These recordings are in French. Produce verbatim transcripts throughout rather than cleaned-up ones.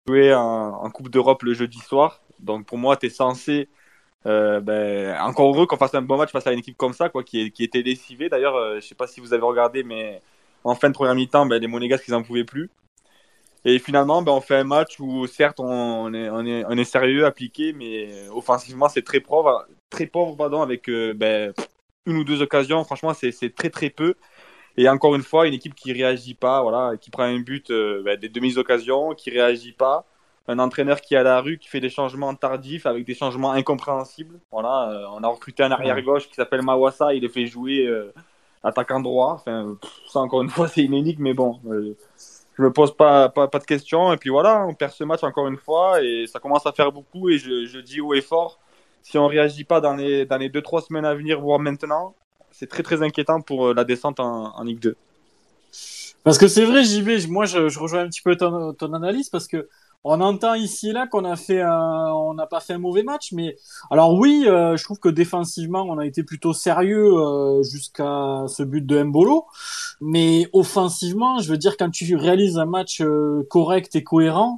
jouer en, en Coupe d'Europe le jeudi soir. Donc pour moi, tu es censé, euh, ben, encore heureux qu'on fasse un bon match face à une équipe comme ça, quoi, qui, est, qui était décimée. D'ailleurs, euh, je ne sais pas si vous avez regardé, mais en fin de première mi-temps, ben, les Monégasques, ils n'en pouvaient plus. Et finalement, ben, on fait un match où certes, on est, on est, on est sérieux, appliqué, mais offensivement, c'est très pauvre, très pauvre pardon, avec euh, ben, une ou deux occasions. Franchement, c'est, c'est très très peu. Et encore une fois, une équipe qui réagit pas, voilà, qui prend un but euh, ben, des demi-occasions, qui réagit pas. Un entraîneur qui est à la rue, qui fait des changements tardifs avec des changements incompréhensibles. Voilà, euh, on a recruté un Ouais. arrière-gauche qui s'appelle Mawassa, il le fait jouer euh, attaquant droit. Enfin, pff, ça encore une fois, c'est une énigme, mais bon, euh, je me pose pas, pas, pas de questions. Et puis voilà, on perd ce match encore une fois et ça commence à faire beaucoup. Et je, je dis haut et fort, si on réagit pas dans les, dans les deux trois semaines à venir, voire maintenant, c'est très très inquiétant pour euh, la descente en, en Ligue deux. Parce que c'est vrai, J B, moi je, je rejoins un petit peu ton, ton analyse parce que on entend ici et là qu'on a fait un, on n'a pas fait un mauvais match, mais alors oui, euh, je trouve que défensivement on a été plutôt sérieux euh, jusqu'à ce but de Mbolo, mais offensivement, je veux dire quand tu réalises un match euh, correct et cohérent,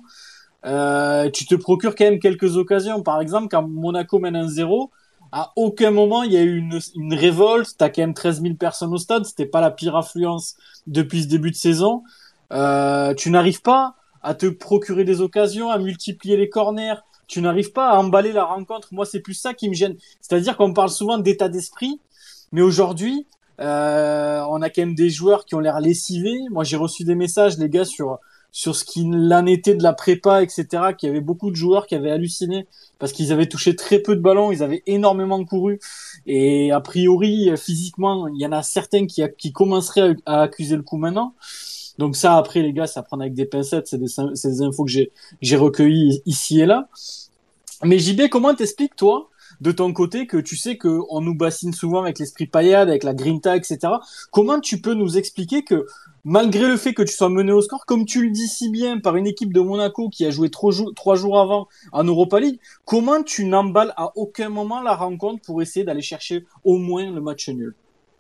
euh, tu te procures quand même quelques occasions. Par exemple, quand Monaco mène un zéro, à aucun moment il y a eu une, une révolte. T'as quand même treize mille personnes au stade. C'était pas la pire affluence depuis ce début de saison. Euh, tu n'arrives pas à te procurer des occasions, à multiplier les corners. Tu n'arrives pas à emballer la rencontre. Moi, c'est plus ça qui me gêne. C'est-à-dire qu'on parle souvent d'état d'esprit, mais aujourd'hui, euh, on a quand même des joueurs qui ont l'air lessivés. Moi, j'ai reçu des messages, les gars, sur sur ce qu'il en était de la prépa, et cetera, qu'il y avait beaucoup de joueurs qui avaient halluciné parce qu'ils avaient touché très peu de ballons, ils avaient énormément couru. Et a priori, physiquement, il y en a certains qui, a, qui commenceraient à, à accuser le coup maintenant. Donc ça, après, les gars, ça prend avec des pincettes, c'est des, c'est des infos que j'ai, que j'ai recueillies ici et là. Mais J B, comment t'expliques, toi, de ton côté, que tu sais qu'on nous bassine souvent avec l'esprit paillade, avec la grinta, et cetera. Comment tu peux nous expliquer que, malgré le fait que tu sois mené au score, comme tu le dis si bien, par une équipe de Monaco qui a joué trois, jours, trois jours avant en Europa League, comment tu n'emballes à aucun moment la rencontre pour essayer d'aller chercher au moins le match nul?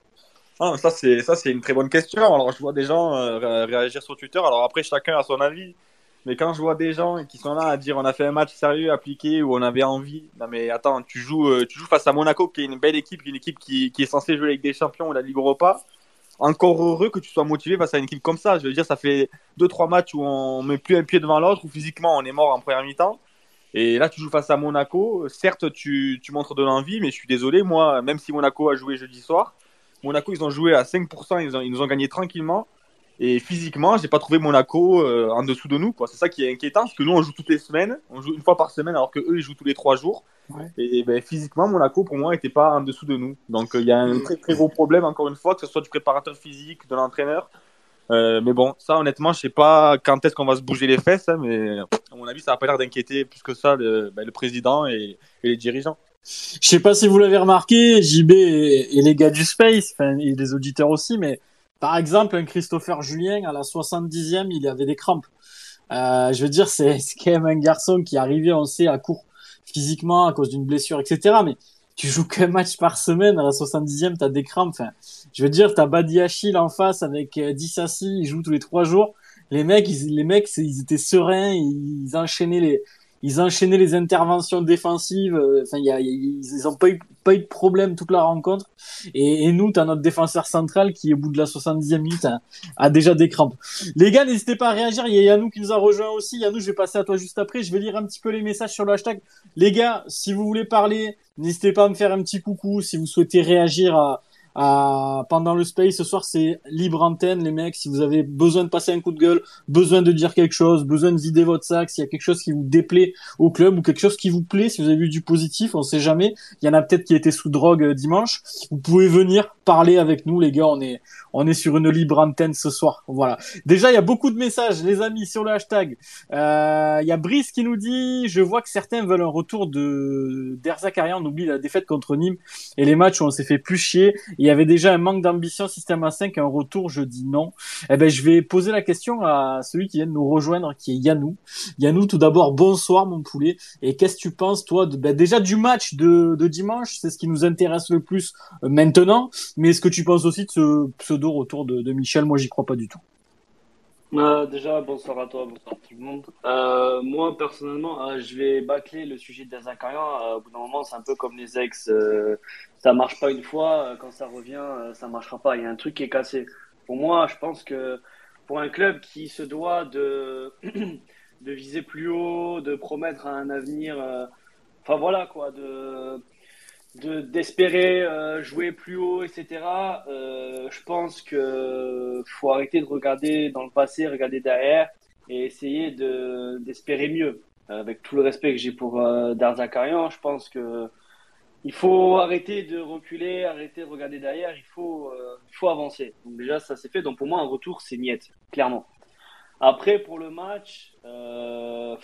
Ah, ça, c'est, ça, c'est une très bonne question. Alors, je vois des gens euh, ré- réagir sur Twitter. Alors, après, chacun a son avis. Mais quand je vois des gens qui sont là à dire on a fait un match sérieux, appliqué, où on avait envie. Non, mais attends, tu joues, euh, tu joues face à Monaco, qui est une belle équipe, une équipe qui, qui est censée jouer avec des champions ou la Ligue Europa. Encore heureux que tu sois motivé face à une équipe comme ça. Je veux dire, ça fait deux trois matchs où on met plus un pied devant l'autre, où physiquement on est mort en première mi-temps. Et là, tu joues face à Monaco. Certes, tu, tu montres de l'envie, mais je suis désolé, moi, même si Monaco a joué jeudi soir, Monaco, ils ont joué à cinq pour cent, ils, ont, ils nous ont gagné tranquillement. Et physiquement, j'ai pas trouvé Monaco euh, en dessous de nous, quoi. C'est ça qui est inquiétant, parce que nous, on joue toutes les semaines, on joue une fois par semaine, alors que eux, ils jouent tous les trois jours. Ouais. Et ben, physiquement, Monaco, pour moi, n'était pas en dessous de nous. Donc, euh, il euh, y a un très, très gros problème, encore une fois, que ce soit du préparateur physique, de l'entraîneur. Euh, mais bon, ça, honnêtement, je sais pas quand est-ce qu'on va se bouger les fesses, hein, mais à mon avis, ça n'a pas l'air d'inquiéter plus que ça le, ben, le président et, et les dirigeants. Je sais pas si vous l'avez remarqué, J B et, et les gars du Space, enfin, et les auditeurs aussi, mais par exemple, un Christopher Julien, à la soixante-dixième, il avait des crampes. Euh, je veux dire, c'est c'est quand même un garçon qui est arrivé, on sait, à court physiquement à cause d'une blessure, et cetera. Mais tu joues qu'un match par semaine, à la soixante-dixième, t'as des crampes. Enfin, je veux dire, t'as Badi Achille en face avec euh, Dissassi, ils jouent tous les trois jours. Les mecs, ils, les mecs, c'est- ils étaient sereins, ils enchaînaient les, ils enchaînaient les interventions défensives. euh, Enfin, il y a, il y a- ils ont pas eu, pas eu de problème toute la rencontre. Et, et nous, t'as notre défenseur central qui, au bout de la soixante-dixième minute, a, a déjà des crampes. Les gars, n'hésitez pas à réagir. Il y a Yannou qui nous a rejoint aussi. Yannou, je vais passer à toi juste après. Je vais lire un petit peu les messages sur le hashtag. Les gars, si vous voulez parler, n'hésitez pas à me faire un petit coucou. Si vous souhaitez réagir à, à- pendant le space ce soir, c'est libre antenne, les mecs. Si vous avez besoin de passer un coup de gueule, besoin de dire quelque chose, besoin de vider votre sac, s'il y a quelque chose qui vous déplaît au club ou quelque chose qui vous plaît, si vous avez vu du positif, on sait jamais. Il y en a peut-être qui étaient sous drogue euh, dimanche. Vous pouvez venir parler avec nous, les gars. On est, on est sur une libre antenne ce soir. Voilà. Déjà, il y a beaucoup de messages, les amis, sur le hashtag. Euh, Il y a Brice qui nous dit, je vois que certains veulent un retour de d'Erzakarian. On oublie la défaite contre Nîmes et les matchs où on s'est fait plus chier. Il y avait déjà un manque d'ambition système A cinq, un retour, je dis non. Eh ben, je vais poser la question à celui qui vient de nous rejoindre, qui est Yannou. Yannou, tout d'abord, bonsoir, mon poulet. Et qu'est-ce que tu penses, toi, de, ben, déjà du match de, de dimanche? C'est ce qui nous intéresse le plus euh, maintenant. Mais est-ce que tu penses aussi de ce pseudo retour de, de Michel? Moi, j'y crois pas du tout. Euh, déjà, bonsoir à toi, bonsoir à tout le monde. Euh, moi, personnellement, euh, je vais bâcler le sujet de Zakarian. Euh, au bout d'un moment, c'est un peu comme les ex. Euh, ça marche pas une fois, euh, quand ça revient, euh, ça marchera pas. Il y a un truc qui est cassé. Pour moi, je pense que pour un club qui se doit de, de viser plus haut, de promettre un avenir, euh, enfin voilà quoi, de de d'espérer euh, jouer plus haut, et cetera. Euh, je pense que faut arrêter de regarder dans le passé, regarder derrière et essayer de d'espérer mieux. Euh, Avec tout le respect que j'ai pour euh, Darzakarian, je pense que il faut arrêter de reculer, arrêter de regarder derrière. Il faut euh, il faut avancer. Donc déjà ça c'est fait. Donc pour moi un retour c'est niette, clairement. Après pour le match. Euh,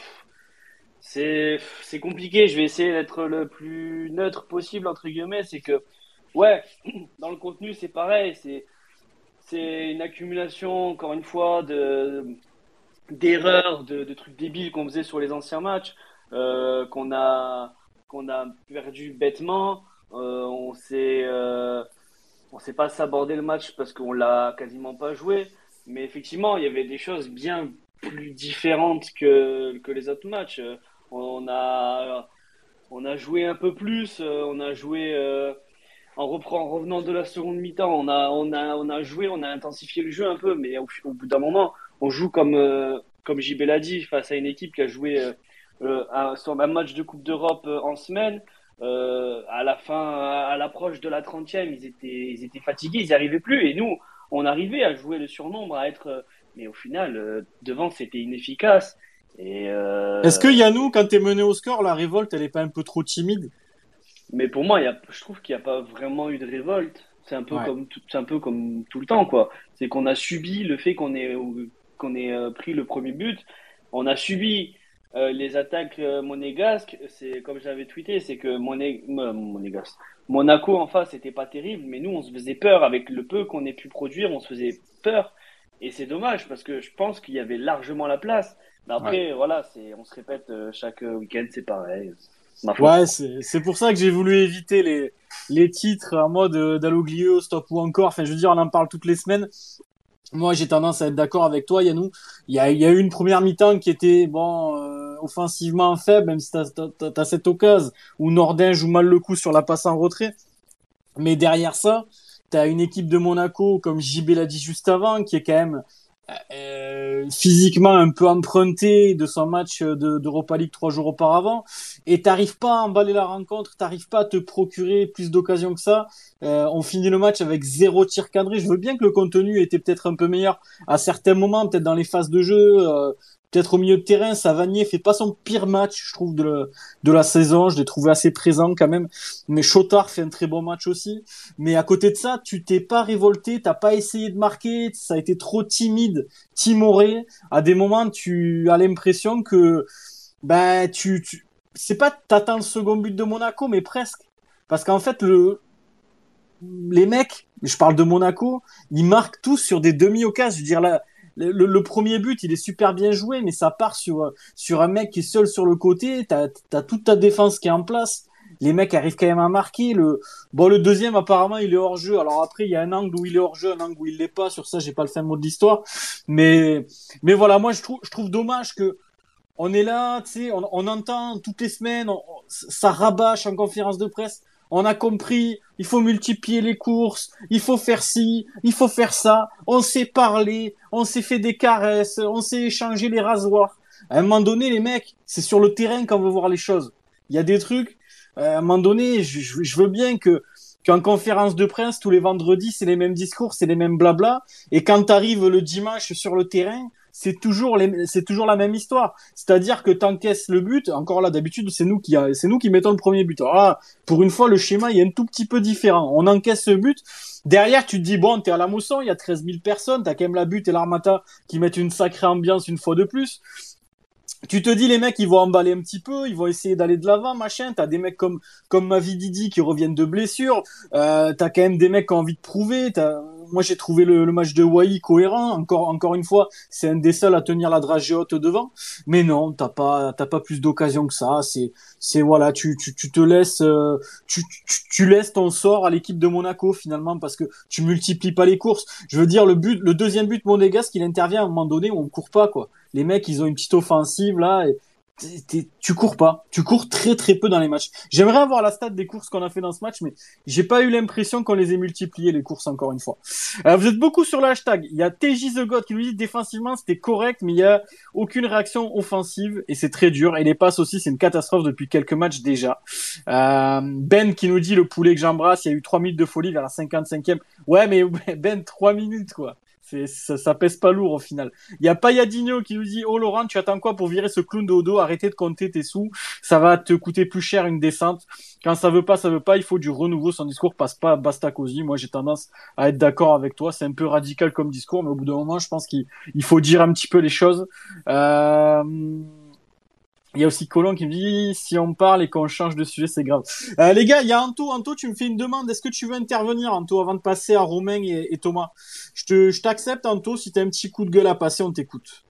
c'est, c'est compliqué, je vais essayer d'être le plus neutre possible, entre guillemets. C'est que, ouais, dans le contenu, c'est pareil. C'est, c'est une accumulation, encore une fois, de, d'erreurs, de, de trucs débiles qu'on faisait sur les anciens matchs, euh, qu'on a, qu'on a perdu bêtement. Euh, on s'est, euh, on s'est pas sabordé le match parce qu'on l'a quasiment pas joué. Mais effectivement, il y avait des choses bien plus différentes que, que les autres matchs. Euh, On a, on a joué un peu plus, euh, on a joué euh, en, reprend, en revenant de la seconde mi-temps, on a, on, a, on a joué, on a intensifié le jeu un peu, mais au, au bout d'un moment, on joue comme, euh, comme J B l'a dit, face à une équipe qui a joué euh, euh, un, sur un match de Coupe d'Europe euh, en semaine. Euh, à la fin, à l'approche de la trentième, ils étaient, ils étaient fatigués, ils n'y arrivaient plus. Et nous, on arrivait à jouer le surnombre, à être. euh, mais au final, euh, devant, c'était inefficace. Et Est-ce que euh, Yannou, quand t'es mené au score, la révolte, elle est pas un peu trop timide? Mais pour moi, il y a, je trouve qu'il n'y a pas vraiment eu de révolte. C'est un peu Ouais. comme tout, c'est un peu comme tout le temps, quoi. C'est qu'on a subi le fait qu'on ait, qu'on ait euh, pris le premier but. On a subi euh, les attaques euh, monégasques. C'est comme j'avais tweeté, c'est que Moné, euh, monégasque. Monaco en face, c'était pas terrible, mais nous, on se faisait peur avec le peu qu'on ait pu produire. On se faisait peur. Et c'est dommage parce que je pense qu'il y avait largement la place. Mais Ouais. après, voilà, c'est, on se répète euh, chaque week-end, c'est pareil. Ma foi. Ouais, c'est c'est pour ça que j'ai voulu éviter les les titres en mode euh, Dalloglio, Stop ou encore. Enfin, je veux dire, on en parle toutes les semaines. Moi, j'ai tendance à être d'accord avec toi, Yannou. Il y a, il y a eu une première mi-temps qui était bon, euh, offensivement faible, même si t'as, t'as, t'as cette occasion où Nordin joue mal le coup sur la passe en retrait. Mais derrière ça, t'as une équipe de Monaco, comme J B l'a dit juste avant, qui est quand même euh, physiquement un peu emprunté de son match de, d'Europa League trois jours auparavant, et t'arrives pas à emballer la rencontre, t'arrives pas à te procurer plus d'occasions que ça. Euh, on finit le match avec zéro tir cadré. Je veux bien que le contenu était peut-être un peu meilleur à certains moments, peut-être dans les phases de jeu, euh, peut-être au milieu de terrain. Savanier fait pas son pire match, je trouve, de, le, de la saison. Je l'ai trouvé assez présent quand même. Mais Chotard fait un très bon match aussi. Mais à côté de ça, tu t'es pas révolté, t'as pas essayé de marquer, ça a été trop timide, timoré. À des moments, tu as l'impression que ben tu, tu c'est pas t'attends le second but de Monaco, mais presque. Parce qu'en fait, le les mecs, je parle de Monaco, ils marquent tous sur des demi-occasions. Je veux dire là, le, le, le premier but, il est super bien joué, mais ça part sur sur un mec qui est seul sur le côté. T'as t'as toute ta défense qui est en place. Les mecs arrivent quand même à marquer. Le bon, le deuxième apparemment il est hors jeu. Alors après il y a un angle où il est hors jeu, un angle où il l'est pas. Sur ça j'ai pas le fin mot de l'histoire. Mais mais voilà, moi je trouve je trouve dommage que on est là, tu sais, on, on entend toutes les semaines, on- ça rabâche en conférence de presse. On a compris, il faut multiplier les courses, il faut faire ci, il faut faire ça. On s'est parlé, on s'est fait des caresses, on s'est échangé les rasoirs. À un moment donné, les mecs, c'est sur le terrain qu'on veut voir les choses. Il y a des trucs, euh, à un moment donné, je, je- je veux bien que qu'en conférence de presse, tous les vendredis, c'est les mêmes discours, c'est les mêmes blabla. Et quand t'arrives le dimanche sur le terrain, c'est toujours les, c'est toujours la même histoire. C'est-à-dire que t'encaisses le but. Encore là, d'habitude, c'est nous qui, a- c'est nous qui mettons le premier but. Alors là, pour une fois, le schéma il est un tout petit peu différent. On encaisse ce but. Derrière, tu te dis bon, t'es à la Mousson, il y a treize mille personnes. T'as quand même la but et l'Armata qui mettent une sacrée ambiance une fois de plus. Tu te dis les mecs ils vont emballer un petit peu, ils vont essayer d'aller de l'avant, machin. T'as des mecs comme comme Mavididi qui reviennent de blessure. Euh, t'as quand même des mecs qui ont envie de prouver. T'as moi j'ai trouvé le, le match de Wai cohérent. Encore, encore une fois, c'est un des seuls à tenir la dragée haute devant. Mais non, t'as pas, t'as pas plus d'occasion que ça. C'est, c'est voilà, tu, tu, tu te laisses, euh, tu, tu, tu laisses ton sort à l'équipe de Monaco finalement parce que tu multiplies pas les courses. Je veux dire, le but, le deuxième but monégasque, il intervient à un moment donné où on court pas quoi. Les mecs, ils ont une petite offensive là. Et t'es- t'es- tu cours pas. Tu cours très très peu dans les matchs. J'aimerais avoir la stat des courses qu'on a fait dans ce match, mais j'ai pas eu l'impression qu'on les ait multipliées les courses encore une fois. Euh, vous êtes beaucoup sur le hashtag. Il y a T J The God qui nous dit défensivement c'était correct, mais il y a aucune réaction offensive et c'est très dur. Et les passes aussi, c'est une catastrophe depuis quelques matchs déjà. Euh, Ben qui nous dit le poulet que j'embrasse, il y a eu trois minutes de folie vers la cinquante-cinquième. Ouais, mais Ben, trois minutes quoi. C'est, ça, ça pèse pas lourd au final. Il y a Payadinho qui nous dit oh Laurent, tu attends quoi pour virer ce clown de Odo? Arrêtez de compter tes sous, ça va te coûter plus cher une descente. Quand ça veut pas, ça veut pas. Il faut du renouveau. Son discours passe pas basta cosy. Moi, j'ai tendance à être d'accord avec toi. C'est un peu radical comme discours, mais au bout d'un moment, je pense qu'il il faut dire un petit peu les choses. Euh... Il y a aussi Colin qui me dit si on parle et qu'on change de sujet, c'est grave. Euh, les gars, il y a Anto. Anto, tu me fais une demande. Est-ce que tu veux intervenir, Anto, avant de passer à Romain et, et Thomas? Je te, je t'accepte, Anto. Si t'as un petit coup de gueule à passer, on t'écoute.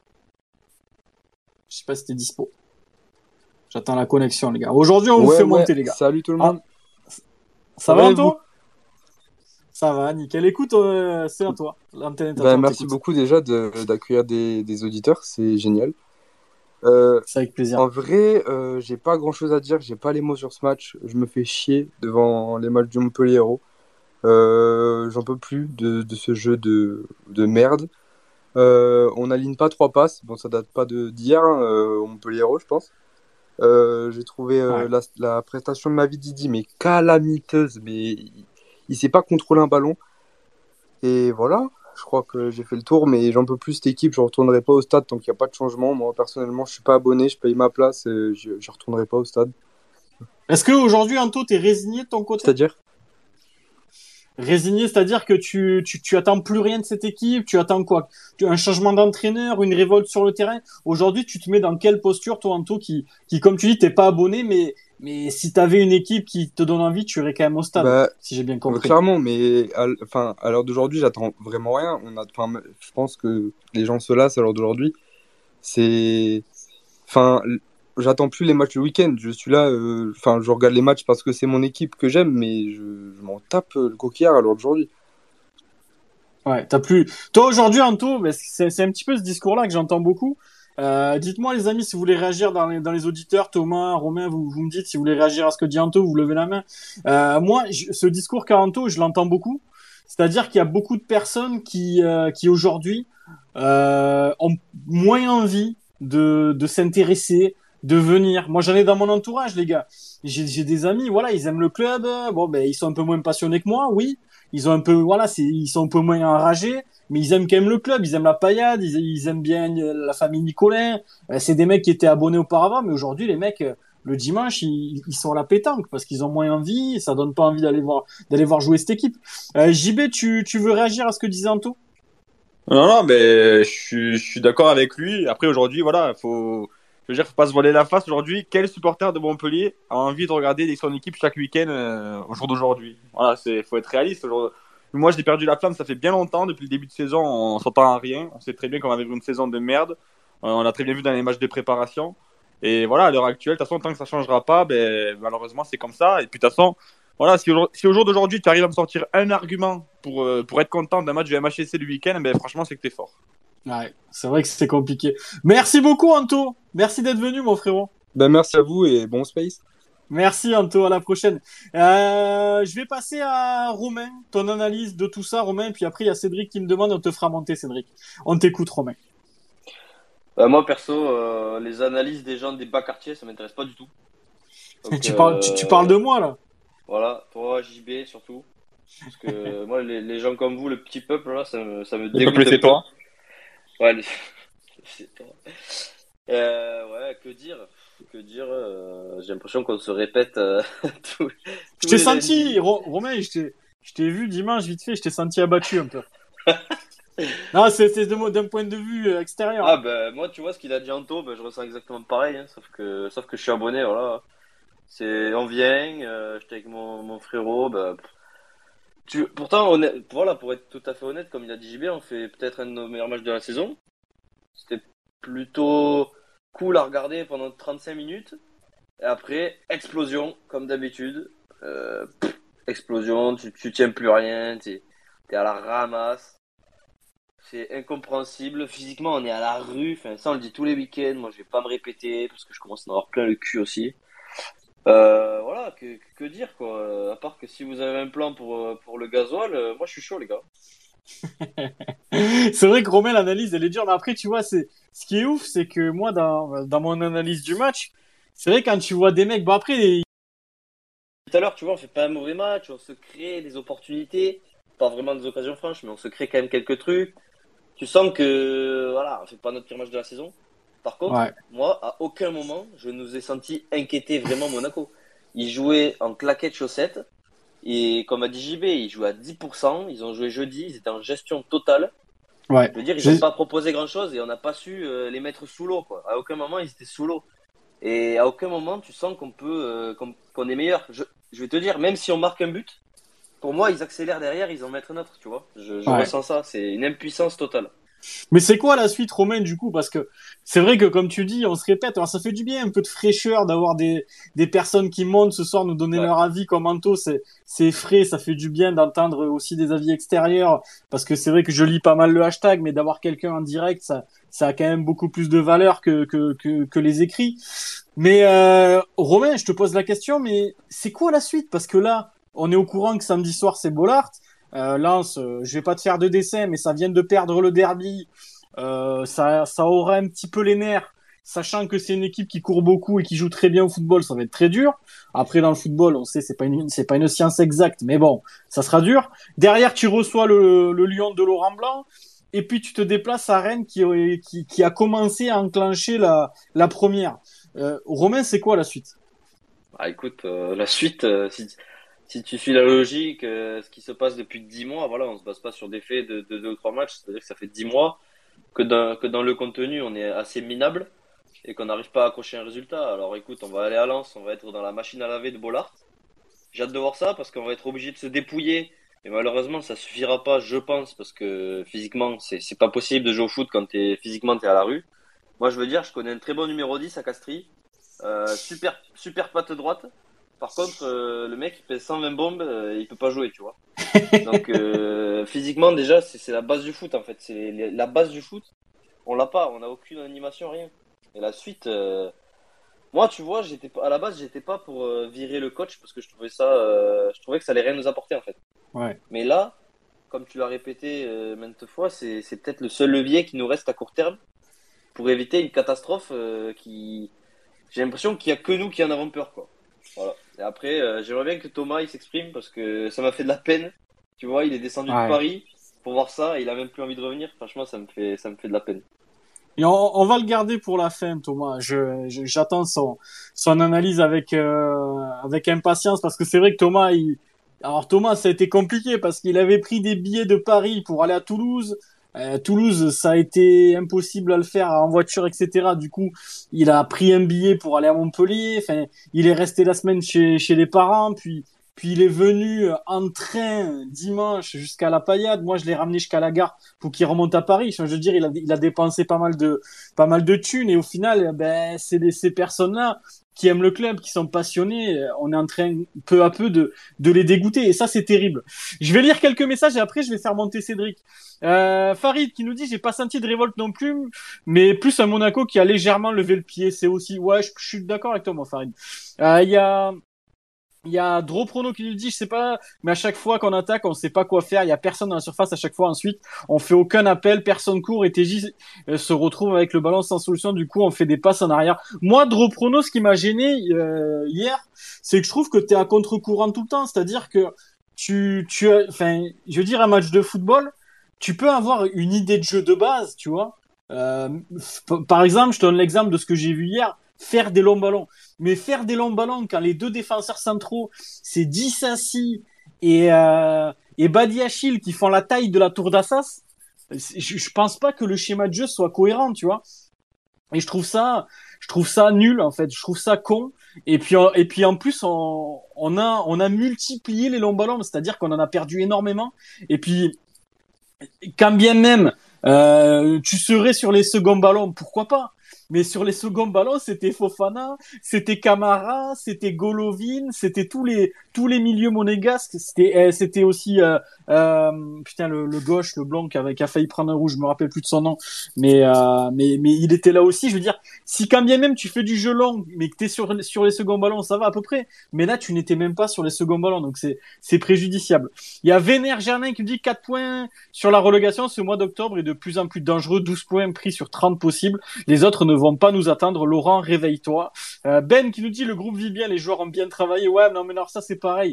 Je sais pas si t'es dispo. J'attends la connexion, les gars. Aujourd'hui, on vous Ouais, fait ouais, monter, les gars. salut tout le Ah, monde. ça Ça va, va et vous? Anto? Ça va, nickel. Écoute, euh, c'est à Cool. toi. L'antenne est à Ben, toi, on merci t'écoute. beaucoup déjà de, d'accueillir des, des auditeurs, c'est génial. Euh, C'est avec plaisir. En vrai, euh, j'ai pas grand-chose à dire, j'ai pas les mots sur ce match. Je me fais chier devant les matchs du Montpellier Hérault. Euh, j'en peux plus de, de ce jeu de, de merde. Euh, on n'aligne pas trois passes, bon ça date pas de d'hier, hein, euh, au Montpellier Hérault, je pense. Euh, j'ai trouvé euh, Ouais. la, la prestation de Mavididi mais calamiteuse, mais il, il sait pas contrôler un ballon. Et voilà, je crois que j'ai fait le tour, mais j'en peux plus cette équipe. Je ne retournerai pas au stade tant qu'il n'y a pas de changement. Moi, personnellement, je suis pas abonné, je paye ma place et je ne retournerai pas au stade. Est-ce que aujourd'hui, Anto, t'es résigné de ton côté? C'est-à-dire? Résigné, c'est-à-dire que tu, tu, tu attends plus rien de cette équipe, tu attends quoi? Tu- Un changement d'entraîneur, une révolte sur le terrain? Aujourd'hui, tu te mets dans quelle posture, toi, Anto, qui, qui, comme tu dis, t'es pas abonné, mais, mais si t'avais une équipe qui te donne envie, tu irais quand même au stade, Bah, si j'ai bien euh, compris. clairement, mais à, l- enfin, à l'heure d'aujourd'hui, j'attends vraiment rien. On a, enfin, je pense que les gens se lassent à l'heure d'aujourd'hui. C'est, enfin, l- j'attends plus les matchs le week-end. Je suis là, euh, enfin, je regarde les matchs parce que c'est mon équipe que j'aime, mais je, je m'en tape euh, le coquillard à l'heure d'aujourd'hui. Ouais, t'as plus. Toi aujourd'hui, Anto, ben, c'est c'est un petit peu ce discours-là que j'entends beaucoup. Euh, dites-moi les amis si vous voulez réagir dans les, dans les auditeurs, Thomas, Romain, vous, vous me dites si vous voulez réagir à ce que dit Anto, vous levez la main. Euh, moi, je- ce discours qu'a Anto, je l'entends beaucoup. C'est-à-dire qu'il y a beaucoup de personnes qui, euh, qui aujourd'hui euh, ont moins envie de, de s'intéresser, de venir. Moi, j'en ai dans mon entourage, les gars. J'ai j'ai des amis, voilà, ils aiment le club. Bon, ben, ils sont un peu moins passionnés que moi, oui. Ils ont un peu, voilà, c'est, ils sont un peu moins enragés, mais ils aiment quand même le club, ils aiment la paillade, ils, ils aiment bien euh, la famille Nicolin. Euh, C'est des mecs qui étaient abonnés auparavant, mais aujourd'hui, les mecs, euh, le dimanche, ils, ils sont à la pétanque parce qu'ils ont moins envie, et ça donne pas envie d'aller voir, d'aller voir jouer cette équipe. Euh, J B, tu, tu veux réagir à ce que disait Anto? Non, non, mais je suis, je suis d'accord avec lui. Après, aujourd'hui, voilà, faut, je veux dire, faut pas se voiler la face. Aujourd'hui, quel supporter de Montpellier a envie de regarder son équipe chaque week-end euh, au jour d'aujourd'hui? Voilà, c'est, faut être réaliste. Aujourd'hui. Moi, j'ai perdu la flamme, ça fait bien longtemps. Depuis le début de saison, on s'entend à rien. On sait très bien qu'on avait vu une saison de merde. Euh, on l'a très bien vu dans les matchs de préparation. Et voilà, à l'heure actuelle, de toute façon, tant que ça changera pas, ben, malheureusement, c'est comme ça. Et puis, de toute façon, voilà, si au, si au jour d'aujourd'hui, tu arrives à me sortir un argument pour, euh, pour être content d'un match du M H S C le week-end, ben, franchement, c'est que t'es fort. Ouais, c'est vrai que c'est compliqué. Merci beaucoup, Anto. Merci d'être venu, mon frérot. Ben, merci à vous et bon space. Merci Anto, à la prochaine. Euh, je vais passer à Romain, ton analyse de tout ça, Romain, puis après il y a Cédric qui me demande, on te fera monter, Cédric. On t'écoute, Romain. Euh, moi, perso, euh, les analyses des gens des bas quartiers, ça m'intéresse pas du tout. Donc, Tu parles, tu, tu parles euh, de moi là? voilà, toi, J B surtout. Parce que moi, les, les gens comme vous, le petit peuple, là, ça me, ça me Le peuple, dégoûte un c'est peu. toi. Ouais, les- c'est toi. Euh, ouais, que dire? Que dire? euh, j'ai l'impression qu'on se répète euh, tous, Je tous t'ai les senti, lundis. Ro- Romain, je t'ai, je t'ai vu dimanche vite fait, je t'ai senti abattu un peu. Non, c'est c'est de mo- d'un point de vue euh, extérieur, Ah hein. ben moi tu vois ce qu'il a dit Anto, ben, je ressens exactement pareil, hein, sauf que sauf que je suis abonné, voilà. C'est on vient, euh, j'étais avec mon, mon frérot, ben, pff, Tu, pourtant, honnête, voilà, pour être tout à fait honnête, comme il a dit J B, on fait peut-être un de nos meilleurs matchs de la saison. C'était plutôt cool à regarder pendant trente-cinq minutes. Et après, explosion, comme d'habitude. Euh, pff, explosion, tu, tu tiens plus rien, t'es, t'es à la ramasse. C'est incompréhensible. Physiquement, on est à la rue. Enfin, ça, on le dit tous les week-ends. Moi, je vais pas me répéter parce que je commence à en avoir plein le cul aussi. Euh, voilà, que, que dire quoi. Euh, À part que si vous avez un plan pour, euh, pour le gasoil, euh, moi je suis chaud les gars. C'est vrai que Romain, l'analyse, elle est dure. Mais après, tu vois, c'est ce qui est ouf, c'est que moi, dans, dans mon analyse du match, c'est vrai quand tu vois des mecs. Bon, après, Tout à l'heure, tu vois, on fait pas un mauvais match, on se crée des opportunités, pas vraiment des occasions franches, mais on se crée quand même quelques trucs. Tu sens que voilà, on fait pas notre pire match de la saison. Par contre, ouais, moi, à aucun moment, je nous ai senti inquiéter vraiment Monaco. Ils jouaient en claquettes chaussettes. Et comme a dit J B, ils jouaient à dix pour cent. Ils ont joué jeudi, ils étaient en gestion totale. ouais. Je veux dire, ils n'ont J'ai- pas proposé grand-chose et on n'a pas su euh, les mettre sous l'eau, quoi. À aucun moment, ils étaient sous l'eau. Et à aucun moment, tu sens qu'on peut, euh, qu'on qu'on est meilleur. Je, je vais te dire, même si on marque un but, pour moi, ils accélèrent derrière, ils en mettent un autre, tu vois. Je, je Ouais. ressens ça. C'est une impuissance totale. Mais c'est quoi la suite, Romain, du coup? Parce que c'est vrai que, comme tu dis, on se répète, alors ça fait du bien, un peu de fraîcheur, d'avoir des, des personnes qui montent ce soir nous donner Ouais. leur avis comme Anto, c'est, c'est frais, ça fait du bien d'entendre aussi des avis extérieurs, parce que c'est vrai que je lis pas mal le hashtag, mais d'avoir quelqu'un en direct, ça, ça a quand même beaucoup plus de valeur que, que, que, que les écrits. Mais euh, Romain, je te pose la question, mais c'est quoi la suite? Parce que là, on est au courant que samedi soir, c'est Bollard. Euh, Lens, euh, je vais pas te faire de dessin, mais ça vient de perdre le derby. Euh, ça, ça aura un petit peu les nerfs, sachant que c'est une équipe qui court beaucoup et qui joue très bien au football, ça va être très dur. Après, dans le football, on sait, c'est pas une, c'est pas une science exacte, mais bon, ça sera dur. Derrière, tu reçois le, le Lyon de Laurent Blanc. Et puis tu te déplaces à Rennes qui, qui, qui a commencé à enclencher la, la première. Euh, Romain, c'est quoi la suite? Ah, écoute, euh, la suite, euh, si, si tu suis la logique, euh, ce qui se passe depuis dix mois, voilà, on se base pas sur des faits de, de deux ou trois matchs, c'est-à-dire que ça fait dix mois que dans, que dans le contenu, on est assez minable et qu'on n'arrive pas à accrocher un résultat. Alors écoute, on va aller à Lens, on va être dans la machine à laver de Bollard. J'ai hâte de voir ça parce qu'on va être obligé de se dépouiller. Et malheureusement, ça suffira pas, je pense, parce que physiquement, c'est c'est pas possible de jouer au foot quand t'es physiquement t'es à la rue. Moi, je veux dire, je connais un très bon numéro dix à Castries, euh, super super patte droite. Par contre, euh, le mec il pèse cent vingt bombes, euh, il peut pas jouer, tu vois. Donc euh, physiquement déjà, c'est c'est la base du foot en fait, c'est les- la base du foot. On l'a pas, on a aucune animation, rien. Et la suite. euh, moi, tu vois, j'étais pas- à la base, j'étais pas pour euh, virer le coach parce que je trouvais ça, euh, je trouvais que ça allait rien nous apporter en fait. Ouais. Mais là, comme tu l'as répété euh, maintes fois, c'est c'est peut-être le seul levier qui nous reste à court terme pour éviter une catastrophe euh, qui, j'ai l'impression qu'il y a que nous qui en avons peur quoi. Voilà. Et après, euh, j'aimerais bien que Thomas il s'exprime parce que ça m'a fait de la peine. Tu vois, il est descendu de Ouais. Paris pour voir ça, et il a même plus envie de revenir. Franchement, ça me fait, ça me fait de la peine. Et on, on va le garder pour la fin, Thomas. Je, je- j'attends son, son analyse avec, euh, avec impatience parce que c'est vrai que Thomas, il... alors Thomas, ça a été compliqué parce qu'il avait pris des billets de Paris pour aller à Toulouse. Euh, Toulouse, ça a été impossible à le faire en voiture, et cetera. Du coup, il a pris un billet pour aller à Montpellier. Enfin, il est resté la semaine chez, chez les parents, puis, puis il est venu en train dimanche jusqu'à la Paillade. Moi, je l'ai ramené jusqu'à la gare pour qu'il remonte à Paris. Enfin, je veux dire, il a, il a dépensé pas mal de, pas mal de thunes et au final, ben, c'est des- ces personnes-là qui aiment le club, qui sont passionnés. On est en train peu à peu de, de les dégoûter et ça, c'est terrible. Je vais lire quelques messages et après, je vais faire monter Cédric. Euh, Farid qui nous dit, j'ai pas senti de révolte non plus, mais plus un Monaco qui a légèrement levé le pied. C'est aussi, ouais, je, je suis d'accord avec toi, moi, Farid. Euh, Il y a il y a Droprono qui nous dit, je sais pas, mais à chaque fois qu'on attaque, on sait pas quoi faire. Il y a personne dans la surface à chaque fois. Ensuite, on fait aucun appel, personne court et T J euh, se retrouve avec le ballon sans solution. Du coup, on fait des passes en arrière. Moi, Droprono, ce qui m'a gêné euh, hier, c'est que je trouve que tu es à contre-courant tout le temps. C'est-à-dire que tu, tu as, enfin, je veux dire, un match de football, tu peux avoir une idée de jeu de base, tu vois. Euh, f- par exemple, je te donne l'exemple de ce que j'ai vu hier, faire des longs ballons. Mais faire des longs ballons quand les deux défenseurs centraux, c'est Dissassi et, euh, et Badiachil qui font la taille de la tour d'Assas, je, je pense pas que le schéma de jeu soit cohérent, tu vois. Et je trouve ça, je trouve ça nul en fait. Je trouve ça con. Et puis, en- et puis en plus, on, on a, on a multiplié les longs ballons, c'est-à-dire qu'on en a perdu énormément. Et puis, quand bien même euh, tu serais sur les seconds ballons, pourquoi pas? Mais sur les seconds ballons, c'était Fofana, c'était Camara, c'était Golovin, c'était tous les tous les milieux monégasques. C'était euh, c'était aussi euh, euh, putain le, le gauche, le blanc qui, avait, qui a failli prendre un rouge, je me rappelle plus de son nom, mais euh, mais mais il était là aussi. Je veux dire, si quand bien même tu fais du jeu long, mais que t'es sur sur les seconds ballons, ça va à peu près. Mais là, tu n'étais même pas sur les seconds ballons, donc c'est c'est préjudiciable. Il y a Vénère Germain qui me dit quatre points sur la relégation. Ce mois d'octobre est de plus en plus dangereux. douze points pris sur trente possibles. Les autres ne vont pas nous attendre. Laurent, réveille-toi. Euh, Ben qui nous dit le groupe vit bien, les joueurs ont bien travaillé. Ouais, non mais alors ça c'est pareil.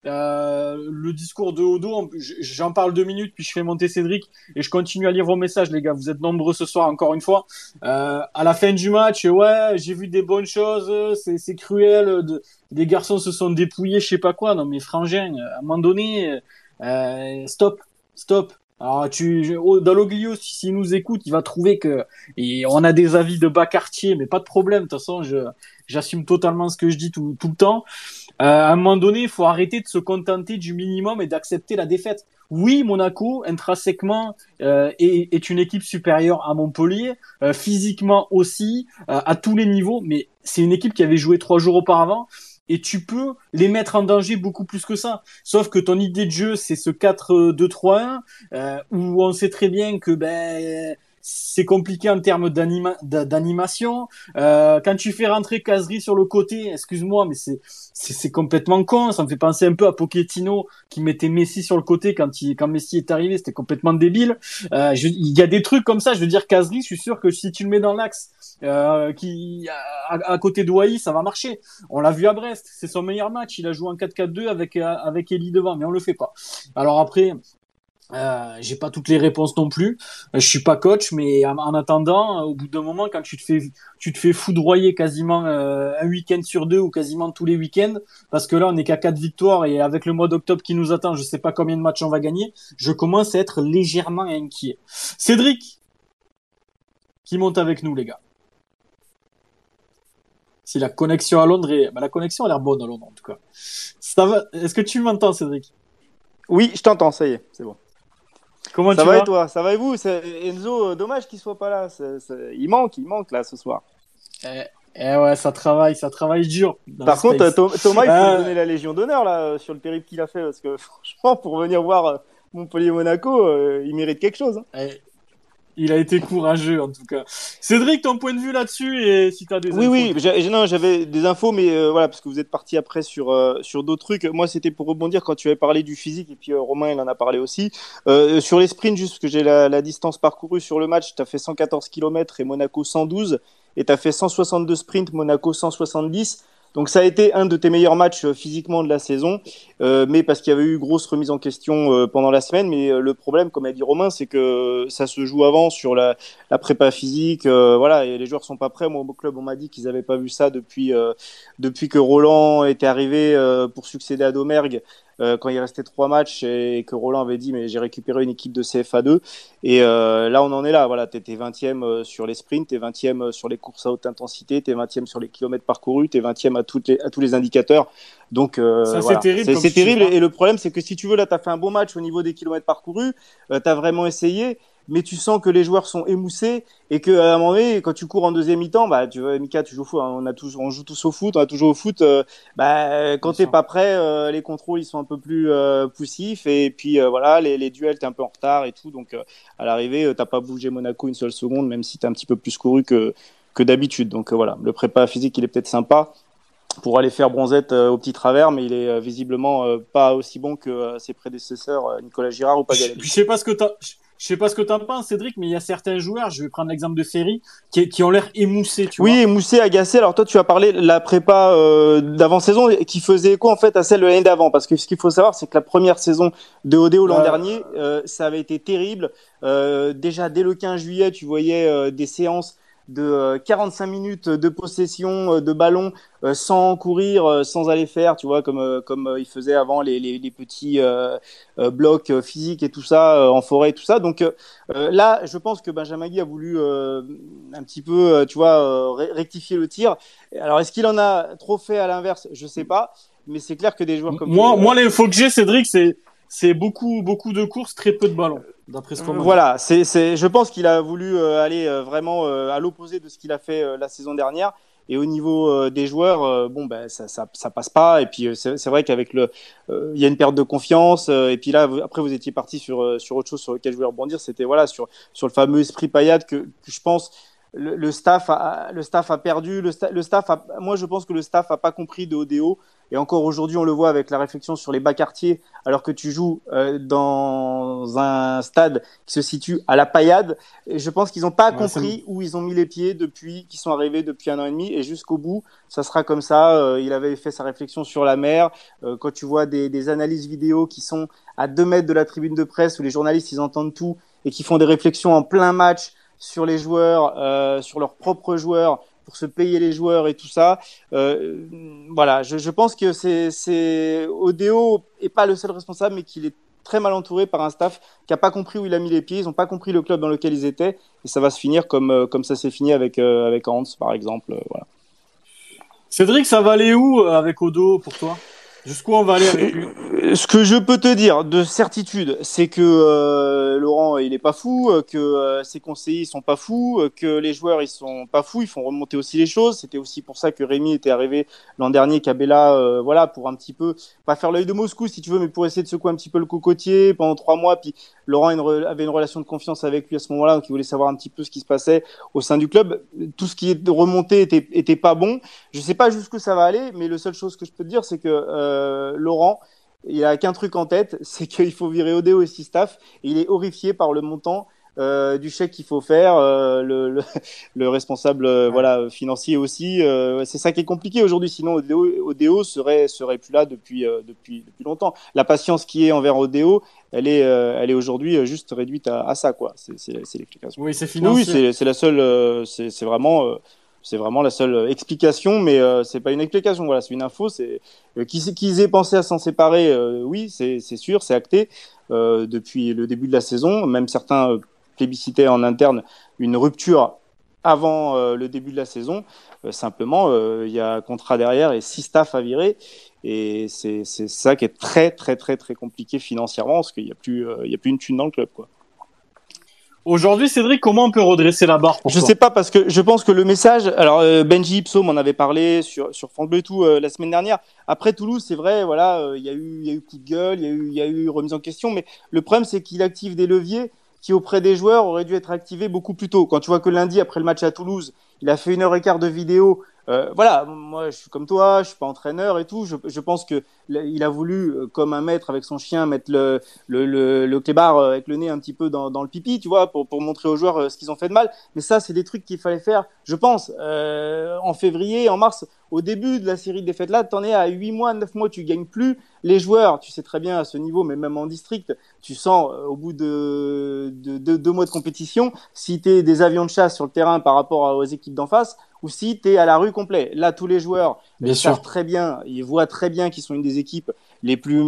Euh, le discours de Odo, j'en parle deux minutes, puis je fais monter Cédric et je continue à lire vos messages, les gars. Vous êtes nombreux ce soir, encore une fois. Euh, à la fin du match, ouais, j'ai vu des bonnes choses, c'est, c'est cruel. De, les garçons se sont dépouillés, je sais pas quoi. Non, mais frangin, à un moment donné, euh, stop, stop. Alors, tu, je- oh, dans l'Oglio, si- s'il nous écoute, il va trouver que, et on a des avis de bas quartier, mais pas de problème. De toute façon, je, j'assume totalement ce que je dis tout, tout le temps. Euh, à un moment donné, il faut arrêter de se contenter du minimum et d'accepter la défaite. Oui, Monaco, intrinsèquement, euh, est, est une équipe supérieure à Montpellier, euh, physiquement aussi, euh, à tous les niveaux, mais c'est une équipe qui avait joué trois jours auparavant, et tu peux les mettre en danger beaucoup plus que ça. Sauf que ton idée de jeu, c'est ce quatre deux trois un, euh, où on sait très bien que ben c'est compliqué en termes d'anima- d'a- d'animation. Euh, quand tu fais rentrer Kazri sur le côté, excuse-moi, mais c'est c'est c'est complètement con. Ça me fait penser un peu à Pochettino qui mettait Messi sur le côté quand il quand Messi est arrivé, c'était complètement débile. Euh, je- il y a des trucs comme ça. Je veux dire, Kazri, je suis sûr que si tu le mets dans l'axe, euh, qui à, à côté de Wai, ça va marcher. On l'a vu à Brest, c'est son meilleur match. Il a joué en quatre quatre deux avec euh, avec Eli devant, mais on le fait pas. Alors après. Euh, j'ai pas toutes les réponses non plus. Euh, Je suis pas coach, mais en, en attendant, euh, au bout d'un moment, quand tu te fais, tu te fais foudroyer quasiment euh, un week-end sur deux ou quasiment tous les week-ends, parce que là, on n'est qu'à quatre victoires et avec le mois d'octobre qui nous attend, je sais pas combien de matchs on va gagner. Je commence à être légèrement inquiet. Cédric, qui monte avec nous, les gars. Si la connexion à Londres est, bah, la connexion a l'air bonne à Londres en tout cas. Ça va. Est-ce que tu m'entends, Cédric? Oui, je t'entends, ça y est, c'est bon. Comment Ça tu va et vas? toi? Ça va et vous? C'est- Enzo, euh, dommage qu'il soit pas là. c'est- c'est- Il manque, il manque là ce soir. Eh, eh ouais, ça travaille, ça travaille dur dans le Par contre, euh, space. Tho- Thomas, il faut lui Euh, donner la Légion d'honneur là euh, sur le périple qu'il a fait parce que franchement, pour venir voir euh, Montpellier-Monaco, euh, il mérite quelque chose, hein. eh, il a été courageux en tout cas. Cédric, ton point de vue là-dessus et si tu as des Oui, infos oui, du coup. j'ai- j'ai- non, j'avais des infos, mais euh, voilà, parce que vous êtes parti après sur, euh, sur d'autres trucs. Moi, c'était pour rebondir quand tu avais parlé du physique, et puis euh, Romain, il en a parlé aussi. Euh, sur les sprints, juste parce que j'ai la, la distance parcourue sur le match, tu as fait cent quatorze kilomètres et Monaco cent douze, et tu as fait cent soixante-deux sprints, Monaco cent soixante-dix. Donc ça a été un de tes meilleurs matchs euh, physiquement de la saison, euh, mais parce qu'il y avait eu grosse remise en question euh, pendant la semaine. Mais euh, le problème, comme a dit Romain, c'est que ça se joue avant sur la, la prépa physique, euh, voilà, et les joueurs sont pas prêts. Moi, au club, on m'a dit qu'ils n'avaient pas vu ça depuis, euh, depuis que Roland était arrivé euh, pour succéder à Domergue, euh, quand il restait trois matchs et que Roland avait dit mais j'ai récupéré une équipe de C F A deux. Et euh, là, on en est là. Voilà, tu étais vingtième sur les sprints, tu es vingtième sur les courses à haute intensité, tu es vingtième sur les kilomètres parcourus, tu es vingtième à, toutes les, à tous les indicateurs. Donc euh, Ça c'est voilà, terrible c'est comme c'est chiffre, terrible. hein. Et le problème, c'est que si tu veux, là, tu as fait un bon match au niveau des kilomètres parcourus, euh, tu as vraiment essayé, mais tu sens que les joueurs sont émoussés et qu'à un moment donné, quand tu cours en deuxième mi-temps, bah, tu vois, Mika, tu joues au foot, hein, on, a tous, on joue tous au foot, on a toujours au foot. Euh, bah, quand Bien t'es sûr. pas prêt, euh, les contrôles ils sont un peu plus euh, poussifs et puis euh, voilà, les, les duels t'es un peu en retard et tout. Donc euh, à l'arrivée, euh, t'as pas bougé Monaco une seule seconde, même si t'as un petit peu plus couru que que d'habitude. Donc euh, voilà, le prépa physique il est peut-être sympa pour aller faire bronzette euh, au petit travers, mais il est euh, visiblement euh, pas aussi bon que euh, ses prédécesseurs euh, Nicolas Girard ou Je, Paganelli. je sais pas ce que t'as, je je sais pas ce que t'en penses, Cédric, mais il y a certains joueurs, je vais prendre l'exemple de Ferry, qui, qui ont l'air émoussés, tu vois. Oui, Moussé, agacé. Alors toi, tu as parlé de la prépa euh, d'avant-saison qui faisait écho en fait à celle de l'année d'avant, parce que ce qu'il faut savoir, c'est que la première saison de Odéo l'an Euh, dernier, euh, ça avait été terrible. Euh, déjà dès le quinze juillet, tu voyais euh, des séances de euh, quarante-cinq minutes de possession euh, de ballon euh, sans courir, euh, sans aller faire, tu vois, comme euh, comme euh, il faisait avant les les, les petits euh, euh, blocs euh, physiques et tout ça euh, en forêt et tout ça. Donc euh, euh, là, je pense que Benjamin Guy a voulu euh, un petit peu, euh, tu vois, euh, ré- rectifier le tir. Alors est-ce qu'il en a trop fait à l'inverse? Je sais pas, mais c'est clair que des joueurs comme Moi, euh, moi, l'info que j'ai, Cédric, c'est, c'est beaucoup, beaucoup de courses, très peu de ballons, d'après ce qu'on m'a dit. Voilà, c'est, c'est, je pense qu'il a voulu euh, aller euh, vraiment euh, à l'opposé de ce qu'il a fait euh, la saison dernière. Et au niveau euh, des joueurs, euh, bon ben ça, ça, ça passe pas. Et puis euh, c'est, c'est vrai qu'avec le, euh, il y a une perte de confiance. Euh, et puis là, vous- après vous étiez parti sur euh, sur autre chose sur lequel je voulais rebondir. C'était voilà sur sur le fameux esprit paillade que, que je pense le, le staff a le staff a perdu. Le, sta- le staff a, moi je pense que le staff a pas compris de haut des hauts. Et encore aujourd'hui, on le voit avec la réflexion sur les bas quartiers, alors que tu joues euh, dans un stade qui se situe à la paillade. Et je pense qu'ils n'ont pas Ouais, c'est compris où ils ont mis les pieds depuis qu'ils sont arrivés depuis un an et demi. Et jusqu'au bout, ça sera comme ça. Euh, il avait fait sa réflexion sur la mer. Euh, quand tu vois des, des analyses vidéo qui sont à deux mètres de la tribune de presse, où les journalistes, ils entendent tout et qui font des réflexions en plein match sur les joueurs, euh, sur leurs propres joueurs, pour se payer les joueurs et tout ça. Euh, voilà, je, je pense que c'est, c'est Odeo est pas le seul responsable, mais qu'il est très mal entouré par un staff qui a pas compris où il a mis les pieds. Ils ont pas compris le club dans lequel ils étaient, et ça va se finir comme euh, comme ça s'est fini avec euh, avec Hans par exemple. Euh, voilà. Cédric, ça va aller où euh, avec Odo pour toi? Jusqu'où on va aller avec lui? Ce que je peux te dire de certitude, c'est que euh, Laurent, il est pas fou, euh, que euh, ses conseillers ils sont pas fous, euh, que les joueurs ils sont pas fous, ils font remonter aussi les choses. C'était aussi pour ça que Rémi était arrivé l'an dernier, Cabella, euh, voilà, pour un petit peu pas faire l'œil de Moscou si tu veux, mais pour essayer de secouer un petit peu le cocotier pendant trois mois. Puis Laurent une re- avait une relation de confiance avec lui à ce moment-là, donc il voulait savoir un petit peu ce qui se passait au sein du club. Tout ce qui est remonté était, était pas bon. Je sais pas jusqu'où ça va aller, mais la seule chose que je peux te dire, c'est que euh, Laurent, il a qu'un truc en tête, c'est qu'il faut virer Odeo et six staff. Et il est horrifié par le montant euh, du chèque qu'il faut faire. Euh, le, le, le responsable euh, Ouais. voilà financier aussi. Euh, c'est ça qui est compliqué aujourd'hui. Sinon, Odeo, Odeo serait serait plus là depuis euh, depuis depuis longtemps. La patience qui est envers Odeo, elle est euh, elle est aujourd'hui juste réduite à, à ça quoi. C'est c'est, c'est l'explication. Oui, c'est Oui, oui, financier. c'est c'est la seule. euh, c'est c'est vraiment. Euh, c'est vraiment la seule explication, mais euh, c'est pas une explication. Voilà, c'est une info. C'est euh, qu'ils qu'ils aient pensé à s'en séparer. Euh, oui, c'est c'est sûr, c'est acté euh, depuis le début de la saison. Même certains euh, plébiscitaient en interne une rupture avant euh, le début de la saison. Euh, simplement, euh, il y a un contrat derrière et six staffs à virer. Et c'est c'est ça qui est très très très très compliqué financièrement parce qu'il y a plus euh, il y a plus une thune dans le club quoi. Aujourd'hui, Cédric, comment on peut redresser la barre pour Je toi? sais pas parce que je pense que le message. Alors euh, Benji Ipso m'en avait parlé sur sur France Bleu et tout euh, la semaine dernière. Après Toulouse, c'est vrai, voilà, euh, il y a eu il y a eu coup de gueule, il y a eu il y a eu remise en question, mais le problème c'est qu'il active des leviers qui auprès des joueurs auraient dû être activés beaucoup plus tôt. Quand tu vois que lundi après le match à Toulouse, il a fait une heure et quart de vidéo. Euh, voilà, moi je suis comme toi, je suis pas entraîneur et tout. Je, je pense que il a voulu, euh, comme un maître avec son chien, mettre le le le, le clébard euh, avec le nez un petit peu dans, dans le pipi, tu vois, pour pour montrer aux joueurs euh, ce qu'ils ont fait de mal. Mais ça, c'est des trucs qu'il fallait faire, je pense, euh, en février, en mars, au début de la série de défaites là, t'en es à huit mois, neuf mois, tu gagnes plus. Les joueurs, tu sais très bien à ce niveau, mais même en district, tu sens euh, au bout de, de, de deux mois de compétition, si t'es des avions de chasse sur le terrain par rapport aux équipes d'en face, ou si t'es à la rue complet. Là, tous les joueurs, Bien ils sûr. savent très bien, ils voient très bien qu'ils sont une des équipes les plus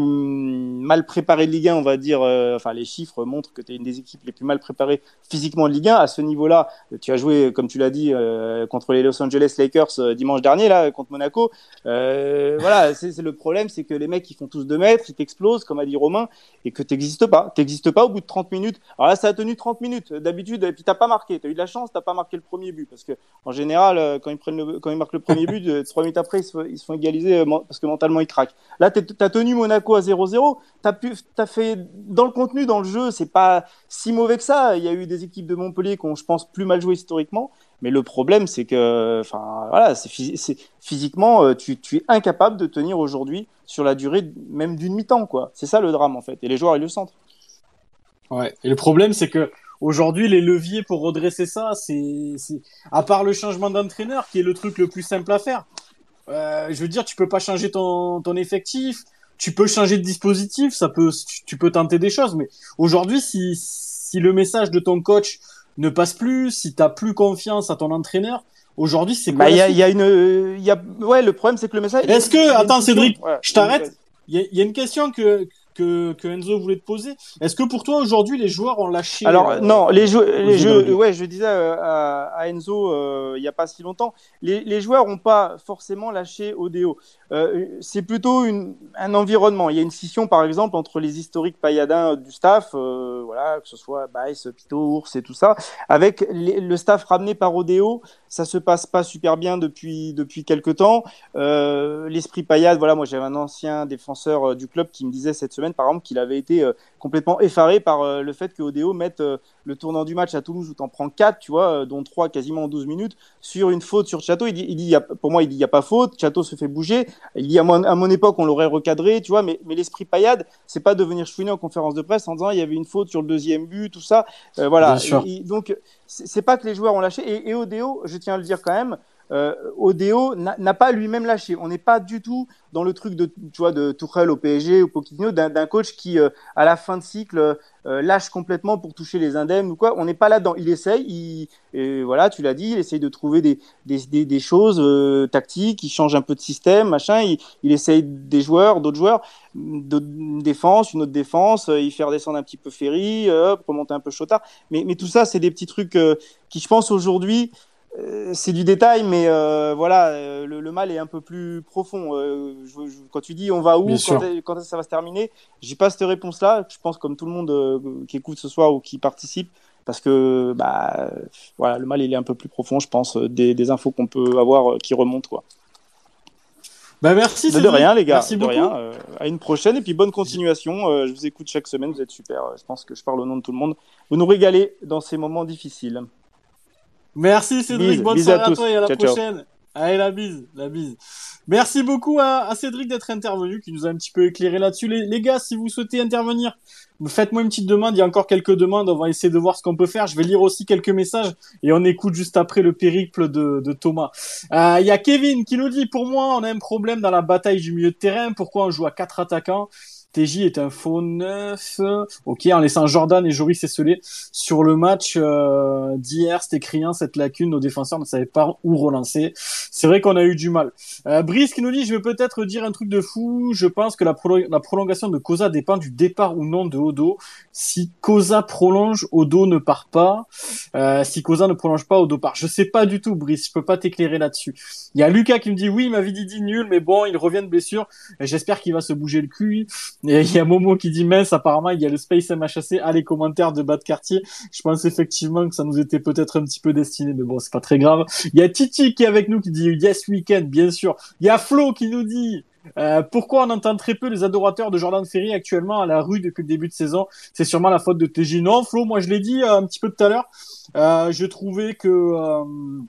mal préparées de Ligue un, on va dire. Euh, enfin, les chiffres montrent que tu es une des équipes les plus mal préparées physiquement de Ligue un. À ce niveau-là, tu as joué, comme tu l'as dit, euh, contre les Los Angeles Lakers euh, dimanche dernier, là, contre Monaco. Euh, voilà, c'est, c'est le problème, c'est que les mecs, ils font tous deux mètres, ils t'explosent, comme a dit Romain, et que t'existes pas. T'existes pas au bout de trente minutes. Alors là, ça a tenu trente minutes. D'habitude, et puis t'as pas marqué. T'as eu de la chance, t'as pas marqué le premier but. Parce que, en général, euh, quand ils prennent le, quand ils marquent le premier but, euh, trois minutes après, ils se, ils se font égaliser euh, parce que mentalement, ils craquent. Là, t'es, t'as tenu Monaco à zéro zéro. T'as pu, t'as fait, dans le contenu, dans le jeu, c'est pas si mauvais que ça. Il y a eu des équipes de Montpellier qui ont, je pense, plus mal joué historiquement. Mais le problème, c'est que, enfin, voilà, c'est, phys- c'est physiquement, euh, tu, tu es incapable de tenir aujourd'hui sur la durée de- même d'une mi-temps, quoi. C'est ça le drame, en fait. Et les joueurs, ils le sentent. Ouais. Et le problème, c'est que aujourd'hui, les leviers pour redresser ça, c'est, c'est, à part le changement d'entraîneur, qui est le truc le plus simple à faire. Euh, je veux dire, tu peux pas changer ton, ton effectif, tu peux changer de dispositif, ça peut, tu, tu peux tenter des choses, mais aujourd'hui, si, si le message de ton coach ne passe plus, si t'as plus confiance à ton entraîneur, aujourd'hui, c'est quoi Bah, il la y a, suite? il y a une, il y a, ouais, le problème c'est que le message. Est-ce il y que, a une attends, scission. Cédric, Ouais, je il y a une- t'arrête. Il y a, il y a une question que, que, que Enzo voulait te poser. Est-ce que pour toi, aujourd'hui, les joueurs ont lâché Alors, euh, non, les jeux, aux les yeux de jeux, règle? ouais, je disais euh, à, à Enzo euh, il n'y a pas si longtemps, les, les joueurs n'ont pas forcément lâché Odeo. Euh, c'est plutôt une, un environnement. Il y a une scission, par exemple, entre les historiques pailladins du staff, euh, voilà, que ce soit Baïs, Pito, Ours et tout ça, avec les- le staff ramené par Odeo. Ça se passe pas super bien depuis, depuis quelques temps. Euh, l'esprit paillade, voilà, moi j'avais un ancien défenseur euh, du club qui me disait cette semaine, par exemple, qu'il avait été euh, complètement effaré par euh, le fait que Odeo mette euh, le tournant du match à Toulouse où tu en prends quatre, tu vois, euh, dont trois quasiment en douze minutes, sur une faute sur Chateau. Il dit, il dit y a, pour moi, il dit il n'y a pas faute, Chateau se fait bouger. Il dit à mon, à mon époque, on l'aurait recadré, tu vois, mais, mais l'esprit paillade, c'est pas de venir chouiner en conférence de presse en disant il y avait une faute sur le deuxième but, tout ça. Euh, Bien voilà. sûr. Et, et donc, c'est, c'est pas que les joueurs ont lâché. Et, et Odeo, je tiens à le dire quand même, euh, Odeo n'a, n'a pas lui-même lâché. On n'est pas du tout dans le truc de, tu vois, de Tuchel au P S G ou Pochettino, d'un, d'un coach qui, euh, à la fin de cycle, euh, lâche complètement pour toucher les indemnes ou quoi. On n'est pas là-dedans. Il essaye, il, et voilà, tu l'as dit, il essaye de trouver des, des, des, des choses euh, tactiques, il change un peu de système, machin. Il, il essaye des joueurs, d'autres joueurs, d'autres, une défense, une autre défense, euh, il fait redescendre un petit peu Ferry, euh, remonter un peu Chotard. Mais, mais tout ça, c'est des petits trucs euh, qui, je pense, aujourd'hui, euh, c'est du détail, mais euh, voilà, euh, le, le mal est un peu plus profond. Euh, je, je, quand tu dis on va Bien où, quand, sûr. est, quand est-ce que ça va se terminer, j'ai pas cette réponse-là. Je pense comme tout le monde euh, qui écoute ce soir ou qui participe, parce que bah voilà, le mal il est un peu plus profond, je pense, des, des infos qu'on peut avoir euh, qui remontent quoi. Ben, merci, De, de Cédric. rien les gars, Merci de beaucoup. rien. Euh, à une prochaine et puis bonne continuation. Euh, je vous écoute chaque semaine, vous êtes super. Je pense que je parle au nom de tout le monde. Vous nous régalez dans ces moments difficiles. Merci, Cédric. Bise, Bonne bise à soirée à toi tous. et à la Ciao ciao. prochaine. Allez, la bise, la bise. Merci beaucoup à, à Cédric d'être intervenu, qui nous a un petit peu éclairé là-dessus. Les, les gars, si vous souhaitez intervenir, faites-moi une petite demande. Il y a encore quelques demandes. On va essayer de voir ce qu'on peut faire. Je vais lire aussi quelques messages et on écoute juste après le périple de, de Thomas. Euh, Il y a Kevin qui nous dit, pour moi, on a un problème dans la bataille du milieu de terrain. Pourquoi on joue à quatre attaquants? T J est un faux neuf. Ok, en laissant Jordan et Joris esselés sur le match euh, d'hier, c'était criant cette lacune. Nos défenseurs ne savaient pas où relancer. C'est vrai qu'on a eu du mal. Euh, Brice qui nous dit, je vais peut-être dire un truc de fou. Je pense que la, prolo- la prolongation de Koza dépend du départ ou non de Odo. Si Koza prolonge, Odo ne part pas. Euh, si Koza ne prolonge pas, Odo part. Je sais pas du tout, Brice. Je peux pas t'éclairer là-dessus. Il y a Lucas qui me dit, oui, il m'avait dit, dit nul, mais bon, il revient de blessure. J'espère qu'il va se bouger le cul. Et il y a Momo qui dit mince, apparemment il y a le Space M H A C. Ah, les commentaires de bas de quartier. Je pense effectivement que ça nous était peut-être un petit peu destiné, mais bon, c'est pas très grave. Il y a Titi qui est avec nous qui dit yes weekend, bien sûr. Il y a Flo qui nous dit euh, pourquoi on entend très peu les adorateurs de Jordan Ferry actuellement à la rue depuis le début de saison. C'est sûrement la faute de T J. Non, Flo, moi je l'ai dit euh, un petit peu tout à l'heure. Euh, je trouvais que euh,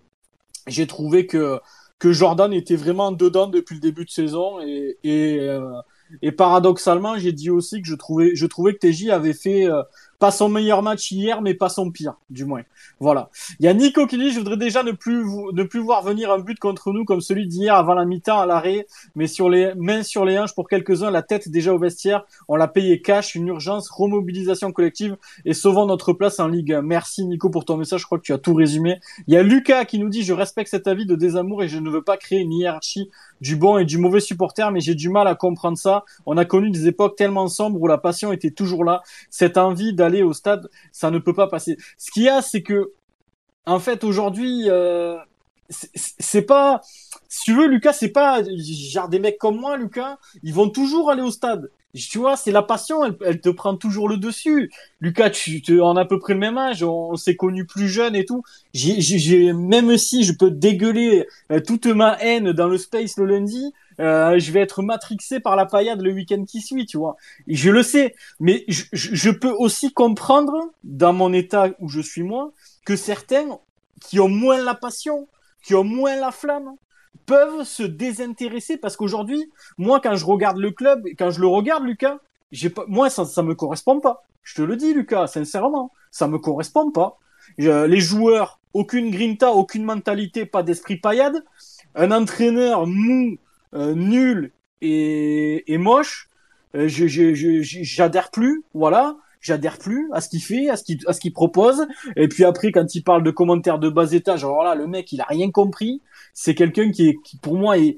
j'ai trouvé que que Jordan était vraiment dedans depuis le début de saison et et euh, et paradoxalement, j'ai dit aussi que je trouvais, je trouvais que T J avait fait euh, pas son meilleur match hier, mais pas son pire, du moins. Voilà. Il y a Nico qui dit, je voudrais déjà ne plus, ne plus voir venir un but contre nous comme celui d'hier avant la mi-temps à l'arrêt, mais sur les mains sur les hanches pour quelques-uns, la tête déjà au vestiaire. On l'a payé cash, une urgence, remobilisation collective et sauvons notre place en Ligue un. Merci Nico pour ton message, je crois que tu as tout résumé. Il y a Lucas qui nous dit, je respecte cet avis de désamour et je ne veux pas créer une hiérarchie du bon et du mauvais supporter, mais j'ai du mal à comprendre ça. On a connu des époques tellement sombres où la passion était toujours là. Cette envie d'aller au stade, ça ne peut pas passer. Ce qu'il y a, c'est que, en fait, aujourd'hui, euh, c'est, c'est pas, si tu veux, Lucas, c'est pas, genre des mecs comme moi, Lucas, ils vont toujours aller au stade. Tu vois, c'est la passion, elle, elle te prend toujours le dessus. Lucas, tu, tu on a à peu près le même âge, on, on s'est connus plus jeunes et tout. J'ai, j'ai, j'ai, même si je peux dégueuler euh, toute ma haine dans le space le lundi, euh, je vais être matrixé par la paillade le week-end qui suit, tu vois. Et je le sais, mais je, je, je peux aussi comprendre, dans mon état où je suis moi, que certains qui ont moins la passion, qui ont moins la flamme, peuvent se désintéresser parce qu'aujourd'hui, moi, quand je regarde le club, quand je le regarde, Lucas, j'ai pas, moi, ça, ça me correspond pas. Je te le dis, Lucas, sincèrement, ça me correspond pas. Je, les joueurs, aucune grinta, aucune mentalité, pas d'esprit paillade, un entraîneur mou, euh, nul et, et moche, euh, je, je, je, j'adhère plus, voilà. j'adhère plus à ce qu'il fait, à ce qu'il, à ce qu'il propose. Et puis après, quand il parle de commentaires de bas étage, alors là, le mec, il a rien compris. C'est quelqu'un qui est, qui pour moi est,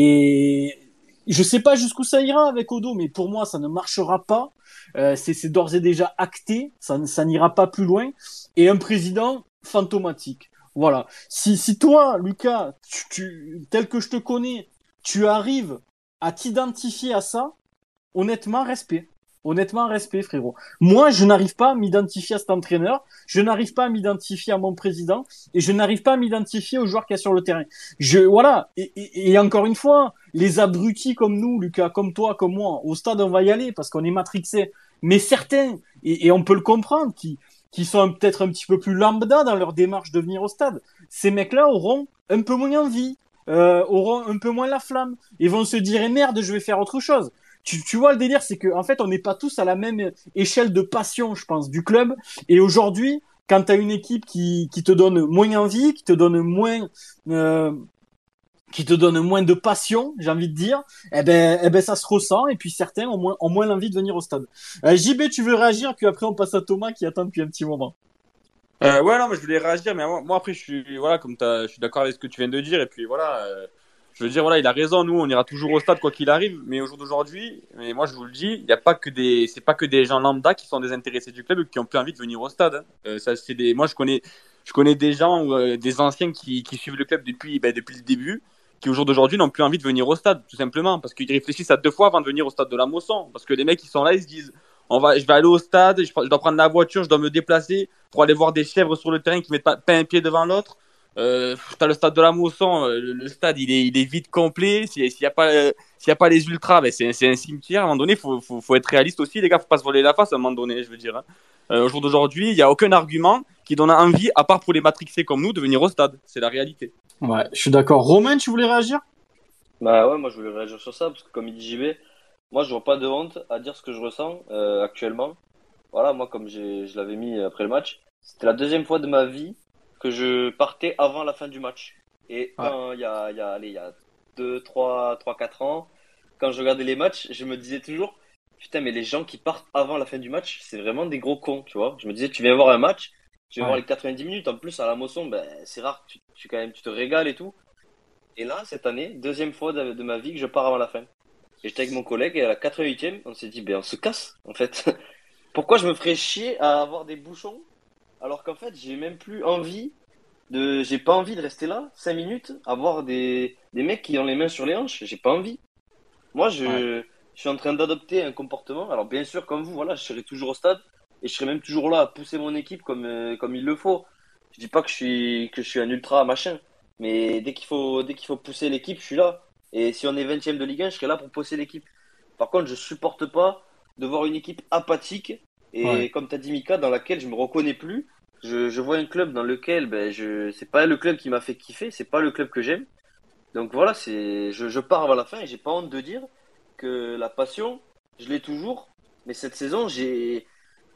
est, je sais pas jusqu'où ça ira avec Odo, mais pour moi, ça ne marchera pas. Euh, c'est, c'est d'ores et déjà acté. Ça, ça n'ira pas plus loin. Et un président fantomatique. Voilà. Si, si toi, Lucas, tu, tu, tel que je te connais, tu arrives à t'identifier à ça, honnêtement, respect. Honnêtement, respect, frérot. Moi, je n'arrive pas à m'identifier à cet entraîneur, je n'arrive pas à m'identifier à mon président, et je n'arrive pas à m'identifier aux joueurs qu'il y a sur le terrain. Je, voilà. Et, et, et encore une fois, les abrutis comme nous, Lucas, comme toi, comme moi, au stade, on va y aller parce qu'on est matrixés. Mais certains, et, et on peut le comprendre, qui, qui sont peut-être un petit peu plus lambda dans leur démarche de venir au stade, ces mecs-là auront un peu moins envie, euh, auront un peu moins la flamme, et vont se dire, eh merde, je vais faire autre chose. Tu, tu vois, le délire, c'est que en fait, on n'est pas tous à la même échelle de passion, je pense, du club. Et aujourd'hui, quand tu as une équipe qui, qui te donne moins envie, qui te donne moins, euh, qui te donne moins de passion, j'ai envie de dire, eh ben, eh ben, ça se ressent. Et puis certains ont moins, ont moins l'envie de venir au stade. Euh, J B, tu veux réagir, puis après on passe à Thomas qui attend depuis un petit moment. Euh, ouais, non, mais je voulais réagir, mais moi, moi, après, je suis, voilà, comme t'as, je suis d'accord avec ce que tu viens de dire, et puis voilà, euh, je veux dire, voilà, il a raison, nous, on ira toujours au stade quoi qu'il arrive, mais au jour d'aujourd'hui, mais moi, je vous le dis, il y a pas que des, c'est pas que des gens lambda qui sont désintéressés du club et qui ont plus envie de venir au stade, hein. Euh, ça, c'est des, moi, je connais, je connais des gens, euh, des anciens qui, qui suivent le club depuis, ben, depuis le début, qui au jour d'aujourd'hui n'ont plus envie de venir au stade, tout simplement, parce qu'ils réfléchissent à deux fois avant de venir au stade de la Mosson, parce que les mecs, ils sont là, ils se disent, on va, je vais aller au stade, je, je dois prendre la voiture, je dois me déplacer pour aller voir des chèvres sur le terrain qui mettent pas, pas un pied devant l'autre. Euh, t'as le stade de la Mosson, euh, le, le stade il est, il est vide complet. S'il n'y a, pas, euh, s'il y a pas les ultras, ben c'est, c'est un cimetière. À un moment donné, il faut, faut, faut être réaliste aussi, les gars. Faut pas se voler la face à un moment donné, je veux dire. Hein. Euh, au jour d'aujourd'hui, il n'y a aucun argument qui donne envie, à part pour les matrixés comme nous, de venir au stade. C'est la réalité. Ouais, je suis d'accord. Romain, tu voulais réagir? Bah ouais, moi je voulais réagir sur ça, parce que comme il dit J B, moi je vois pas de honte à dire ce que je ressens euh, actuellement. Voilà, moi comme j'ai, je l'avais mis après le match, c'était la deuxième fois de ma vie que je partais avant la fin du match. Et quand il y a, il y a, allez, il y a deux, trois, trois, quatre ans, quand je regardais les matchs, je me disais toujours, putain, mais les gens qui partent avant la fin du match, c'est vraiment des gros cons, tu vois. Je me disais, tu viens voir un match, tu viens Ouais. voir les quatre-vingt-dix minutes, en plus à la Mosson, ben, c'est rare, tu, tu, quand même, tu te régales et tout. Et là, cette année, deuxième fois de, de ma vie que je pars avant la fin. Et j'étais avec mon collègue et à la quatre-vingt-huitième, on s'est dit, ben on se casse, en fait. Pourquoi je me ferais chier à avoir des bouchons alors qu'en fait, j'ai même plus envie de, j'ai pas envie de rester là cinq minutes, à voir des, des mecs qui ont les mains sur les hanches. J'ai pas envie. Moi, je, Ouais. je suis en train d'adopter un comportement. Alors, bien sûr, comme vous, voilà, je serai toujours au stade et je serai même toujours là à pousser mon équipe comme, euh, comme il le faut. Je dis pas que je suis, que je suis un ultra machin, mais dès qu'il faut, dès qu'il faut pousser l'équipe, je suis là. Et si on est vingtième de Ligue un, je serai là pour pousser l'équipe. Par contre, je supporte pas de voir une équipe apathique Ouais. et, comme tu as dit, Mika, dans laquelle je me reconnais plus. Je, je vois un club dans lequel ben, je, c'est pas le club qui m'a fait kiffer, c'est pas le club que j'aime. Donc voilà, c'est, je, je pars avant la fin et j'ai pas honte de dire que la passion, je l'ai toujours. Mais cette saison, j'ai,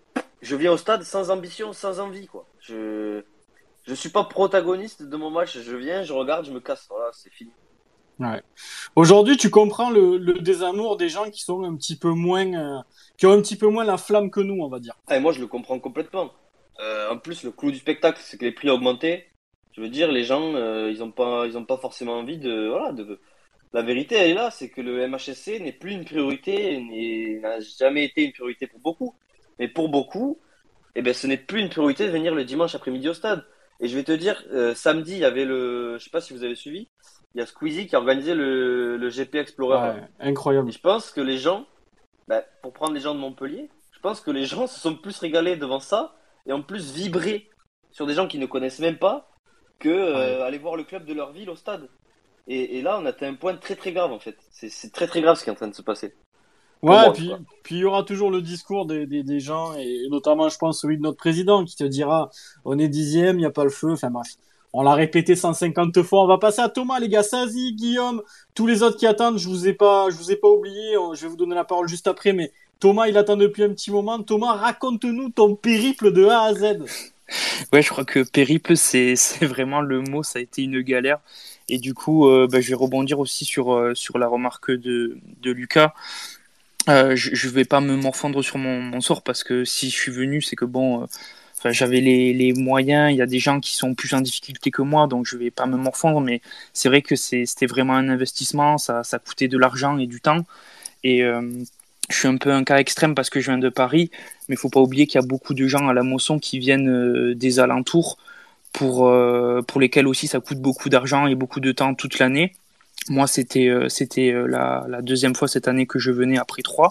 je viens au stade sans ambition, sans envie, quoi. Je, je suis pas protagoniste de mon match. Je viens, je regarde, je me casse. Voilà, c'est fini. Ouais. Aujourd'hui, tu comprends le, le désamour des gens qui sont un petit peu moins, euh, qui ont un petit peu moins la flamme que nous, on va dire. Ah, et moi, je le comprends complètement. Euh, en plus, le clou du spectacle, c'est que les prix ont augmenté. Je veux dire, les gens, euh, ils ont pas, ils ont pas forcément envie de, voilà, de. La vérité, elle est là, c'est que le M H S C n'est plus une priorité, n'est- n'a jamais été une priorité pour beaucoup. Mais pour beaucoup, eh ben, ce n'est plus une priorité de venir le dimanche après-midi au stade. Et je vais te dire, euh, samedi, il y avait le, je sais pas si vous avez suivi, il y a Squeezie qui a organisé le, le G P Explorer là. Ouais, Et incroyable. je pense que les gens, bah, pour prendre les gens de Montpellier, je pense que les gens se sont plus régalés devant ça et en plus vibré sur des gens qui ne connaissent même pas que Ouais. euh, aller voir le club de leur ville au stade. Et, et là, on a atteint un point très très grave en fait. C'est c'est très très grave ce qui est en train de se passer. Pour Ouais, moi en tout puis cas. puis il y aura toujours le discours des, des, des gens, et notamment, je pense, celui de notre président, qui te dira, on est dixième, il n'y a pas le feu, enfin bref. On l'a répété cent cinquante fois. On va passer à Thomas, les gars. Sazi, Guillaume, tous les autres qui attendent, je vous ai pas, je vous ai pas oublié. On- Je vais vous donner la parole juste après, mais Thomas, il attend depuis un petit moment. Thomas, raconte-nous ton périple de A à Z. Ouais, je crois que périple, c'est c'est vraiment le mot. Ça a été une galère. Et du coup, euh, bah, je vais rebondir aussi sur, euh, sur la remarque de, de Lucas. Euh, je, je vais pas me morfondre sur mon, mon sort parce que si je suis venu, c'est que bon, euh, enfin, j'avais les, les moyens. Il y a des gens qui sont plus en difficulté que moi, donc je vais pas me morfondre. Mais c'est vrai que c'est, c'était vraiment un investissement. Ça, ça coûtait de l'argent et du temps. Et euh, je suis un peu un cas extrême parce que je viens de Paris, mais il faut pas oublier qu'il y a beaucoup de gens à la Mosson qui viennent euh, des alentours pour euh, pour lesquels aussi ça coûte beaucoup d'argent et beaucoup de temps toute l'année. Moi, c'était euh, c'était euh, la, la deuxième fois cette année que je venais après trois.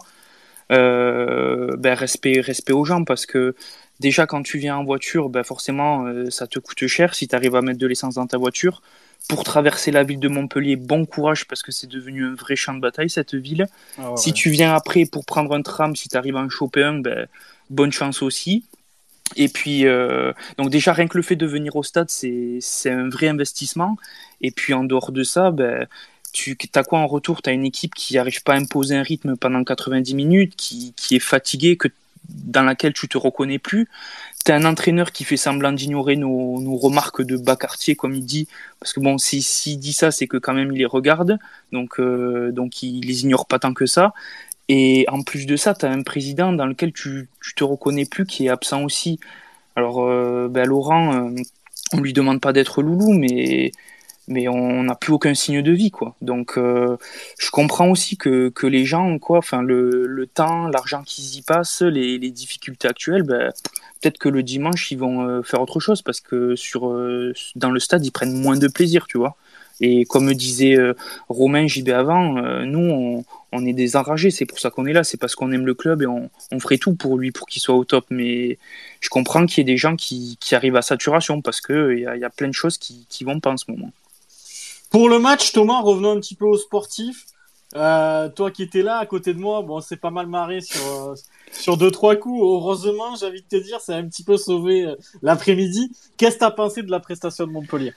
Euh, ben, respect, respect aux gens parce que déjà quand tu viens en voiture, ben, forcément euh, ça te coûte cher si tu arrives à mettre de l'essence dans ta voiture. Pour traverser la ville de Montpellier, bon courage parce que c'est devenu un vrai champ de bataille cette ville. Ah Si ouais. tu viens après pour prendre un tram, si tu arrives à en choper un, ben, bonne chance aussi. Et puis, euh, donc déjà, rien que le fait de venir au stade, c'est, c'est un vrai investissement. Et puis, en dehors de ça, ben, tu as quoi en retour? Tu as une équipe qui n'arrive pas à imposer un rythme pendant quatre-vingt-dix minutes, qui, qui est fatiguée, que, dans laquelle tu te reconnais plus. Tu as un entraîneur qui fait semblant d'ignorer nos, nos remarques de bas quartier, comme il dit. Parce que bon, s'il si, si dit ça, c'est que quand même il les regarde. Donc, euh, donc il les ignore pas tant que ça. Et en plus de ça, tu as un président dans lequel tu, tu te reconnais plus, qui est absent aussi. Alors, euh, ben Laurent, euh, on lui demande pas d'être loulou, mais, mais on n'a plus aucun signe de vie, quoi. Donc, euh, je comprends aussi que, que les gens, quoi, enfin, le, le temps, l'argent qu'ils y passent, les, les difficultés actuelles, ben, peut-être que le dimanche, ils vont euh, faire autre chose, parce que sur, euh, dans le stade, ils prennent moins de plaisir, tu vois. Et comme disait euh, Romain J B avant, euh, nous, on, on est des enragés, c'est pour ça qu'on est là, c'est parce qu'on aime le club et on, on ferait tout pour lui, pour qu'il soit au top. Mais je comprends qu'il y ait des gens qui, qui arrivent à saturation parce qu'il y a, y a plein de choses qui qui vont pas en ce moment. Pour le match, Thomas, revenons un petit peu au sportif. Euh, toi qui étais là à côté de moi, bon, c'est pas mal marré sur euh, sur deux trois coups. Heureusement, j'ai envie de te dire, c'est un petit peu sauvé euh, l'après-midi. Qu'est-ce que t'as pensé de la prestation de Montpellier?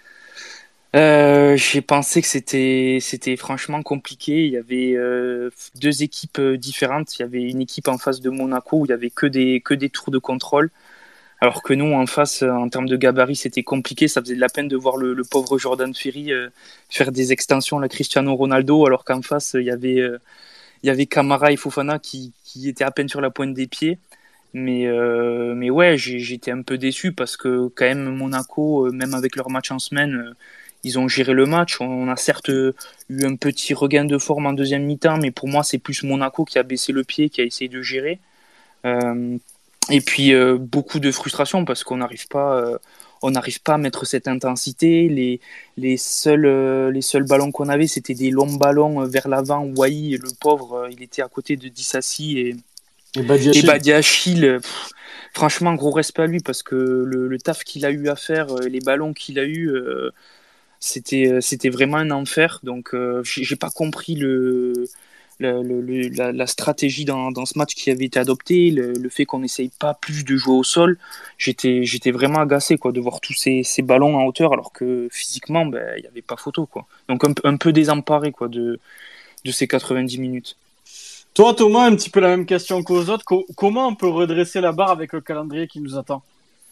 Euh, j'ai pensé que c'était c'était franchement compliqué. Il y avait euh, deux équipes euh, différentes. Il y avait une équipe en face de Monaco où il y avait que des que des tours de contrôle. Alors que nous, en face, euh, en termes de gabarit, c'était compliqué. Ça faisait de la peine de voir le, le pauvre Jordan Ferry euh, faire des extensions à la Cristiano Ronaldo, alors qu'en face, il y avait, euh, il y avait Camara et Fofana qui, qui étaient à peine sur la pointe des pieds. Mais, euh, mais ouais, j'ai, j'étais un peu déçu parce que quand même, Monaco, euh, même avec leur match en semaine, euh, ils ont géré le match. On a certes euh, eu un petit regain de forme en deuxième mi-temps, mais pour moi, c'est plus Monaco qui a baissé le pied, qui a essayé de gérer. Euh, et puis euh, beaucoup de frustration parce qu'on n'arrive pas, euh, on n'arrive pas à mettre cette intensité. Les, les seuls, euh, les seuls ballons qu'on avait, c'était des longs ballons euh, vers l'avant. Wai, le pauvre, euh, il était à côté de Dissassi et, Et et Badiachil. Badiachil. euh, pff, franchement, gros respect à lui parce que le, le taf qu'il a eu à faire, euh, les ballons qu'il a eu, euh, c'était, euh, c'était vraiment un enfer. Donc, euh, j'ai j'ai pas compris le le, le, le, la, la stratégie dans, dans ce match qui avait été adoptée, le, le fait qu'on n'essaye pas plus de jouer au sol, j'étais, j'étais vraiment agacé quoi, de voir tous ces, ces ballons en hauteur alors que physiquement, ben, il n'y avait pas photo. Quoi. Donc un, un peu désemparé quoi, de, de ces quatre-vingt-dix minutes. Toi, Thomas, un petit peu la même question qu'aux autres. Co- comment on peut redresser la barre avec le calendrier qui nous attend?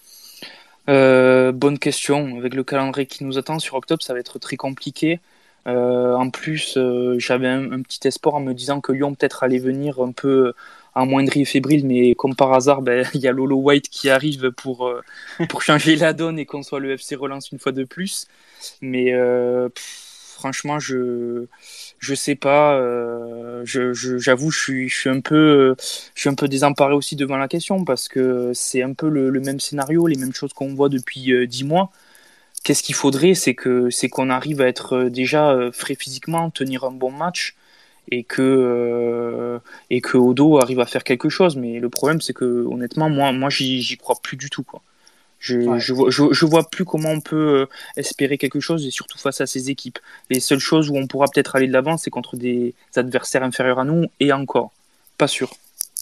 Euh, bonne question. Avec le calendrier qui nous attend sur octobre, ça va être très compliqué. Euh, en plus, euh, j'avais un, un petit espoir en me disant que Lyon peut-être allait venir un peu amoindri et fébrile, mais comme par hasard, ben, il y a Lolo White qui arrive pour, euh, pour changer la donne et qu'on soit le F C Relance une fois de plus. Mais euh, pff, franchement, je je sais pas. Euh, je, je, j'avoue, je suis, je suis un peu, je suis un peu désemparé aussi devant la question parce que c'est un peu le, le même scénario, les mêmes choses qu'on voit depuis euh, dix mois. Qu'est-ce qu'il faudrait, c'est que c'est qu'on arrive à être euh, déjà euh, frais physiquement, tenir un bon match et que euh, et que Odo arrive à faire quelque chose. Mais le problème, c'est que honnêtement, moi, moi, j'y, j'y crois plus du tout, quoi. Je, Ouais. je, vois, je, je vois plus comment on peut euh, espérer quelque chose et surtout face à ces équipes. Les seules choses où on pourra peut-être aller de l'avant, c'est contre des adversaires inférieurs à nous et encore. Pas sûr. Ouais.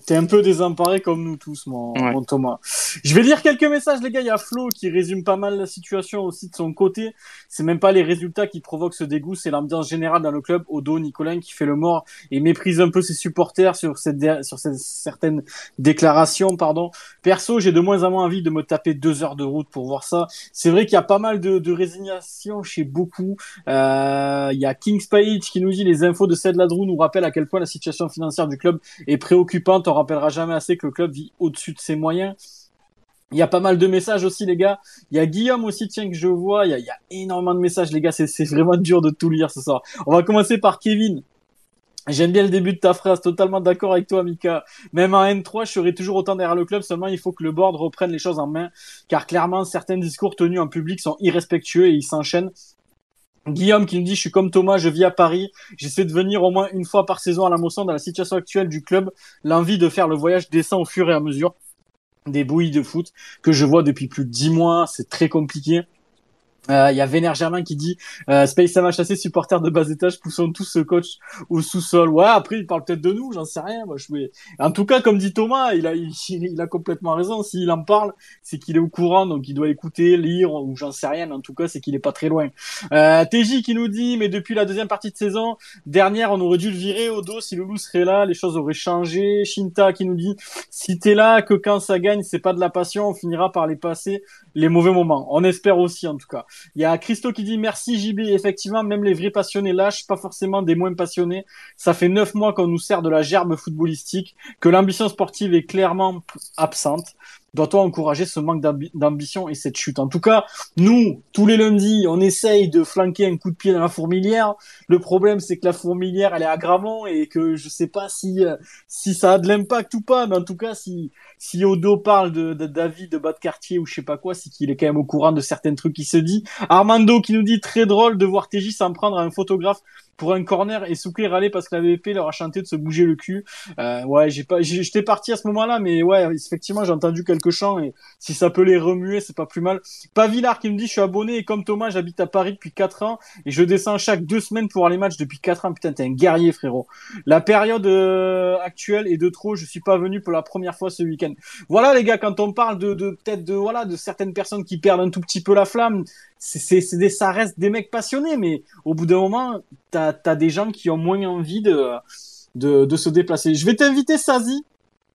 T'es un peu désemparé comme nous tous, mon, Ouais. mon Thomas. Je vais lire quelques messages, les gars. Il y a Flo qui résume pas mal la situation aussi de son côté. C'est même pas les résultats qui provoquent ce dégoût, c'est l'ambiance générale dans le club. Odo, Nicolin qui fait le mort et méprise un peu ses supporters sur cette, dé- sur cette certaines déclarations, pardon. Perso, j'ai de moins en moins envie de me taper deux heures de route pour voir ça. C'est vrai qu'il y a pas mal de, de résignation chez beaucoup. Euh, il y a Kings Page qui nous dit les infos de Ced Ladrou nous rappellent à quel point la situation financière du club est préoccupante. On rappellera jamais assez que le club vit au-dessus de ses moyens. Il y a pas mal de messages aussi, les gars. Il y a Guillaume aussi, tiens, que je vois. Il y a, il y a énormément de messages, les gars. C'est, c'est vraiment dur de tout lire ce soir. On va commencer par Kevin. J'aime bien le début de ta phrase, totalement d'accord avec toi, Mika. Même en N trois, je serai toujours autant derrière le club, seulement il faut que le board reprenne les choses en main, car clairement, certains discours tenus en public sont irrespectueux et ils s'enchaînent. Guillaume qui nous dit, je suis comme Thomas, je vis à Paris, j'essaie de venir au moins une fois par saison à la Mosson. Dans la situation actuelle du club, l'envie de faire le voyage descend au fur et à mesure des bouillies de foot que je vois depuis plus de dix mois, c'est très compliqué. Il euh, y a Vénère Germain qui dit euh, Space M H A C, supporters de bas étage, poussons tous ce coach au sous-sol. Ouais, après il parle peut-être de nous, j'en sais rien. Moi, je vais... En tout cas, comme dit Thomas, il a, il, il a complètement raison. S'il en parle, c'est qu'il est au courant, donc il doit écouter, lire, ou j'en sais rien. En tout cas, c'est qu'il est pas très loin. Euh, T J qui nous dit mais depuis la deuxième partie de saison dernière, on aurait dû le virer au dos. Si Loulou serait là, les choses auraient changé. Shinta qui nous dit si t'es là, que quand ça gagne, c'est pas de la passion, on finira par les passer les mauvais moments. On espère aussi, en tout cas. Il y a Christo qui dit merci J B. Effectivement, même les vrais passionnés lâchent, pas forcément des moins passionnés. Ça fait neuf mois qu'on nous sert de la gerbe footballistique, que l'ambition sportive est clairement absente. Doit-on encourager ce manque d'ambi- d'ambition et cette chute? En tout cas, nous, tous les lundis, on essaye de flanquer un coup de pied dans la fourmilière. Le problème, c'est que la fourmilière, elle est à Gramont et que je sais pas si euh, si ça a de l'impact ou pas, mais en tout cas, si si Odo parle de, de David de bas de quartier ou je sais pas quoi, c'est qu'il est quand même au courant de certains trucs qui se dit. Armando qui nous dit très drôle de voir T J s'en prendre à un photographe pour un corner et Souclé râler parce que la V P leur a chanté de se bouger le cul. Euh, ouais, j'ai pas, j'ai- j'étais parti à ce moment-là, mais ouais, effectivement, j'ai entendu quelques chants et si ça peut les remuer, c'est pas plus mal. Pavillard qui me dit, je suis abonné et comme Thomas, j'habite à Paris depuis quatre ans et je descends chaque deux semaines pour voir les matchs depuis quatre ans. Putain, t'es un guerrier, frérot. La période euh, actuelle est de trop. Je suis pas venu pour la première fois ce week-end. Voilà, les gars, quand on parle de, de peut-être de voilà de certaines personnes qui perdent un tout petit peu la flamme, c'est, c'est, c'est des, ça reste des mecs passionnés, mais au bout d'un moment, t'as, t'as des gens qui ont moins envie de, de, de se déplacer. Je vais t'inviter, Sazi.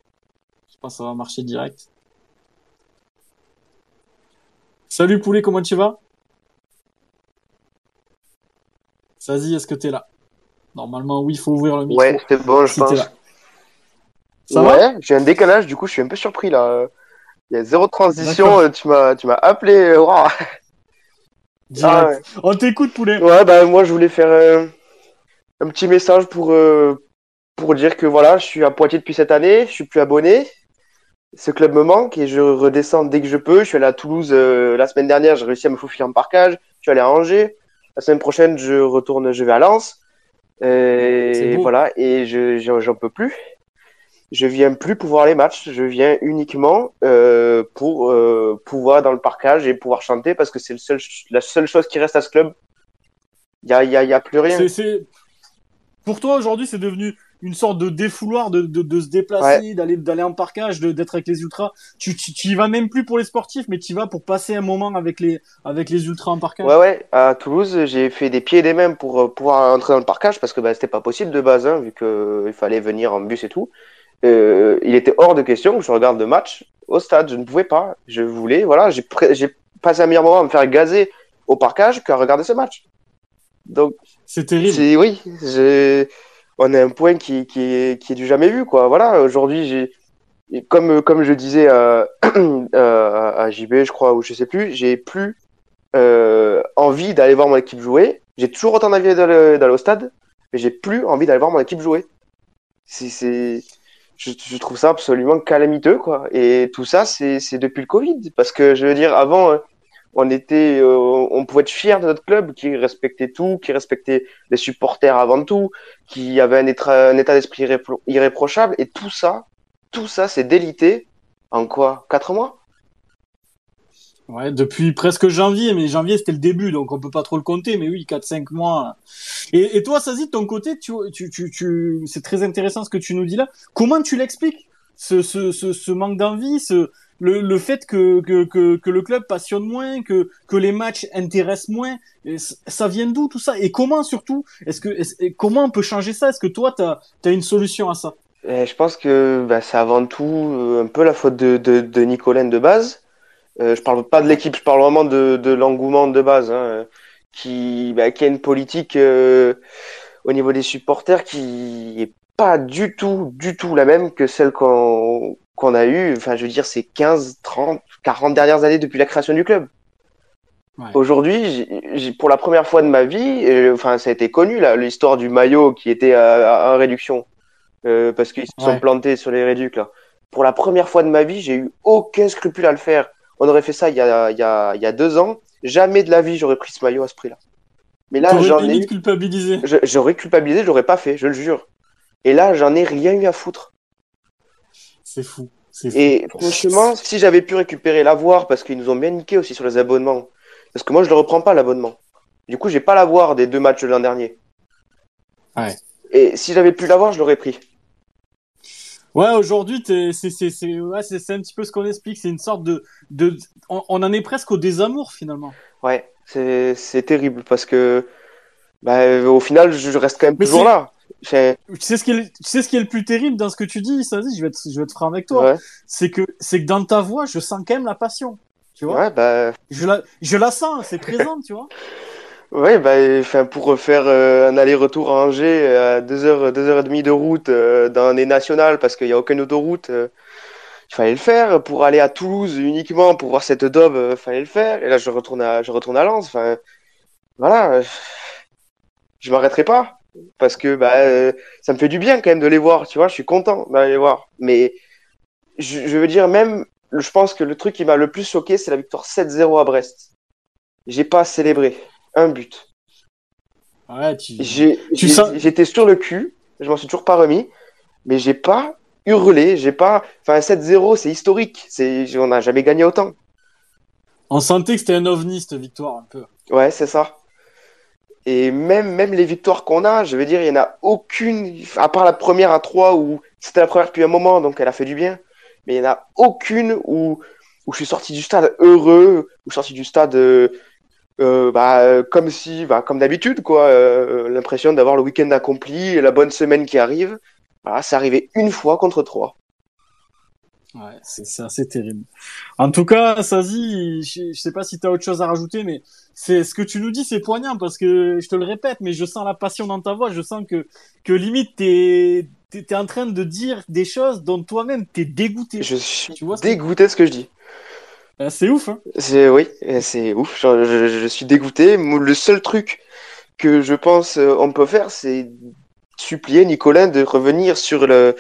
Je pense que ça va marcher direct. Salut poulet, comment tu vas? Sazi, est-ce que t'es là? Normalement, oui, il faut ouvrir le micro. Ouais, c'est bon, je si t'es pense. là. Ça va? Ouais, j'ai un décalage, du coup, je suis un peu surpris là. Il y a zéro transition, D'accord. euh, tu m'as, tu m'as appelé. euh, ouah. Direct. Ah ouais. On t'écoute, poulet. Ouais, bah moi, je voulais faire euh, un petit message pour euh, pour dire que voilà, je suis à Poitiers depuis cette année, je suis plus abonné. Ce club me manque et je redescends dès que je peux. Je suis allé à Toulouse euh, la semaine dernière, j'ai réussi à me faufiler en parkage. Je suis allé à Angers. La semaine prochaine, je retourne, je vais à Lens. C'est Et beau. voilà, et je j'en j'en peux plus. Je viens plus pour voir les matchs, je viens uniquement euh, pour euh, pouvoir dans le parkage et pouvoir chanter parce que c'est le seul, la seule chose qui reste à ce club. Il y a, y a, y a plus rien. C'est, c'est... Pour toi, aujourd'hui, c'est devenu une sorte de défouloir de, de, de se déplacer, Ouais. d'aller, d'aller en parkage, de, d'être avec les ultras. Tu, tu, tu y vas même plus pour les sportifs, mais tu y vas pour passer un moment avec les, avec les ultras en parkage. Ouais, ouais. À Toulouse, j'ai fait des pieds et des mains pour euh, pouvoir entrer dans le parkage parce que bah, c'était pas possible de base, hein, vu qu'il fallait venir en bus et tout. Euh, il était hors de question que je regarde le match au stade. Je ne pouvais pas. Je voulais, voilà, j'ai, pré- j'ai passé un meilleur moment à me faire gazer au parkage qu'à regarder ce match. Donc, C'est terrible. c'est oui, j'ai... on a un point qui, qui, est, qui est du jamais vu, quoi. Voilà, aujourd'hui, j'ai, et comme, comme je disais à, à, à J B, je crois, ou je sais plus, j'ai plus euh, envie d'aller voir mon équipe jouer. J'ai toujours autant envie d'aller, d'aller au stade, mais j'ai plus envie d'aller voir mon équipe jouer. C'est, c'est... Je, je trouve ça absolument calamiteux, quoi. Et tout ça, c'est, c'est depuis le Covid. Parce que, je veux dire, avant, euh, on était, euh, on pouvait être fier de notre club, qui respectait tout, qui respectait les supporters avant tout, qui avait un état, un état d'esprit irrépro- irréprochable. Et tout ça, tout ça, c'est délité en quoi? Quatre mois? Ouais, depuis presque janvier, mais janvier c'était le début, donc on peut pas trop le compter, mais oui, quatre cinq mois. Et, et toi, Sazi, de ton côté, tu, tu, tu, tu, c'est très intéressant ce que tu nous dis là. Comment tu l'expliques? ce, ce, ce, ce manque d'envie, ce, le, le fait que, que, que, que le club passionne moins, que, que les matchs intéressent moins, et ça vient d'où tout ça? Et comment surtout? Est-ce que, est-ce, et comment on peut changer ça? Est-ce que toi, t'as, t'as une solution à ça? Et je pense que bah, c'est avant tout euh, un peu la faute de, de, de Nicolas de base. Euh, je parle pas de l'équipe, je parle vraiment de, de l'engouement de base, hein, qui, bah, qui a une politique euh, au niveau des supporters qui est pas du tout, du tout la même que celle qu'on qu'on a eue. Enfin, je veux dire, c'est quinze, trente, quarante dernières années depuis la création du club. Ouais. Aujourd'hui, j'ai, j'ai- pour la première fois de ma vie, euh, enfin, ça a été connu, là, l'histoire du maillot qui était à, à, à réduction, euh, parce qu'ils se sont Ouais. plantés sur les réducs, là. Pour la première fois de ma vie, j'ai eu aucun scrupule à le faire. On aurait fait ça il y a, il y a, il y a deux ans. Jamais de la vie, j'aurais pris ce maillot à ce prix-là. Mais là, T'aurais j'en ai limite eu. culpabilisé. je- J'aurais culpabilisé, j'aurais pas fait, je le jure. Et là, j'en ai rien eu à foutre. C'est fou. C'est fou. Et franchement, si j'avais pu récupérer l'avoir, parce qu'ils nous ont bien niqué aussi sur les abonnements, parce que moi, je le reprends pas, l'abonnement. Du coup, j'ai pas l'avoir des deux matchs de l'an dernier. Ouais. Et si j'avais pu l'avoir, je l'aurais pris. Ouais, aujourd'hui, t'es, c'est, c'est, c'est, ouais, c'est, c'est un petit peu ce qu'on explique. C'est une sorte de, de, on, on en est presque au désamour finalement. Ouais, c'est c'est terrible parce que bah, au final, je reste quand même Mais toujours c'est, là. C'est- tu sais ce qui est, le- tu sais ce qui est le plus terrible dans ce que tu dis, ça, je vais être, je vais être franc avec toi. Ouais, C'est que, c'est que dans ta voix, je sens quand même la passion. Tu vois? ouais, bah, Je la, je la sens, c'est présent, tu vois? ouais, bah, enfin, pour faire euh, un aller-retour à Angers à deux heures, deux heures et demie de route euh, dans les nationales parce qu'il n'y a aucune autoroute, euh, il fallait le faire. Pour aller à Toulouse uniquement pour voir cette daube, il fallait le faire. Et là, je retourne à, je retourne à Lens. Enfin, voilà, euh, je m'arrêterai pas parce que bah, euh, ça me fait du bien quand même de les voir. Tu vois, je suis content d'aller les voir. Mais je, je veux dire, même, je pense que le truc qui m'a le plus choqué, c'est la victoire sept zéro à Brest. J'ai pas célébré un but. Ouais, tu, J'ai, tu j'ai- sens, j'étais sur le cul, je m'en suis toujours pas remis, mais j'ai pas hurlé, j'ai pas. Enfin, sept zéro, c'est historique, c'est, on n'a jamais gagné autant. on sentait que c'était un ovni, cette victoire, un peu. Ouais, c'est ça. Et même, même les victoires qu'on a, je veux dire, il y en a aucune, à part la première à trois où c'était la première depuis un moment, donc elle a fait du bien, mais il y en a aucune où, où je suis sorti du stade heureux, où je suis sorti du stade euh, euh, bah, euh, comme si, bah, comme d'habitude, quoi, euh, l'impression d'avoir le week-end accompli et la bonne semaine qui arrive. Voilà, c'est arrivé une fois contre trois. Ouais, c'est, c'est assez terrible. En tout cas, Sazi, je, je sais pas si tu as autre chose à rajouter, mais c'est ce que tu nous dis, c'est poignant parce que je te le répète, mais je sens la passion dans ta voix. Je sens que que limite t'es t'es, t'es en train de dire des choses dont toi-même t'es dégoûté. Je suis Tu vois ce que dégoûté de ce que je dis. Euh, c'est ouf, hein? C'est, oui, c'est ouf. Je, je- je suis dégoûté. Moi, le seul truc que je pense euh, on peut faire, c'est supplier Nicolas de revenir sur le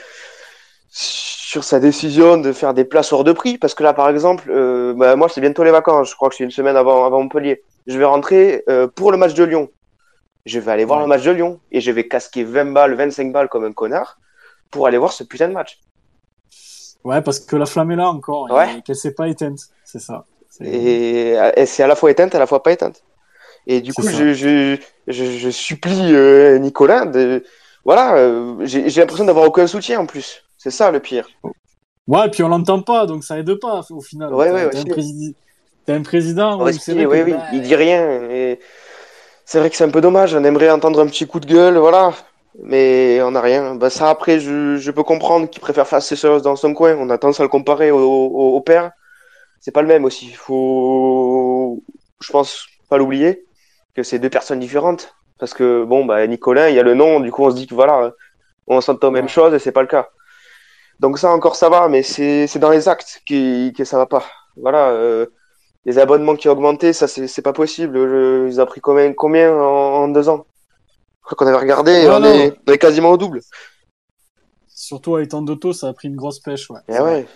sur sa décision de faire des places hors de prix. Parce que là, par exemple, euh, bah, moi, c'est bientôt les vacances. Je crois que c'est une semaine avant, avant Montpellier. Je vais rentrer euh, pour le match de Lyon. Je vais aller voir Ouais. le match de Lyon et je vais casquer vingt balles, vingt-cinq balles comme un connard pour aller voir ce putain de match. Ouais, parce que la flamme est là encore Ouais. et qu'elle s'est pas éteinte. C'est ça. C'est, Et, et c'est à la fois éteinte, à la fois pas éteinte. Et du c'est coup, ça. je, je, je, je supplie euh, Nicolas de. Voilà, euh, j'ai j'ai l'impression d'avoir aucun soutien en plus. C'est ça le pire. Ouais, et puis on l'entend pas, donc ça aide pas au final. Ouais, T'as, ouais, t'as un aussi. président, t'as un président où Aussi, c'est vrai oui, que oui, bah, il dit rien. Et c'est vrai que c'est un peu dommage. On aimerait entendre un petit coup de gueule, voilà. Mais on n'a rien. Bah, ça, après, je, je peux comprendre qu'il préfère faire ses choses dans son coin. On a tendance à le comparer au, au, au père. C'est pas le même aussi. Faut, je pense, pas l'oublier, que c'est deux personnes différentes. Parce que, bon, bah, Nicolas, il y a le nom, du coup, on se dit que voilà, on s'entend aux mêmes ouais. choses et c'est pas le cas. Donc, ça, encore, ça va, mais c'est c'est dans les actes qui, que ça va pas. Voilà, euh, les abonnements qui ont augmenté, ça, c'est c'est pas possible. Je- ils ont pris combien, combien en, en deux ans? Je crois qu'on avait regardé, Ouais, on non. est, on est quasiment au double. Surtout avec tant d'auto, ça a pris une grosse pêche, ouais. Et C'est vrai. ouais.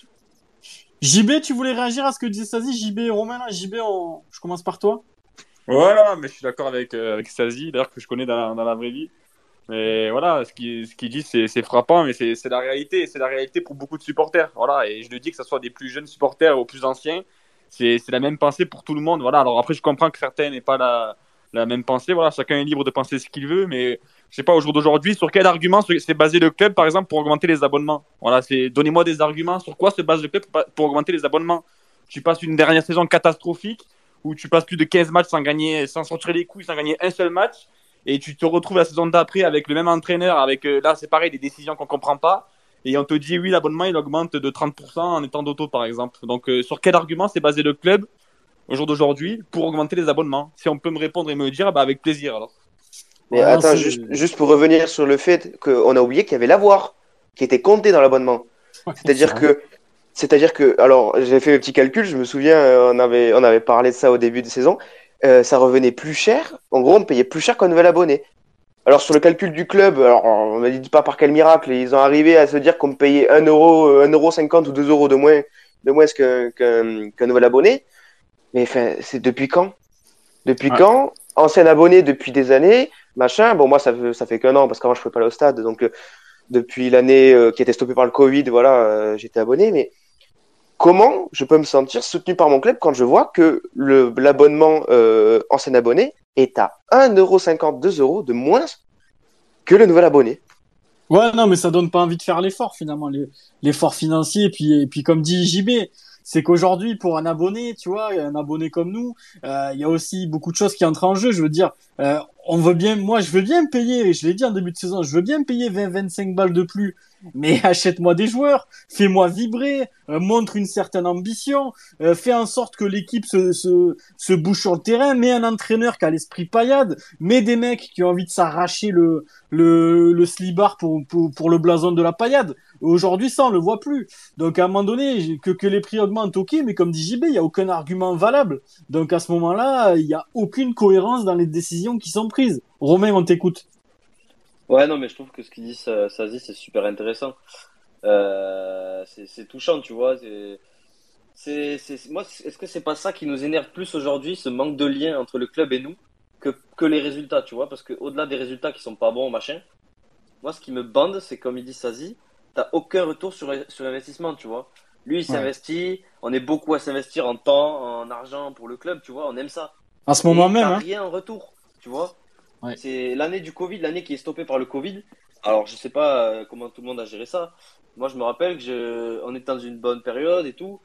J B, tu voulais réagir à ce que disait Sazi? J B et Romain, là, J B, on... je commence par toi. Voilà, mais je suis d'accord avec, euh, avec Stasi, d'ailleurs que je connais dans la, dans la vraie vie. Mais voilà, ce qu'il ce qu'il dit, c'est c'est frappant, mais c'est c'est la réalité. C'est la réalité pour beaucoup de supporters. Voilà, et je le dis, que ce soit des plus jeunes supporters aux plus anciens, c'est c'est la même pensée pour tout le monde. Voilà, alors après, je comprends que certains n'aient pas la, la même pensée. Voilà, chacun est libre de penser ce qu'il veut, mais je sais pas, au jour d'aujourd'hui, sur quel argument s'est basé le club, par exemple, pour augmenter les abonnements? Voilà, c'est donnez-moi des arguments. Sur quoi se base le club pour, pour augmenter les abonnements? Tu passes une dernière saison catastrophique où tu passes plus de quinze matchs sans gagner, sans sortir les couilles, sans gagner un seul match, et tu te retrouves la saison d'après avec le même entraîneur, avec euh, là c'est pareil, des décisions qu'on comprend pas, et on te dit oui, l'abonnement il augmente de trente pour cent en étant d'auto par exemple. Donc euh, sur quel argument s'est basé le club au jour d'aujourd'hui pour augmenter les abonnements? Si on peut me répondre et me le dire, bah avec plaisir alors. Mais Ouais, non, attends, c'est- juste, juste pour revenir sur le fait qu'on a oublié qu'il y avait l'avoir qui était compté dans l'abonnement. Ouais, C'est-à-dire c'est vrai. que, c'est-à-dire que, alors j'ai fait le petit calcul, je me souviens, euh, on avait, on avait parlé de ça au début de saison, euh, ça revenait plus cher. En gros, on payait plus cher qu'un nouvel abonné. Alors sur le calcul du club, alors on ne dit pas par quel miracle, ils ont arrivé à se dire qu'on payait un euro, un euro cinquante ou deux euros de moins, de moins qu'un qu'un qu'un nouvel abonné. Mais enfin, c'est depuis quand? Depuis Ouais. quand? Ancien abonné depuis des années, machin. Bon, moi, ça fait, ça fait qu'un an parce qu'avant, je ne pouvais pas aller au stade. Donc, euh, depuis l'année euh, qui a été stoppée par le Covid, voilà, euh, j'étais abonné. Mais comment je peux me sentir soutenu par mon club quand je vois que le, l'abonnement euh, ancien abonné est à un euro cinquante, deux euros de moins que le nouvel abonné? Ouais, non, mais ça donne pas envie de faire l'effort finalement, les- l'effort financier. Et puis, et puis comme dit J B, c'est qu'aujourd'hui, pour un abonné, tu vois, un abonné comme nous, euh, il y a aussi beaucoup de choses qui entrent en jeu. Je veux dire, euh, on veut bien, moi, je veux bien me payer, je l'ai dit en début de saison, je veux bien me payer vingt, vingt-cinq balles de plus, mais achète-moi des joueurs, fais-moi vibrer, euh, montre une certaine ambition, euh, fais en sorte que l'équipe se, se, se bouge sur le terrain, mets un entraîneur qui a l'esprit paillade, mets des mecs qui ont envie de s'arracher le le, le slibard pour, pour, pour le blason de la paillade. Aujourd'hui, ça, on le voit plus. Donc, à un moment donné, que, que les prix augmentent, ok, mais comme dit J B, il n'y a aucun argument valable. Donc, à ce moment-là, il n'y a aucune cohérence dans les décisions qui sont prises. Romain, on t'écoute. Ouais, non, mais je trouve que ce qu'il dit Sa- Sazi, c'est super intéressant. Euh, c'est c'est touchant, tu vois. C'est, c'est, c'est- moi, c'est- est-ce que c'est pas ça qui nous énerve plus aujourd'hui, ce manque de lien entre le club et nous, que, que les résultats, tu vois? Parce que au-delà des résultats qui sont pas bons, machin, moi, ce qui me bande, c'est comme il dit Sazi, t'as aucun retour sur, sur investissement, tu vois. Lui, il Ouais. s'investit, on est beaucoup à s'investir en temps, en argent pour le club, tu vois, on aime ça. À ce moment Et même, t'as hein. rien en retour, tu vois. Ouais. C'est l'année du Covid, l'année qui est stoppée par le Covid. Alors, je sais pas euh, comment tout le monde a géré ça. Moi, je me rappelle que je... on était dans une bonne période et tout.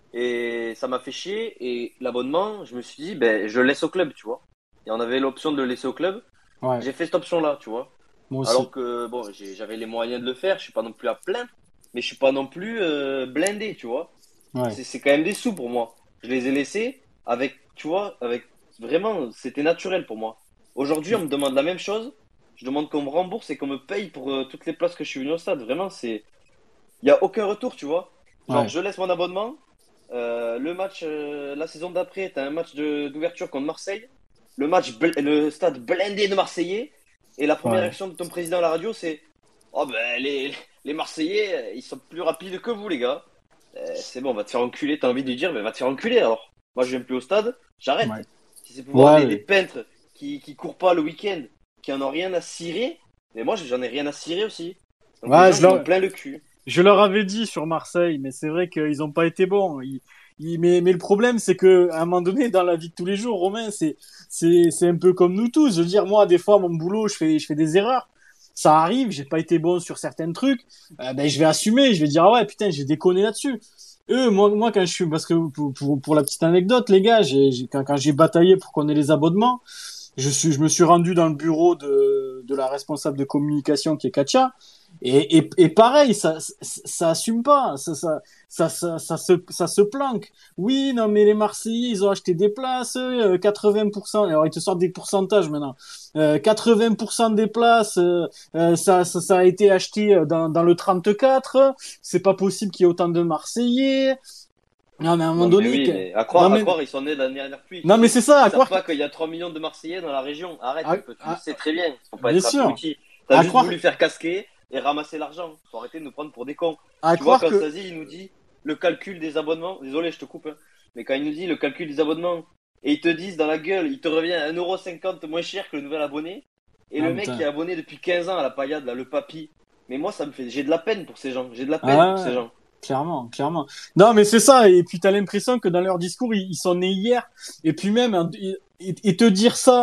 Et ça m'a fait chier. Et l'abonnement, je me suis dit, ben, je le laisse au club, tu vois. Et on avait l'option de le laisser au club. Ouais, J'ai fait cette option-là, tu vois. moi aussi. Alors que, bon, j'ai- j'avais les moyens de le faire. Je suis pas non plus à plaindre. Mais je suis pas non plus euh, blindé, tu vois. Ouais. C'est c'est quand même des sous pour moi. Je les ai laissés avec, tu vois, avec vraiment, c'était naturel pour moi. Aujourd'hui, on me demande la même chose. Je demande qu'on me rembourse et qu'on me paye pour euh, toutes les places que je suis venu au stade. Vraiment, c'est, il y a aucun retour, tu vois. Genre, Ouais. je laisse mon abonnement. Euh, le match, euh, la saison d'après, t'as un match de- d'ouverture contre Marseille. Le match, bl- le stade blindé de Marseillais. Et la première Ouais. action de ton président à la radio, c'est, oh ben les, les Marseillais, euh, ils sont plus rapides que vous, les gars. Euh, c'est bon, va te faire enculer. T'as envie de lui dire, mais va te faire enculer alors. Moi, je viens plus au stade, j'arrête. Ouais. Si c'est pour voir Ouais, des, ouais. des peintres qui, qui courent pas le week-end, qui en ont rien à cirer, mais moi, j'en ai rien à cirer aussi. Donc Ouais, les gens je qui ont leur, plein le cul. je leur avais dit sur Marseille, mais c'est vrai qu'ils ont pas été bons. Ils- ils- mais, mais le problème, c'est que à un moment donné, dans la vie de tous les jours, Romain, c'est, c'est, c'est un peu comme nous tous. Je veux dire, moi, des fois, mon boulot, je fais, je fais des erreurs. Ça arrive, j'ai pas été bon sur certains trucs. Euh, ben, je vais assumer. Je vais dire, ah ouais, putain, j'ai déconné là-dessus. Eux, moi, moi, quand je suis, parce que pour, pour, pour la petite anecdote, les gars, j'ai, j'ai- quand, quand j'ai bataillé pour qu'on ait les abonnements, je suis, je me suis rendu dans le bureau de, de la responsable de communication qui est Katia. Et, et, et pareil, ça, ça, ça assume pas, ça, ça, ça, ça, ça se, ça se planque. Oui, non, mais les Marseillais, ils ont acheté des places, euh, quatre-vingts pour cent. Alors ils te sortent des pourcentages maintenant. Euh, quatre-vingts pour cent des places, euh, euh, ça, ça, ça a été acheté dans, dans le trente-quatre. C'est pas possible qu'il y ait autant de Marseillais. Non, mais à un moment Non, mais donné, oui, que... mais à non croire, à mais, croire, ils sont nés de la dernière pluie, tu non mais sais. c'est ça, Ils à savent croire. pas qu'il y a trois millions de Marseillais dans la région. Arrête À, un peu, tu le à- sais très bien. Faut pas bien être sûr, abruti. T'as à juste croire, voulu faire casquer et ramasser l'argent. Faut arrêter de nous prendre pour des cons. à Tu vois, croire quand que, Sazi, il nous dit le calcul des abonnements, désolé, je te coupe, hein, mais quand il nous dit le calcul des abonnements, et ils te disent dans la gueule, il te revient à un euro cinquante moins cher que le nouvel abonné, et ah le mec qui putain, est abonné depuis quinze ans à la paillade, là, le papy, mais moi, ça me fait, j'ai de la peine pour ces gens, j'ai de la peine pour ah ces ouais. gens. Clairement, clairement. Non, mais c'est ça. Et puis, t'as l'impression que dans leur discours, ils, ils sont nés hier. Et puis même, hein, et, et te dire ça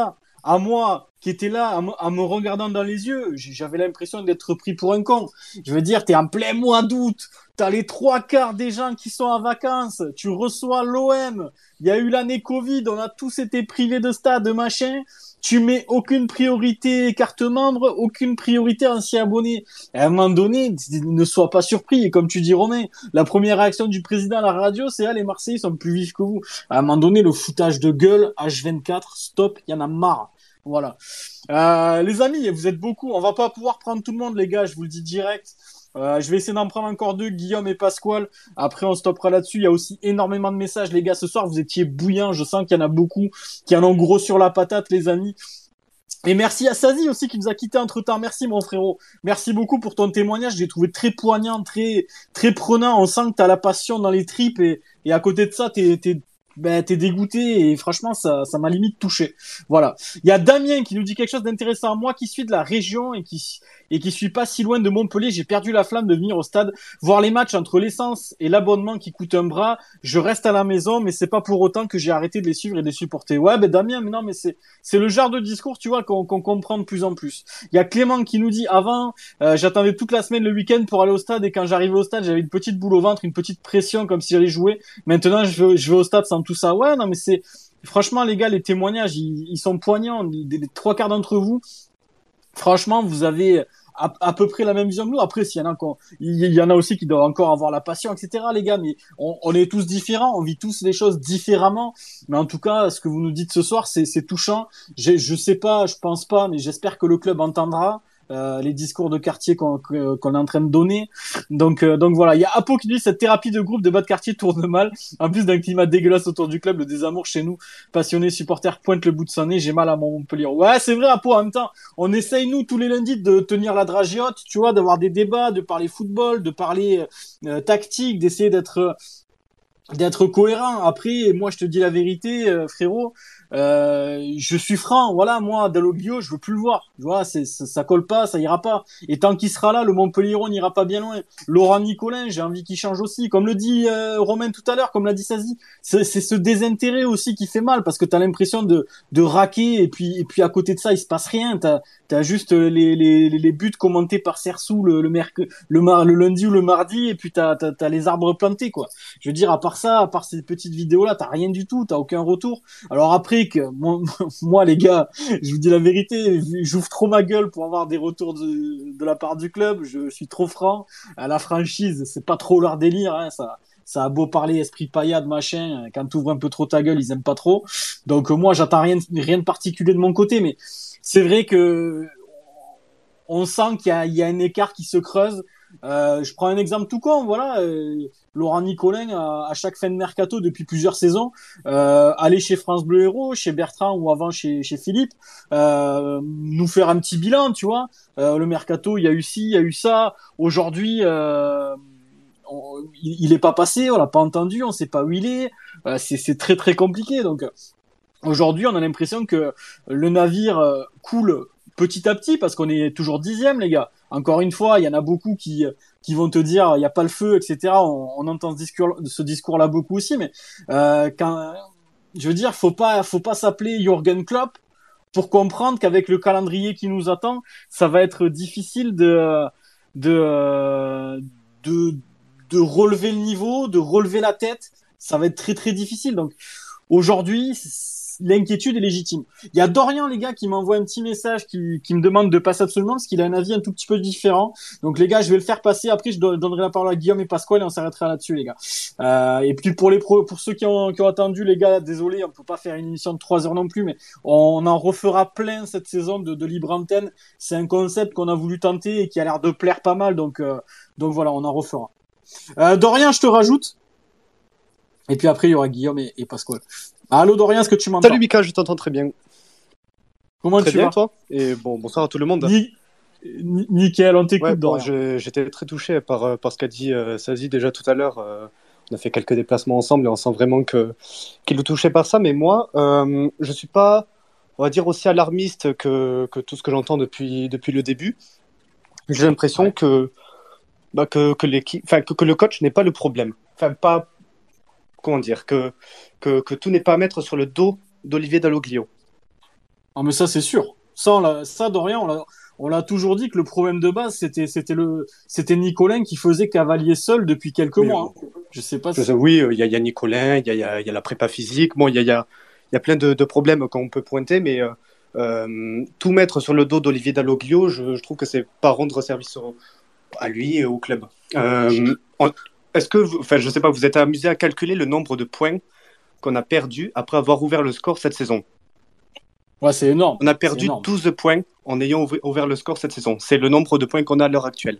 à moi qui était là, à me, à me regardant dans les yeux, j'avais l'impression d'être pris pour un con. Je veux dire, t'es en plein mois d'août, t'as les trois quarts des gens qui sont en vacances, tu reçois l'O M, il y a eu l'année Covid, on a tous été privés de stade, machin, tu mets aucune priorité carte membre, aucune priorité ancien abonné. À un moment donné, ne sois pas surpris, et comme tu dis Romain, la première réaction du président à la radio, c'est ah, les Marseillais sont plus vifs que vous. À un moment donné, le foutage de gueule, H vingt-quatre, stop, il y en a marre. Voilà. Euh, les amis, vous êtes beaucoup. On va pas pouvoir prendre tout le monde, les gars. Je vous le dis direct. Euh, je vais essayer d'en prendre encore deux, Guillaume et Pasquale. Après, on stoppera là-dessus. Il y a aussi énormément de messages, les gars. Ce soir, vous étiez bouillants. Je sens qu'il y en a beaucoup qui en ont gros sur la patate, les amis. Et merci à Sazi aussi qui nous a quitté entre temps. Merci mon frérot. Merci beaucoup pour ton témoignage. J'ai trouvé très poignant, très très prenant. On sent que t'as la passion dans les tripes et, et à côté de ça, t'es t'es ben, t'es dégoûté et franchement ça ça m'a limite touché. Voilà. Il y a Damien qui nous dit quelque chose d'intéressant. Moi qui suis de la région et qui et qui suis pas si loin de Montpellier, j'ai perdu la flamme de venir au stade voir les matchs entre l'essence et l'abonnement qui coûte un bras. Je reste à la maison, mais c'est pas pour autant que j'ai arrêté de les suivre et de les supporter. Ouais, ben Damien, mais non, mais c'est c'est le genre de discours, tu vois, qu'on qu'on comprend de plus en plus. Il y a Clément qui nous dit avant, euh, j'attendais toute la semaine le week-end pour aller au stade et quand j'arrivais au stade, j'avais une petite boule au ventre, une petite pression comme si j'allais jouer. Maintenant, je vais, je vais au stade sans tout ça. Ouais, non, mais c'est franchement les gars, les témoignages, ils, ils sont poignants. Les, les trois quarts d'entre vous, franchement, vous avez à, à peu près la même vision que nous. Après, s'il y en a qu'on, il y en a aussi qui doivent encore avoir la passion, et cetera. Les gars, mais on, on est tous différents, on vit tous les choses différemment. Mais en tout cas, ce que vous nous dites ce soir, c'est, c'est touchant. Je, je sais pas, je pense pas, mais j'espère que le club entendra. Euh, les discours de quartier qu'on, qu'on est en train de donner. Donc, euh, donc voilà. Il y a Apo qui dit cette thérapie de groupe de bas de quartier tourne mal. En plus d'un climat dégueulasse autour du club, le désamour chez nous, passionnés supporters, pointe le bout de son nez. J'ai mal à mon Montpellier. Ouais, c'est vrai, Apo. En même temps, on essaye nous tous les lundis de tenir la dragée haute, tu vois, d'avoir des débats, de parler football, de parler euh, tactique, d'essayer d'être d'être cohérent. Après, moi, je te dis la vérité, euh, frérot. Euh, je suis franc, voilà, moi, Dalloglio, je veux plus le voir. Tu vois, c'est, ça, ça colle pas, ça ira pas. Et tant qu'il sera là, le Montpellier n'ira pas bien loin. Laurent Nicolin, j'ai envie qu'il change aussi. Comme le dit euh, Romain tout à l'heure, comme l'a dit Sazi, c'est, c'est ce désintérêt aussi qui fait mal parce que t'as l'impression de, de raquer et puis, et puis à côté de ça, il se passe rien. T'as, t'as juste les, les, les buts commentés par Sersou le, le, merc- le, mar- le lundi ou le mardi et puis t'as, t'as, t'as les arbres plantés, quoi. Je veux dire, à part ça, à part ces petites vidéos-là, t'as rien du tout, t'as aucun retour. Alors après, que moi, moi, les gars, je vous dis la vérité, j'ouvre trop ma gueule pour avoir des retours de, de la part du club. Je suis trop franc. À la franchise, c'est pas trop leur délire. Hein, ça, ça a beau parler esprit paillade, machin. Quand t'ouvres un peu trop ta gueule, ils aiment pas trop. Donc euh, moi, j'attends rien, rien de particulier de mon côté, mais c'est vrai que on sent qu'il y a, il y a un écart qui se creuse. Euh, je prends un exemple tout con, voilà. Euh, Laurent Nicolin, à, à chaque fin de mercato depuis plusieurs saisons, euh, aller chez France Bleu Héros, chez Bertrand ou avant chez, chez Philippe, euh, nous faire un petit bilan, tu vois. Euh, le mercato, il y a eu ci, il y a eu ça. Aujourd'hui, euh, on, il, il est pas passé, on l'a pas entendu, on sait pas où il est. Euh, c'est, c'est très très compliqué. Donc aujourd'hui, on a l'impression que le navire euh, coule petit à petit parce qu'on est toujours dixième, les gars. Encore une fois, il y en a beaucoup qui qui vont te dire il y a pas le feu, et cetera. On, on entend ce discours, ce discours-là beaucoup aussi, mais euh, quand je veux dire, faut pas faut pas s'appeler Jürgen Klopp pour comprendre qu'avec le calendrier qui nous attend, ça va être difficile de de de de relever le niveau, de relever la tête. Ça va être très très difficile. Donc aujourd'hui, l'inquiétude est légitime. Il y a Dorian, les gars, qui m'envoie un petit message qui, qui me demande de passer absolument parce qu'il a un avis un tout petit peu différent. Donc les gars, je vais le faire passer. Après, je donnerai la parole à Guillaume et Pasquale et on s'arrêtera là-dessus, les gars. Euh, et puis pour les pro, pour ceux qui ont, qui ont attendu, les gars, désolé, on peut pas faire une émission de trois heures non plus, mais on en refera plein cette saison de, de libre antenne. C'est un concept qu'on a voulu tenter et qui a l'air de plaire pas mal. Donc, euh, donc voilà, on en refera. Euh, Dorian, je te rajoute. Et puis après, il y aura Guillaume et, et Pasquale. Allô Dorian, est-ce que tu m'entends? Salut Mika, je t'entends très bien. Comment très tu bien, vas toi? Et bon, bonsoir à tout le monde. Ni... Ni- Nickel, on t'écoute Ouais, bon, Dorian. je- j'étais très touché par, euh, par ce qu'a dit euh, Sazi déjà tout à l'heure. Euh, on a fait quelques déplacements ensemble et on sent vraiment que, qu'il est touché par ça. Mais moi, euh, je suis pas, on va dire, aussi alarmiste que, que tout ce que j'entends depuis, depuis le début. J'ai l'impression Ouais. que, bah, que, que, l'équipe, enfin, que, que le coach n'est pas le problème. Enfin, pas, comment dire, que, que, que tout n'est pas à mettre sur le dos d'Olivier Dalloglio. Ah, mais ça, c'est sûr. Ça, on l'a- ça, Dorian, on l'a, on l'a toujours dit que le problème de base, c'était, c'était le, c'était Nicolin qui faisait cavalier seul depuis quelques Oui, mois, hein. Je sais pas je sais, si. oui, il y a, il y a Nicolin, il y a, il y a- il y a la prépa physique. Bon, il y a, il y a, il y a plein de, de problèmes qu'on peut pointer, mais euh, euh, tout mettre sur le dos d'Olivier Dalloglio, je, je trouve que c'est pas rendre service au- à lui et au club. Euh, en- est-ce que, vous, enfin, je sais pas, vous êtes amusé à calculer le nombre de points qu'on a perdu après avoir ouvert le score cette saison? Ouais, c'est énorme. On a C'est perdu énorme. douze points en ayant ouvri- ouvert le score cette saison. C'est le nombre de points qu'on a à l'heure actuelle.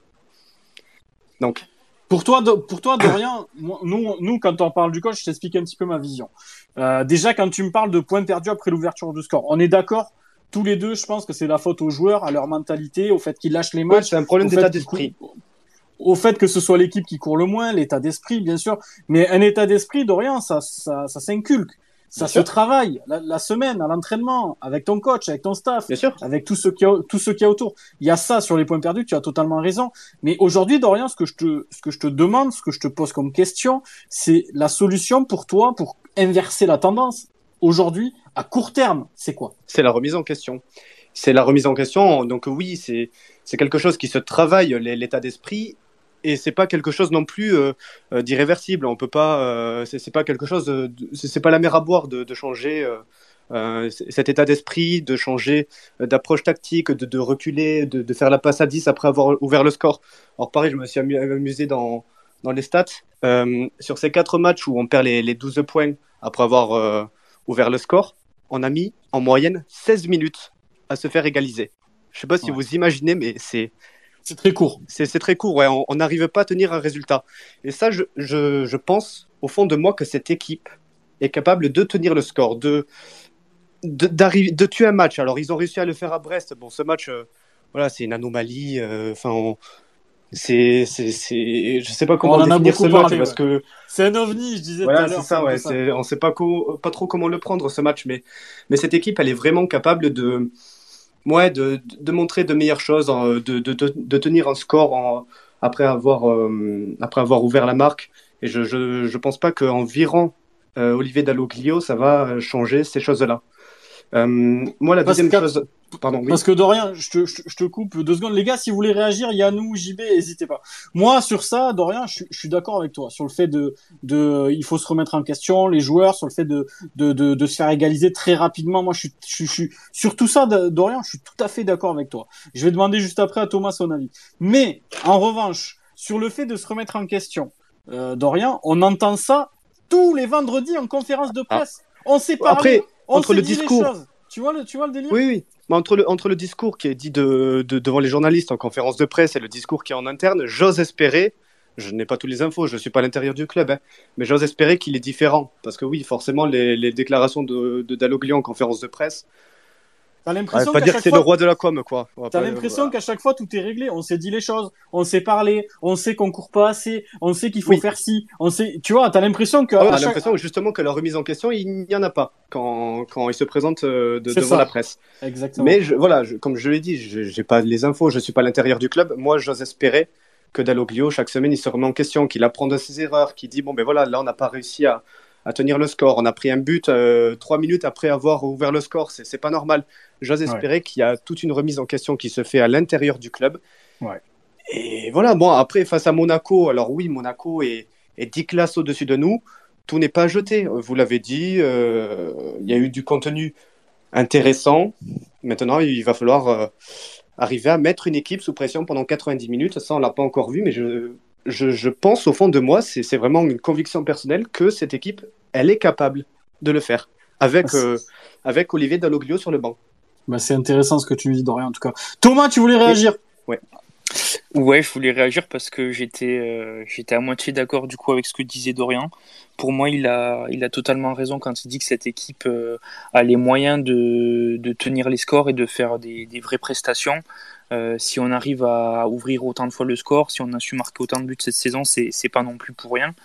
Donc, Pour toi, Do- pour toi, Dorian, moi- nous, nous, quand on parle du coach, je t'explique un petit peu ma vision. Euh, déjà, quand tu me parles de points perdus après l'ouverture du score, on est d'accord, tous les deux, je pense que c'est la faute aux joueurs, à leur mentalité, au fait qu'ils lâchent les ouais, matchs, c'est un problème au d'état fait qu'ils courent, d'esprit. au fait que ce soit l'équipe qui court le moins, l'état d'esprit, bien sûr. Mais un état d'esprit, Dorian, ça, ça, ça s'inculque. Ça Bien se sûr, travaille la, la semaine, à l'entraînement, avec ton coach, avec ton staff, bien sûr. avec tout ce qu'il y a, tout ce qu'il y a autour. Il y a ça sur les points perdus, tu as totalement raison. Mais aujourd'hui, Dorian, ce que je te, ce que je te demande, ce que je te pose comme question, c'est la solution pour toi, pour inverser la tendance. Aujourd'hui, à court terme, c'est quoi? C'est la remise en question. C'est la remise en question. Donc oui, c'est c'est quelque chose qui se travaille, l'é- l'état d'esprit, et c'est pas quelque chose non plus euh, euh, d'irréversible. On peut pas, euh, c'est c'est pas quelque chose, de, de- c'est c'est pas la mer à boire de, de changer euh, euh, c- cet état d'esprit, de changer euh, d'approche tactique, de, de reculer, de, de faire la passe à dix après avoir ouvert le score. Alors pareil, je me suis amu- amusé dans dans les stats. Euh, sur ces quatre matchs où on perd les, les douze points après avoir euh, ouvert le score, on a mis en moyenne seize minutes à se faire égaliser. Je ne sais pas si Ouais. vous imaginez, mais c'est C'est très court. c'est c'est très court. Ouais. On n'arrive pas à tenir un résultat. Et ça, je, je, je pense au fond de moi que cette équipe est capable de tenir le score, de, de, d'arriver- de tuer un match. Alors, ils ont réussi à le faire à Brest. Bon, ce match, euh, voilà, c'est une anomalie. euh, Enfin, on- c'est, c'est, c'est, je sais pas On comment en a définir ce beaucoup match parlé, parce ouais. que C'est un ovni, je disais tout à voilà, c'est l'heure, c'est ça, un peu ouais. ça. C'est, on sait pas, co- pas trop comment le prendre ce match, mais, mais cette équipe, elle est vraiment capable de, ouais, de, de montrer de meilleures choses, hein, de, de, de, de tenir un score en- après avoir, euh, après avoir ouvert la marque. Et je, je, je pense pas qu'en virant euh, Olivier Dalloglio, ça va changer ces choses-là. Euh, moi, la Parce deuxième que, chose, pardon, oui. Parce que Dorian, je te, je, te- je te coupe deux secondes. Les gars, si vous voulez réagir, Yannou, J B, n'hésitez pas. Moi, sur ça, Dorian, je, suis- je suis d'accord avec toi. Sur le fait de, de, il faut se remettre en question, les joueurs, sur le fait de, de, de, de se faire égaliser très rapidement. Moi, je suis, je, suis- je suis, sur tout ça, Dorian, je suis tout à fait d'accord avec toi. Je vais demander juste après à Thomas son avis. Mais, en revanche, sur le fait de se remettre en question, euh, Dorian, on entend ça tous les vendredis en conférence de Ah. presse. On s'est parlé, Après, on entre s'est le dit les discours, choses. Tu vois le, tu vois le délire? oui, oui. Mais entre le, entre le discours qui est dit de, de- devant les journalistes en conférence de presse et le discours qui est en interne, j'ose espérer, je n'ai pas toutes les infos, je ne suis pas à l'intérieur du club, hein, mais j'ose espérer qu'il est différent. Parce que oui, forcément, les, les déclarations de, de Dalloglio en conférence de presse, T'as on va l'impression pas qu'à dire que chaque c'est le fois, roi de la com, quoi. On va T'as pas- l'impression voilà. qu'à chaque fois tout est réglé. On s'est dit les choses, on s'est parlé, on sait qu'on court pas assez, on sait qu'il faut Oui. faire ci, on sait. Tu vois, t'as l'impression que Ah ouais, on à a chaque... l'impression justement que la remise en question, il n'y en a pas quand, quand il se présente euh, de- C'est devant ça. la presse. Exactement. Mais je, voilà, je- comme je l'ai dit, je n'ai pas les infos, je ne suis pas à l'intérieur du club. Moi, j'ose espérer que Dalloglio, chaque semaine, il se remet en question, qu'il apprend de ses erreurs, qu'il dit bon, ben voilà, là, on n'a pas réussi à, à tenir le score. On a pris un but euh, trois minutes après avoir ouvert le score. C'est c'est pas normal. J'ose espérer qu'il y a toute une remise en question qui se fait à l'intérieur du club. Ouais. Et voilà, bon, après, face à Monaco, alors oui, Monaco est, est dix classes au-dessus de nous. Tout n'est pas jeté. Vous l'avez dit, euh, il y a eu du contenu intéressant. Maintenant, il va falloir euh, arriver à mettre une équipe sous pression pendant quatre-vingt-dix minutes. Ça, on l'a pas encore vu, mais je, je, je pense au fond de moi, c'est c'est vraiment une conviction personnelle que cette équipe, elle est capable de le faire avec, euh, avec Olivier Dalloglio sur le banc. Bah, c'est intéressant ce que tu dis, Dorian, en tout cas. Thomas, tu voulais réagir? Ouais. Ouais, je voulais réagir parce que j'étais euh, j'étais à moitié d'accord du coup avec ce que disait Dorian. Pour moi, il a il a totalement raison quand il dit que cette équipe euh, a les moyens de, de tenir les scores et de faire des, des vraies prestations. Euh, si on arrive à ouvrir autant de fois le score, si on a su marquer autant de buts cette saison, c'est c'est pas non plus pour rien.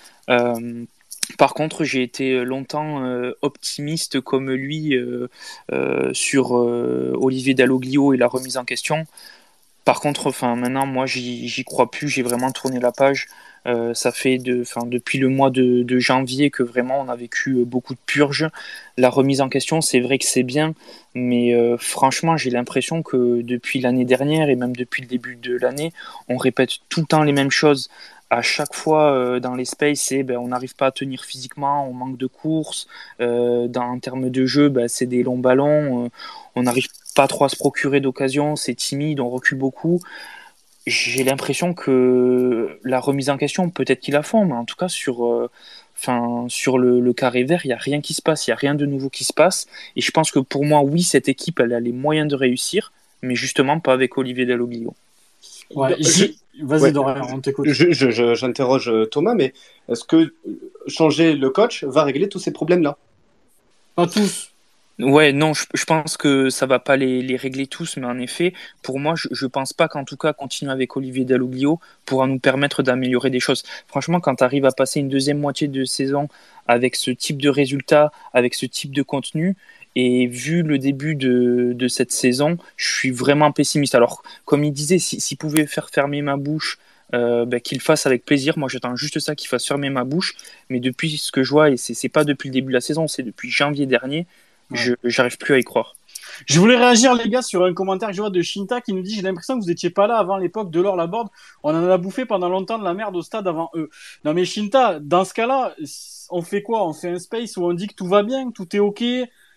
Euh, Par contre, j'ai été longtemps euh, optimiste comme lui euh, euh, sur euh, Olivier Dalloglio et la remise en question. Par contre, enfin, maintenant, moi, j'y, j'y crois plus. J'ai vraiment tourné la page. Euh, ça fait de, enfin, depuis le mois de, de janvier que vraiment on a vécu euh, beaucoup de purges. La remise en question, c'est vrai que c'est bien, mais euh, franchement, j'ai l'impression que depuis l'année dernière et même depuis le début de l'année, on répète tout le temps les mêmes choses. À chaque fois euh, dans les spaces, c'est, ben, on n'arrive pas à tenir physiquement, on manque de courses. Euh, dans, en termes de jeu, ben, c'est des longs ballons. Euh, on n'arrive pas trop à se procurer d'occasion, c'est timide, on recule beaucoup. J'ai l'impression que la remise en question, peut-être qu'ils la font, mais en tout cas sur, euh, enfin, sur le, le carré vert, il n'y a rien qui se passe, il n'y a rien de nouveau qui se passe. Et je pense que pour moi, oui, cette équipe, elle a les moyens de réussir, mais justement pas avec Olivier Dalloglio. Ouais, Je- J- Vas-y, ouais, Dorian, on t'écoute. je- je- je- J'interroge euh, Thomas, mais est-ce que changer le coach va régler tous ces problèmes-là? Pas tous. Ouais, non, je, je pense que ça va pas les, les régler tous, mais en effet, pour moi, je, je pense pas qu'en tout cas continuer avec Olivier Dalloglio pourra nous permettre d'améliorer des choses. Franchement, quand tu arrives à passer une deuxième moitié de saison avec ce type de résultats, avec ce type de contenu, et vu le début de, de cette saison, je suis vraiment pessimiste. Alors, comme il disait, si- s'il pouvait faire fermer ma bouche, euh, ben, qu'il le fasse avec plaisir. Moi, j'attends juste ça, qu'il fasse fermer ma bouche. Mais depuis ce que je vois, et c'est c'est pas depuis le début de la saison, c'est depuis janvier dernier, Ouais. je j'arrive plus à y croire. Je voulais réagir, les gars, sur un commentaire que je vois de Shinta qui nous dit: j'ai l'impression que vous étiez pas là avant l'époque de Laure Laborde. On en a bouffé pendant longtemps de la merde au stade avant eux. Non, mais Shinta, dans ce cas-là, on fait quoi? On fait un space où on dit que tout va bien, que tout est ok,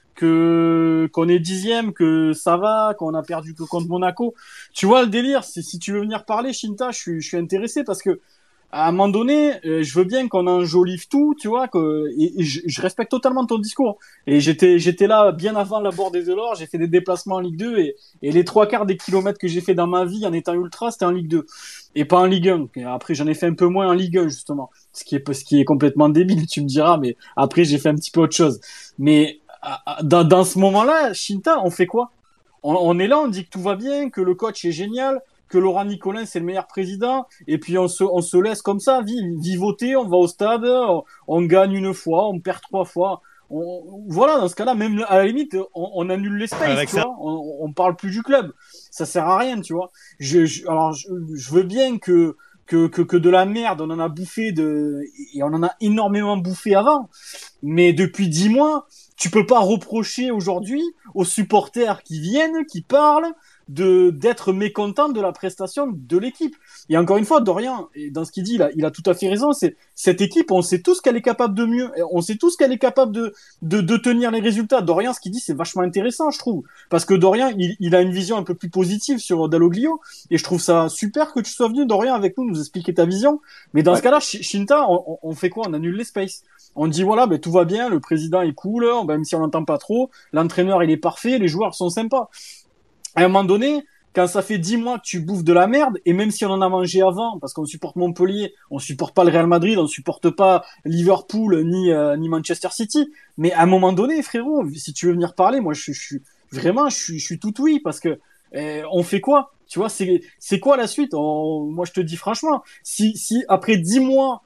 que qu'on est dixième, que ça va, qu'on a perdu que contre Monaco. Tu vois le délire? Si, si tu veux venir parler, Shinta, je suis, je suis intéressé parce que à un moment donné, euh, je veux bien qu'on enjolive tout, tu vois, que, et, et je, je respecte totalement ton discours. Et j'étais, j'étais là bien avant la Borde des Delors, j'ai fait des déplacements en Ligue deux, et, et les trois quarts des kilomètres que j'ai fait dans ma vie en étant ultra, c'était en Ligue deux. Et pas en Ligue un. Et après, j'en ai fait un peu moins en Ligue un, justement. Ce qui est, ce qui est complètement débile, tu me diras, mais après, j'ai fait un petit peu autre chose. Mais, à- à- dans, dans ce moment-là, Shinta, on fait quoi? On, on est là, on dit que tout va bien, que le coach est génial, que Laurent Nicolin c'est le meilleur président, et puis on se, on se laisse comme ça, vi- vivoter, on va au stade, on, on gagne une fois, on perd trois fois. On, voilà, dans ce cas-là, même à la limite, on, on annule les spaces, Avec tu ça. vois. On, on parle plus du club. Ça sert à rien, tu vois. Je, je, alors, je, je veux bien que, que, que, que de la merde, on en a bouffé de, et on en a énormément bouffé avant. Mais depuis dix mois, tu peux pas reprocher aujourd'hui aux supporters qui viennent, qui parlent, de d'être mécontents de la prestation de l'équipe. Et encore une fois, Dorian, et dans ce qu'il dit, il a, il a tout à fait raison. C'est cette équipe, on sait tous qu'elle est capable de mieux. On sait tous qu'elle est capable de, de de tenir les résultats. Dorian, ce qu'il dit, c'est vachement intéressant, je trouve, parce que Dorian, il, il a une vision un peu plus positive sur Dalloglio, et je trouve ça super que tu sois venu, Dorian, avec nous, nous expliquer ta vision. Mais dans Ouais. ce cas-là, Sh- Shinta, on, on- on fait quoi? On annule les spaces. On dit voilà, ben tout va bien, le président est cool, même si on n'entend pas trop, l'entraîneur il est parfait, les joueurs sont sympas. À un moment donné, quand ça fait dix mois que tu bouffes de la merde, et même si on en a mangé avant, parce qu'on supporte Montpellier, on supporte pas le Real Madrid, on supporte pas Liverpool ni euh, ni Manchester City, mais à un moment donné, frérot, si tu veux venir parler, moi je, je suis vraiment, je suis je suis tout oui, parce que euh, on fait quoi? Tu vois, c'est c'est quoi la suite? On- moi je te dis franchement, si si après dix mois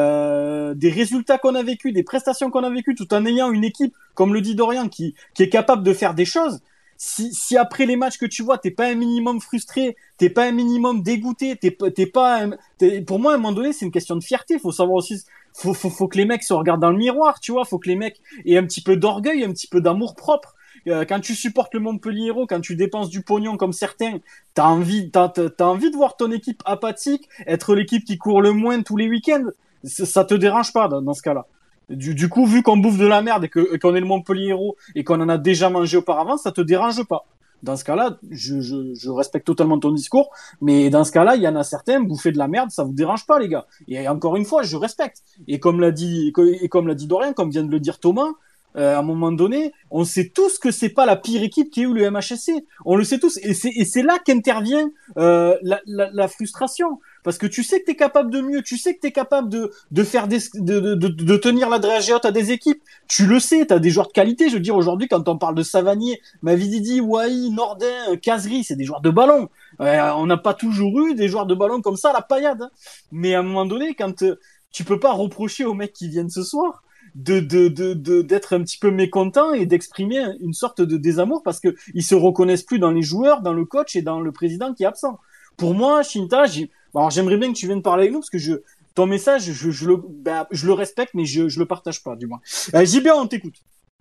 euh, des résultats qu'on a vécu, des prestations qu'on a vécues, tout en ayant une équipe, comme le dit Dorian, qui, qui est capable de faire des choses, si, si après les matchs que tu vois, t'es pas un minimum frustré, t'es pas un minimum dégoûté, t'es, pas- t'es pas, un- t'es- pour moi, à un moment donné, c'est une question de fierté. Faut savoir aussi, faut, faut, faut que les mecs se regardent dans le miroir, tu vois. Faut que les mecs aient un petit peu d'orgueil, un petit peu d'amour propre. Euh, quand tu supportes le Montpellier Hérault, quand tu dépenses du pognon comme certains, t'as envie, t'as, t'as t'as envie de voir ton équipe apathique, être l'équipe qui court le moins tous les week-ends. Ça ça te dérange pas dans, dans ce cas-là. Du, du coup, vu qu'on bouffe de la merde et que- et qu'on est le Montpellier Hérault et qu'on en a déjà mangé auparavant, ça te dérange pas. Dans ce cas-là, je, je, je respecte totalement ton discours, mais dans ce cas-là, il y en a certains, bouffer de la merde, ça vous dérange pas, les gars. Et encore une fois, je respecte. Et comme l'a dit, et comme l'a dit Dorian, comme vient de le dire Thomas, euh, à un moment donné, on sait tous que c'est pas la pire équipe qui a eu le M H S C. On le sait tous. Et c'est, et c'est là qu'intervient euh, la, la, la frustration. Parce que tu sais que t'es capable de mieux, tu sais que t'es capable de, de faire des, de, de, de, de tenir la dragée haute à des équipes. Tu le sais, t'as des joueurs de qualité. Je veux dire, aujourd'hui, quand on parle de Savanier, Mavididi, Wai, Nordin, Kazri, c'est des joueurs de ballon. Euh, on n'a pas toujours eu des joueurs de ballon comme ça à la paillade. Hein. Mais à un moment donné, quand euh, tu peux pas reprocher aux mecs qui viennent ce soir de, de, de, de, d'être un petit peu mécontents et d'exprimer une sorte de désamour parce que ils se reconnaissent plus dans les joueurs, dans le coach et dans le président qui est absent. pour moi, Shinta, j'ai... alors j'aimerais bien que tu viennes parler avec nous parce que je, ton message, je, je le, bah, je le respecte, mais je, je le partage pas, du moins. Euh, J B, on t'écoute.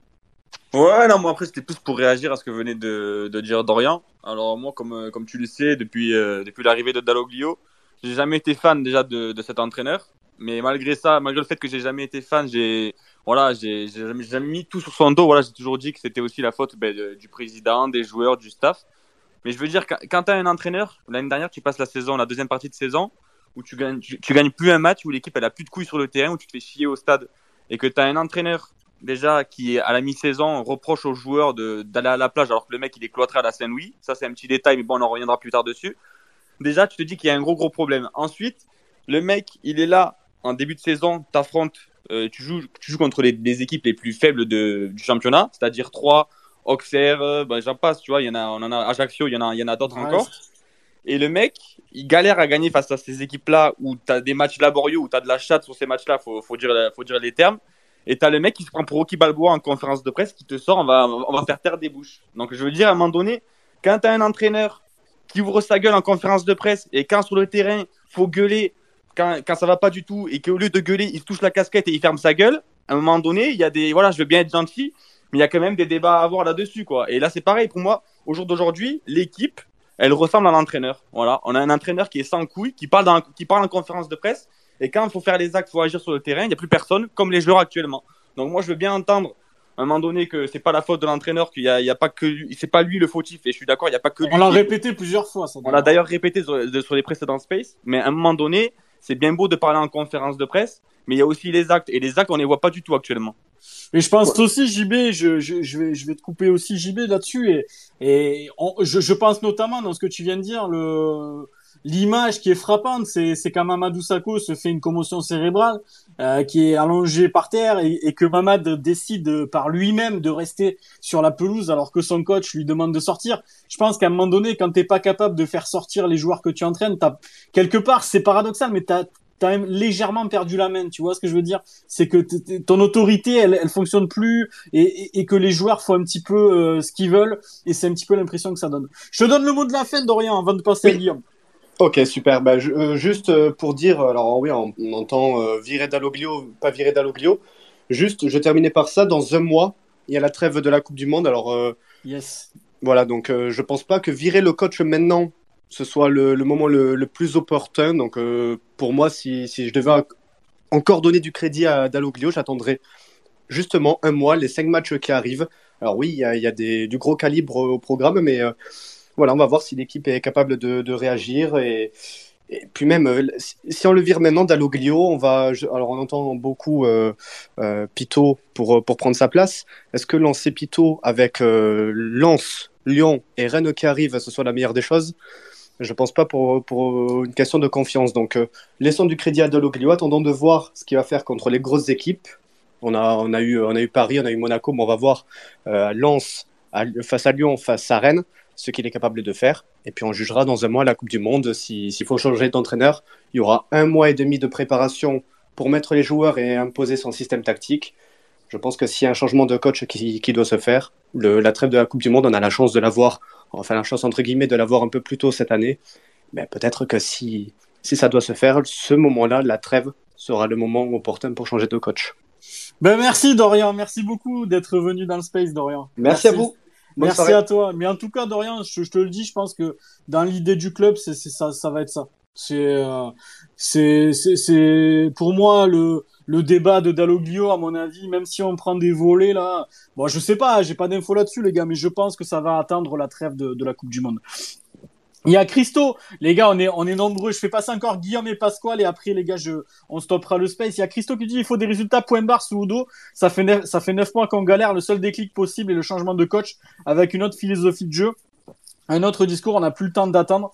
Ouais, non, moi après c'était plus pour réagir à ce que venait de, de dire Dorian. Alors moi, comme, euh, comme tu le sais, depuis, euh, depuis l'arrivée de Dalloglio, j'ai jamais été fan déjà de, de cet entraîneur. Mais malgré ça, malgré le fait que j'ai jamais été fan, j'ai voilà, j'ai j'ai jamais, j'ai jamais mis tout sur son dos. Voilà, j'ai toujours dit que c'était aussi la faute ben, de- du président, des joueurs, du staff. Mais je veux dire, quand, quand tu as un entraîneur, l'année dernière, tu passes la saison, la deuxième partie de saison, où tu gagnes, tu, tu gagnes plus un match, où l'équipe elle a plus de couilles sur le terrain, où tu te fais chier au stade, et que tu as un entraîneur déjà qui à la mi-saison reproche aux joueurs de, d'aller à la plage alors que le mec il est cloîtré à la Saint-Louis. Ça c'est un petit détail, mais bon on en reviendra plus tard dessus. Déjà tu te dis qu'il y a un gros gros problème. Ensuite, le mec il est là en début de saison, t'affrontes, euh, tu joues, tu joues contre les, les équipes les plus faibles de, du championnat, c'est-à-dire trois Auxerre, euh, ben, j'en passe, tu vois, il y en a, on en a Ajaccio, il y en a, il y en a d'autres Brest. encore. Et le mec, il galère à gagner face à ces équipes-là où tu as des matchs laborieux, où tu as de la chatte sur ces matchs-là, faut, faut, dire, faut dire les termes. Et tu as le mec qui se prend pour Rocky Balboa en conférence de presse qui te sort, on va, on va faire taire des bouches. Donc je veux dire, à un moment donné, quand tu as un entraîneur qui ouvre sa gueule en conférence de presse et quand sur le terrain, faut gueuler quand, quand ça va pas du tout et qu'au lieu de gueuler, il se touche la casquette et il ferme sa gueule, à un moment donné, il y a des. Voilà, je veux bien être gentil, mais il y a quand même des débats à avoir là-dessus, quoi. Et là, c'est pareil pour moi. Au jour d'aujourd'hui, l'équipe, elle ressemble à l'entraîneur. Voilà, on a un entraîneur qui est sans couilles, qui parle, dans, qui parle en conférence de presse, et quand il faut faire les actes, il faut agir sur le terrain, il n'y a plus personne, comme les joueurs actuellement. Donc moi, je veux bien entendre à un moment donné que c'est pas la faute de l'entraîneur, qu'il y a, il y a pas que, c'est pas lui le fautif, et je suis d'accord, il y a pas que lui. On l'a qui- répété plusieurs fois, ça. On l'a d'ailleurs répété sur, de- sur les précédents Space, mais à un moment donné, c'est bien beau de parler en conférence de presse, mais il y a aussi les actes, et les actes, on les voit pas du tout actuellement. Et je pense aussi, J B, je, je, je, vais, je vais te couper aussi, J B, là-dessus. Et, et on- je, je pense notamment dans ce que tu viens de dire, le, l'image qui est frappante, c'est, c'est quand Mamadou Sakho se fait une commotion cérébrale, euh, qui est allongé par terre et, et que Mamad décide par lui-même de rester sur la pelouse alors que son coach lui demande de sortir. Je pense qu'à un moment donné, quand t'es pas capable de faire sortir les joueurs que tu entraînes, t'as, quelque part, c'est paradoxal, mais t'as, t'as même légèrement perdu la main, tu vois ce que je veux dire? C'est que t- t- ton autorité, elle, elle fonctionne plus et, et, et que les joueurs font un petit peu euh, ce qu'ils veulent et c'est un petit peu l'impression que ça donne. Je te donne le mot de la fin, Dorian, avant de passer Oui. à Guillaume. Ok, super. Bah, je- euh, juste euh, pour dire, alors oui, on, on entend euh, virer Dalloglio, pas virer Dalloglio. Juste, je terminais par ça. Dans un mois, il y a la trêve de la Coupe du Monde. Alors euh, Yes. voilà, donc euh, je pense pas que virer le coach maintenant, ce soit le, le moment le, le plus opportun. Donc euh, pour moi, si, si je devais encore donner du crédit à Dalloglio, j'attendrais justement un mois, les cinq matchs qui arrivent. Alors oui, il y a, il y a des, du gros calibre au programme, mais euh, voilà, on va voir si l'équipe est capable de, de réagir. Et, et puis même, euh, si si on le vire maintenant, Dalloglio, on va. je- alors on entend beaucoup euh, euh, Pito pour, pour prendre sa place. Est-ce que lancer Pito avec euh, Lens, Lyon et Rennes qui arrivent, ce soit la meilleure des choses? Je pense pas pour, pour une question de confiance. Donc, euh, laissons du crédit à Dalloglio. Attendons de voir ce qu'il va faire contre les grosses équipes. On a, on a, eu, on a eu Paris, on a eu Monaco, mais on va voir euh, Lens à- face à Lyon, face à Rennes, ce qu'il est capable de faire. Et puis, on jugera dans un mois la Coupe du Monde. Si- S'il faut changer d'entraîneur, il y aura un mois et demi de préparation pour mettre les joueurs et imposer son système tactique. Je pense que s'il y a un changement de coach qui, qui doit se faire, le- la trêve de la Coupe du Monde, on a la chance de l'avoir, enfin la chance entre guillemets de l'avoir un peu plus tôt cette année. Mais peut-être que si, si ça doit se faire, ce moment-là, la trêve, sera le moment opportun pour changer de coach. Ben merci, Dorian. Merci beaucoup d'être venu dans le space, Dorian. Merci, à vous. Bonne Merci soirée. à toi. Mais en tout cas, Dorian, je, je te le dis, je pense que dans l'idée du club, c'est, c'est ça, ça va être ça. C'est, euh, c'est, c'est, c'est pour moi le le débat de Dalloglio, à mon avis, même si on prend des volets là. Bon, je sais pas, j'ai pas d'infos là-dessus, les gars, mais je pense que ça va attendre la trêve de, de la Coupe du Monde. Il y a Christo, les gars, on est, on est nombreux. Je fais passer encore Guillaume et Pasquale et après, les gars, je, on stoppera le space. Il y a Christo qui dit il faut des résultats point barre sous Udo. Ça fait neuf, ça fait neuf mois qu'on galère. Le seul déclic possible est le changement de coach avec une autre philosophie de jeu. Un autre discours, on n'a plus le temps d'attendre.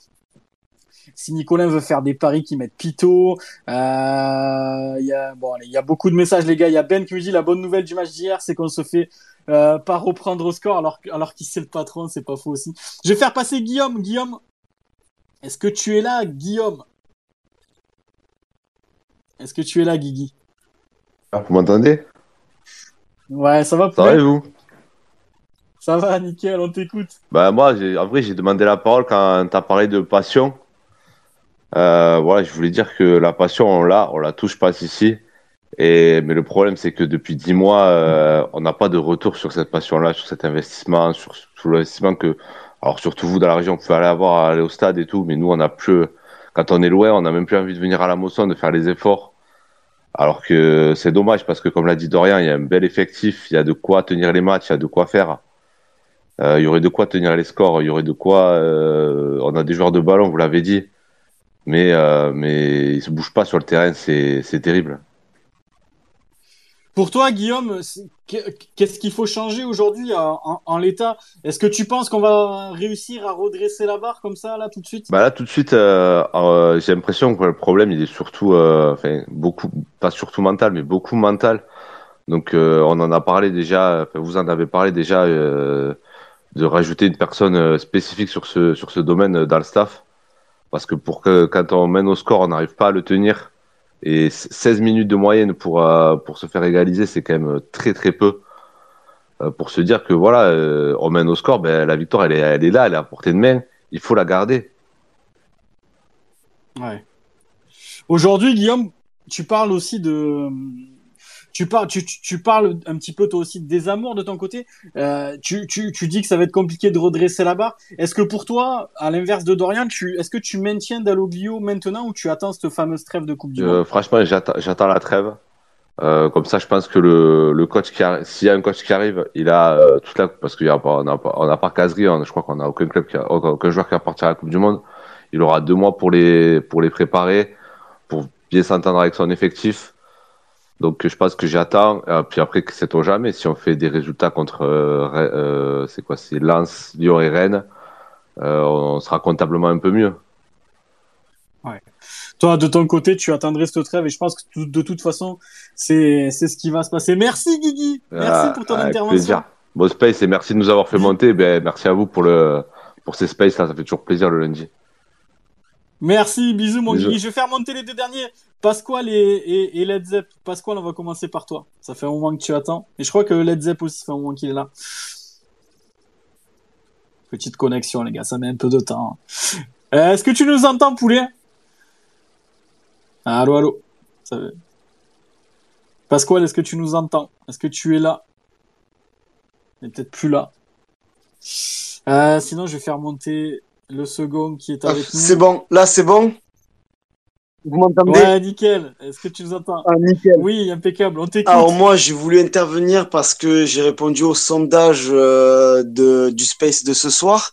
Si Nicolas veut faire des paris qui mettent Pito, euh, il y a, bon, allez, il y a beaucoup de messages, les gars. Il y a Ben qui me dit la bonne nouvelle du match d'hier, c'est qu'on se fait euh, pas reprendre au score alors, alors qu'il c'est le patron, c'est pas faux aussi. Je vais faire passer Guillaume. Guillaume, est-ce que tu es là, Guillaume? Est-ce que tu es là, Guigui? Ah, vous m'entendez? Ouais, ça va, Ça va et poulet? vous? Ça va, nickel, on t'écoute. Bah moi, j'ai, en vrai, j'ai demandé la parole quand t'as parlé de passion. Euh, voilà, je voulais dire que la passion, on l'a, on la touche pas ici. Et, mais le problème, c'est que depuis dix mois, euh, on n'a pas de retour sur cette passion-là, sur cet investissement, sur, sur l'investissement que, alors surtout vous dans la région, vous pouvez aller avoir, aller au stade et tout, mais nous, on n'a plus, quand on est loin, on n'a même plus envie de venir à la Mosson, de faire les efforts. Alors que c'est dommage parce que, comme l'a dit Dorian, il y a un bel effectif, il y a de quoi tenir les matchs, il y a de quoi faire. Euh, il y aurait de quoi tenir les scores, il y aurait de quoi. Euh, on a des joueurs de ballon, vous l'avez dit, mais euh, mais ils se bougent pas sur le terrain, c'est c'est terrible. Pour toi, Guillaume, c'est- qu'est- qu'est-ce qu'il faut changer aujourd'hui en, en- en l'état? Est-ce que tu penses qu'on va réussir à redresser la barre comme ça, là, tout de suite? Bah là tout de suite, euh, euh, j'ai l'impression que le problème il est surtout, euh, enfin beaucoup, pas surtout mental, mais beaucoup mental. Donc euh, on en a parlé déjà, enfin, vous en avez parlé déjà euh, de rajouter une personne euh, spécifique sur ce sur ce domaine euh, dans le staff. Parce que pour que quand on mène au score, on n'arrive pas à le tenir. Et seize minutes de moyenne pour, euh, pour se faire égaliser, c'est quand même très très peu. Euh, pour se dire que voilà, euh, on mène au score, ben, la victoire elle est, elle est là, elle est à portée de main. Il faut la garder. Ouais. Aujourd'hui, Guillaume, tu parles aussi de, tu parles, tu, tu, tu parles un petit peu toi aussi de désamour de ton côté. Euh, tu, tu, tu dis que ça va être compliqué de redresser la barre. Est-ce que pour toi, à l'inverse de Dorian, tu, est-ce que tu maintiens Dalloglio maintenant ou tu attends cette fameuse trêve de Coupe du Monde? Euh, franchement, j'attends, j'attends la trêve. Euh, comme ça, je pense que le, le coach qui arri- s'il y a un coach qui arrive, il a euh, toute la, parce qu'il y a pas, on n'a pas, on n'a pas Kazri, on- je crois qu'on n'a aucun club, qui a, aucun, aucun joueur qui va partir à la Coupe du Monde. Il aura deux mois pour les, pour les préparer, pour bien s'entendre avec son effectif. Donc je pense que j'attends. Euh, puis après, sait-on jamais, si on fait des résultats contre, euh, Re- euh, c'est quoi, c'est Lens, Lyon et Rennes, euh, on sera comptablement un peu mieux. Ouais. Toi, de ton côté, tu attendrais cette trêve et je pense que tout- de toute façon, c'est, c'est ce qui va se passer. Merci, Guigui. Merci Euh, pour ton avec intervention. plaisir. Bon Space, et merci de nous avoir fait monter. Ben, merci à vous pour le, pour ces spaces là, ça fait toujours plaisir le lundi. Merci, bisous, mon Bisous. Guigui. Je vais faire monter les deux derniers. Pasquale et, et, et Led Zepp. Pasquale, on va commencer par toi. Ça fait un moment que tu attends. Et je crois que Led Zepp aussi, ça fait un moment qu'il est là. Petite connexion, les gars, ça met un peu de temps. Euh, est-ce que tu nous entends, poulet? Allô, allô. Ça... Pasquale, est-ce que tu nous entends? Est-ce que tu es là? Il est peut-être plus là. Euh, sinon, je vais faire monter le second qui est Ah, avec nous. c'est bon, là c'est bon. Vous m'entendez? Ouais, nickel. Est-ce que tu nous entends? Ah, nickel. Oui, impeccable. On t'écoute. Alors moi, j'ai voulu intervenir parce que j'ai répondu au sondage euh, de, du Space de ce soir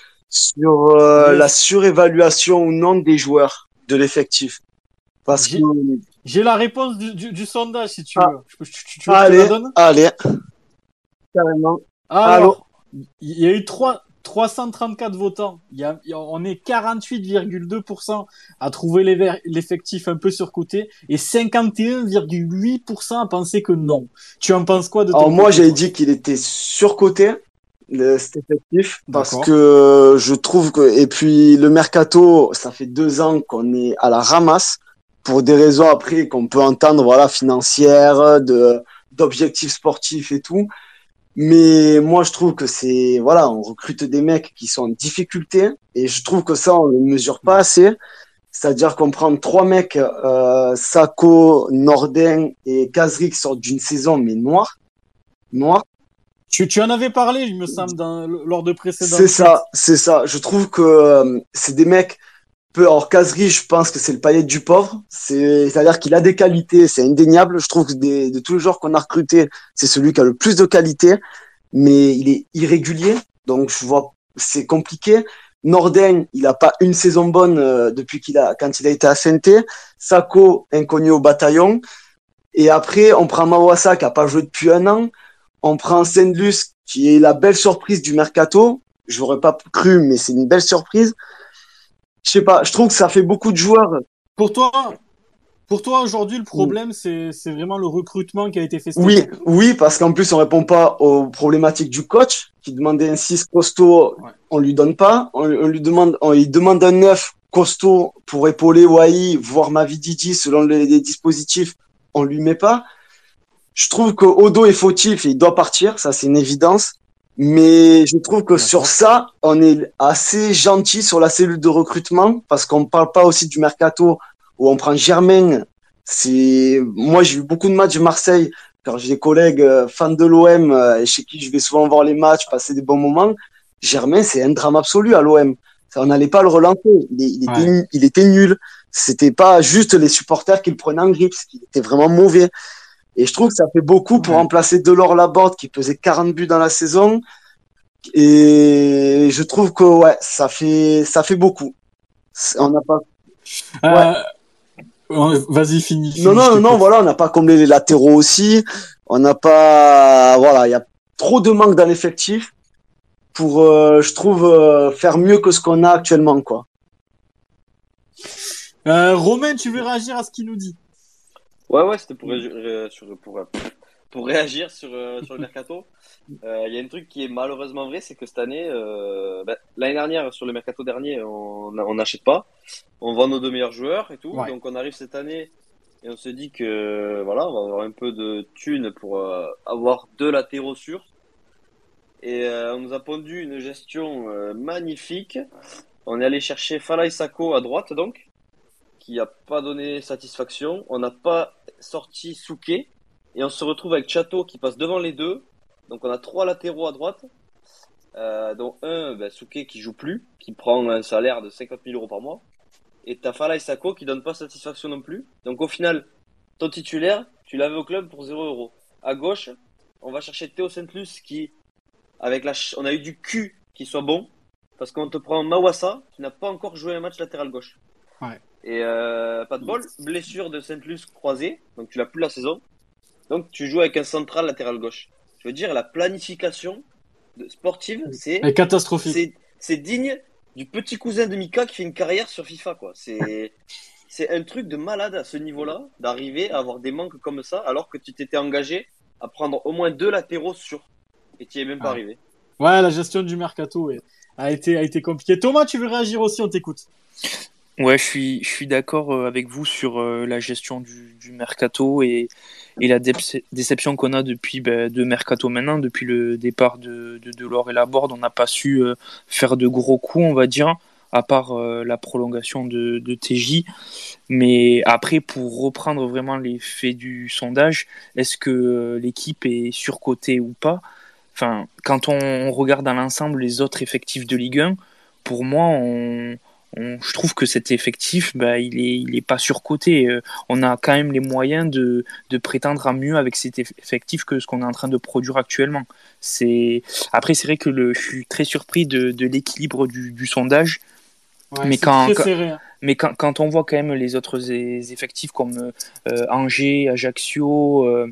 sur euh, Yes. la surévaluation ou non des joueurs de l'effectif. Parce que... J'ai j'ai la réponse du, du, du sondage, si tu Ah. veux. Je peux- tu, tu, tu veux que je te Allez, la donne? allez. Carrément. Alors, il y a eu trois, trois cent trente-quatre votants. Il y a, il y a- on est quarante-huit virgule deux pour cent à trouver les ver- l'effectif un peu surcoté et cinquante et un virgule huit pour cent à penser que non. Tu en penses quoi de ton Alors moi, côté, j'avais toi dit qu'il était surcoté, le, cet effectif, parce D'accord. que je trouve que... Et puis le mercato, ça fait deux ans qu'on est à la ramasse, pour des raisons après qu'on peut entendre, voilà, financières, de d'objectifs sportifs et tout. Mais moi, je trouve que c'est... Voilà, on recrute des mecs qui sont en difficulté, et je trouve que ça, on ne mesure pas assez. C'est-à-dire qu'on prend trois mecs, euh, Sako, Norden et Kazri, qui sortent d'une saison, mais noire. Noire. Tu, tu en avais parlé, il me semble, dans, lors de précédents. C'est ça, c'est ça. Je trouve que euh, c'est des mecs peu. Alors Kazri, je pense que c'est le paillet du pauvre. C'est, c'est-à-dire qu'il a des qualités, c'est indéniable. Je trouve que des, de tous les joueurs qu'on a recrutés, c'est celui qui a le plus de qualités, mais il est irrégulier. Donc je vois, c'est compliqué. Norden, il a pas une saison bonne euh, depuis qu'il a, quand il a été à Saint-Étienne. Sako, inconnu au bataillon. Et après, on prend Mawassa qui a pas joué depuis un an. On prend Saint-Luc qui est la belle surprise du mercato. Je n'aurais pas cru, mais c'est une belle surprise. Je sais pas, je trouve que ça fait beaucoup de joueurs. Pour toi, pour toi aujourd'hui, le problème, c'est, c'est vraiment le recrutement qui a été fait. cet Oui, été. oui, parce qu'en plus, on répond pas aux problématiques du coach, qui demandait un six costaud, Ouais. on lui donne pas. On, on lui demande, on lui demande un neuf costaud pour épauler Wai, voire Mavididi, selon les, les dispositifs, on lui met pas. Je trouve que Odo est fautif et il doit partir, ça c'est une évidence. Mais je trouve que sur ça, on est assez gentil sur la cellule de recrutement parce qu'on parle pas aussi du mercato où on prend Germain. C'est, moi, j'ai eu beaucoup de matchs de Marseille quand j'ai des collègues euh, fans de l'O M euh, chez qui je vais souvent voir les matchs, passer des bons moments. Germain, c'est un drame absolu à l'O M. Ça, on n'allait pas le relancer. Il, il était, Ouais. il était nul. C'était pas juste les supporters qui le prenaient en grippe. Il était vraiment mauvais. Et je trouve que ça fait beaucoup pour Ouais. remplacer Delors Laborde qui pesait quarante buts dans la saison. Et je trouve que ouais, ça fait ça fait beaucoup. On n'a pas. Ouais. Euh, Vas-y, finis. Non finis, non je non non t'écoute. voilà, on n'a pas comblé les latéraux aussi. On n'a pas voilà, il y a trop de manque dans l'effectif pour euh, je trouve euh, faire mieux que ce qu'on a actuellement quoi. Euh, Romain, tu veux réagir à ce qu'il nous dit? Ouais, ouais, c'était pour, réagir- ré- sur, pour, euh, pour réagir sur, euh, sur le mercato. Euh, Il y a un truc qui est malheureusement vrai, c'est que cette année, euh, ben, l'année dernière, sur le mercato dernier, on on n'achète pas. On vend nos deux meilleurs joueurs et tout. Ouais. Donc on arrive cette année et on se dit que voilà, on va avoir un peu de thunes pour euh, avoir deux latéraux sûrs. Et euh, on nous a pondu une gestion euh, magnifique. On est allé chercher Falaï Sako à droite, donc, qui n'a pas donné satisfaction. On n'a pas sorti Souquet. Et on se retrouve avec Chateau qui passe devant les deux. Donc on a trois latéraux à droite. Euh, dont un, ben, Souquet qui joue plus, qui prend un salaire de cinquante mille euros par mois. Et t'as Falaï Sako qui donne pas satisfaction non plus. Donc au final, ton titulaire, tu l'avais au club pour zéro euros. À gauche, on va chercher Théo Saint-Luc qui, avec la, ch- on a eu du cul qui soit bon. Parce qu'on te prend Mawassa, qui n'a pas encore joué un match latéral gauche. Ouais. Et euh, pas de bol, blessure de Saint-Luc croisée, donc tu l'as plus la saison. Donc tu joues avec un central latéral gauche. Je veux dire, la planification de- sportive, c'est Elle est catastrophique. c'est c'est digne du petit cousin de Mika qui fait une carrière sur FIFA, quoi. C'est c'est un truc de malade à ce niveau-là, d'arriver à avoir des manques comme ça, alors que tu t'étais engagé à prendre au moins deux latéraux sûrs. Et tu n'y es même pas Ouais. arrivé. Ouais, la gestion du mercato ouais, a été a été compliquée. Thomas, tu veux réagir aussi? On t'écoute. Ouais, je suis, je suis d'accord euh, avec vous sur euh, la gestion du, du mercato et, et la dép- déception qu'on a depuis ben, deux mercato maintenant, depuis le départ de, de Delors et Laborde. On n'a pas su euh, faire de gros coups, on va dire, à part euh, la prolongation de, de T J. Mais après, pour reprendre vraiment les faits du sondage, est-ce que euh, l'équipe est surcotée ou pas? Enfin, quand on regarde dans l'ensemble les autres effectifs de Ligue un, pour moi, on, on- je trouve que cet effectif, bah, il est, il est pas surcoté. Euh, on a quand même les moyens de, de prétendre à mieux avec cet eff- effectif que ce qu'on est en train de produire actuellement. C'est... Après, c'est vrai que le, je suis très surpris de, de l'équilibre du, du sondage. Ouais, Mais c'est quand, très quand- serré. hein. mais quand, quand on voit quand même les autres e- effectifs comme euh, Angers, Ajaccio, euh,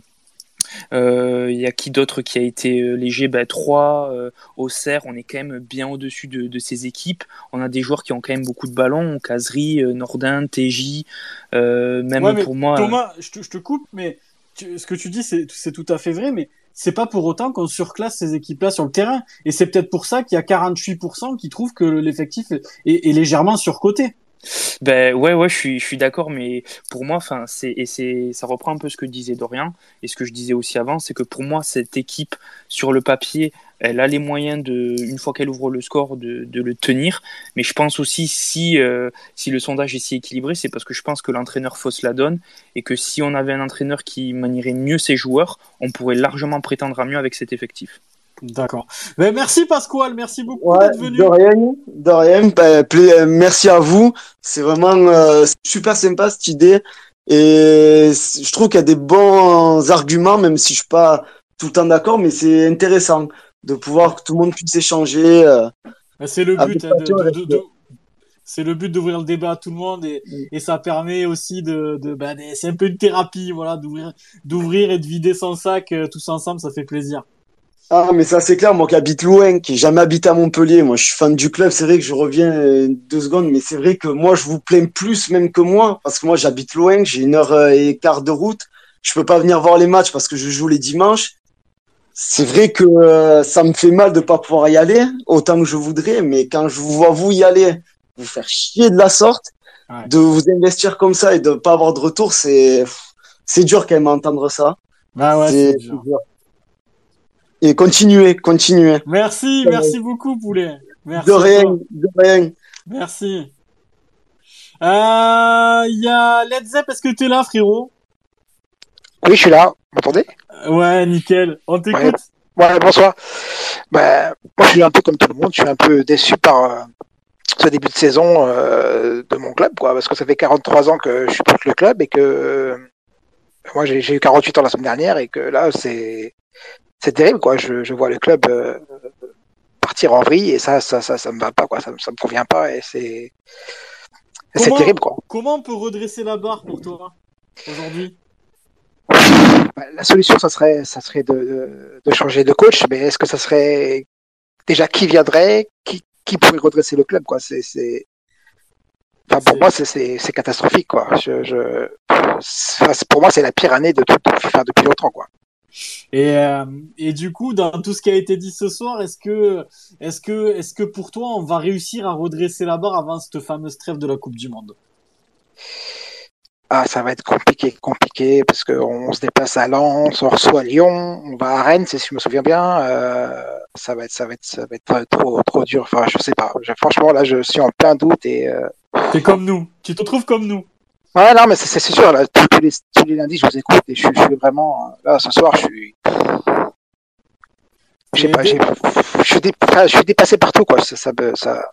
euh, il y a qui d'autre qui a été euh, léger? Ben, trois, euh, Auxerre, on est quand même bien au-dessus de, de ces équipes. On a des joueurs qui ont quand même beaucoup de ballons, Kazri, euh, Nordin, T J, euh, même Ouais, mais pour moi. Thomas, je te, je te coupe, mais tu- ce que tu dis, c'est c'est tout à fait vrai, mais c'est pas pour autant qu'on surclasse ces équipes-là sur le terrain. Et c'est peut-être pour ça qu'il y a quarante-huit pour cent qui trouvent que l'effectif est, est- est légèrement surcoté. Ben ouais, ouais, je suis, je suis d'accord, mais pour moi, enfin, c'est et c'est, ça reprend un peu ce que disait Dorian et ce que je disais aussi avant, c'est que pour moi, cette équipe sur le papier, elle a les moyens de, une fois qu'elle ouvre le score, de, de le tenir. Mais je pense aussi si euh, si le sondage est si équilibré, c'est parce que je pense que l'entraîneur fausse la donne et que si on avait un entraîneur qui manierait mieux ses joueurs, on pourrait largement prétendre à mieux avec cet effectif. D'accord. Mais merci Pasquale, merci beaucoup Ouais, d'être venu. de rien, de rien. Bah, pla- euh, merci à vous. C'est vraiment euh, super sympa cette idée. Et c- je trouve qu'il y a des bons arguments, même si je suis pas tout le temps d'accord, mais c'est intéressant de pouvoir que tout le monde puisse échanger. euh, Ben, C'est le avec but, hein, de, passion et de, de, respect. de- c'est le but d'ouvrir le débat à tout le monde et, et ça permet aussi de, de ben, des- c'est un peu une thérapie, voilà, d'ouvrir, d'ouvrir et de vider son sac euh, tous ensemble, ça fait plaisir. Ah, mais ça, c'est clair, moi qui habite loin, qui n'ai jamais habité à Montpellier, moi je suis fan du club, c'est vrai que je reviens euh, deux secondes, mais c'est vrai que moi je vous plains plus même que moi, parce que moi j'habite loin, j'ai une heure euh, et quart de route, je peux pas venir voir les matchs parce que je joue les dimanches. C'est vrai que euh, ça me fait mal de pas pouvoir y aller, autant que je voudrais, mais quand je vous vois vous y aller, vous faire chier de la sorte, Ouais. de vous investir comme ça et de pas avoir de retour, c'est c'est dur quand même à entendre ça. Bah ouais, C'est c'est c'est dur. dur. Et continuez, continuez. Merci, merci beaucoup, Poulet. Merci. De rien, toi. de rien. Merci. Il euh, y a Led Zepp, est-ce que t'es là, frérot? Oui, je suis là. Vous m'entendez? Ouais, nickel. On t'écoute. Ouais. ouais, bonsoir. Ben, moi, je suis un peu comme tout le monde. Je suis un peu déçu par euh, ce début de saison euh, de mon club, quoi, parce que ça fait quarante-trois ans que je supporte le club et que euh, moi, j'ai, j'ai eu quarante-huit ans la semaine dernière et que là, c'est c'est terrible, quoi. Je, je vois le club euh, partir en vrille et ça, ça, ça, ça me va pas, quoi. Ça, ça me convient pas et c'est c'est Comment, terrible, quoi. comment on peut redresser la barre pour toi aujourd'hui? La solution, ça serait, ça serait de, de, de changer de coach, mais est-ce que ça serait déjà qui viendrait, qui, qui pourrait redresser le club, quoi? C'est, c'est, enfin, pour C'est- moi, c'est, c'est, c'est catastrophique, quoi. Je, je, c'est- pour moi, c'est la pire année de tout, enfin, depuis longtemps, quoi. Et, euh, et du coup, dans tout ce qui a été dit ce soir, est-ce que, est-ce que, est-ce que pour toi, on va réussir à redresser la barre avant cette fameuse trêve de la Coupe du Monde? Ah, ça va être compliqué, compliqué, parce qu'on se déplace à Lens, on reçoit Lyon, on va à Rennes, si je me souviens bien. Euh, ça va être, ça va être, ça va être trop, trop dur. Enfin, je sais pas. Je- franchement, là, je suis en plein doute et. Euh... T'es comme nous. Tu te trouves comme nous. Ouais, non, mais c'est, c'est c'est sûr. Là, tous, tous les, tous les lundis, je vous écoute et je, suis- je suis vraiment. Là, ce soir, je suis. Je sais Et pas. dé- J'ai, je suis, dé- enfin, je suis dépassé partout, quoi. Ça, ça, me- ça.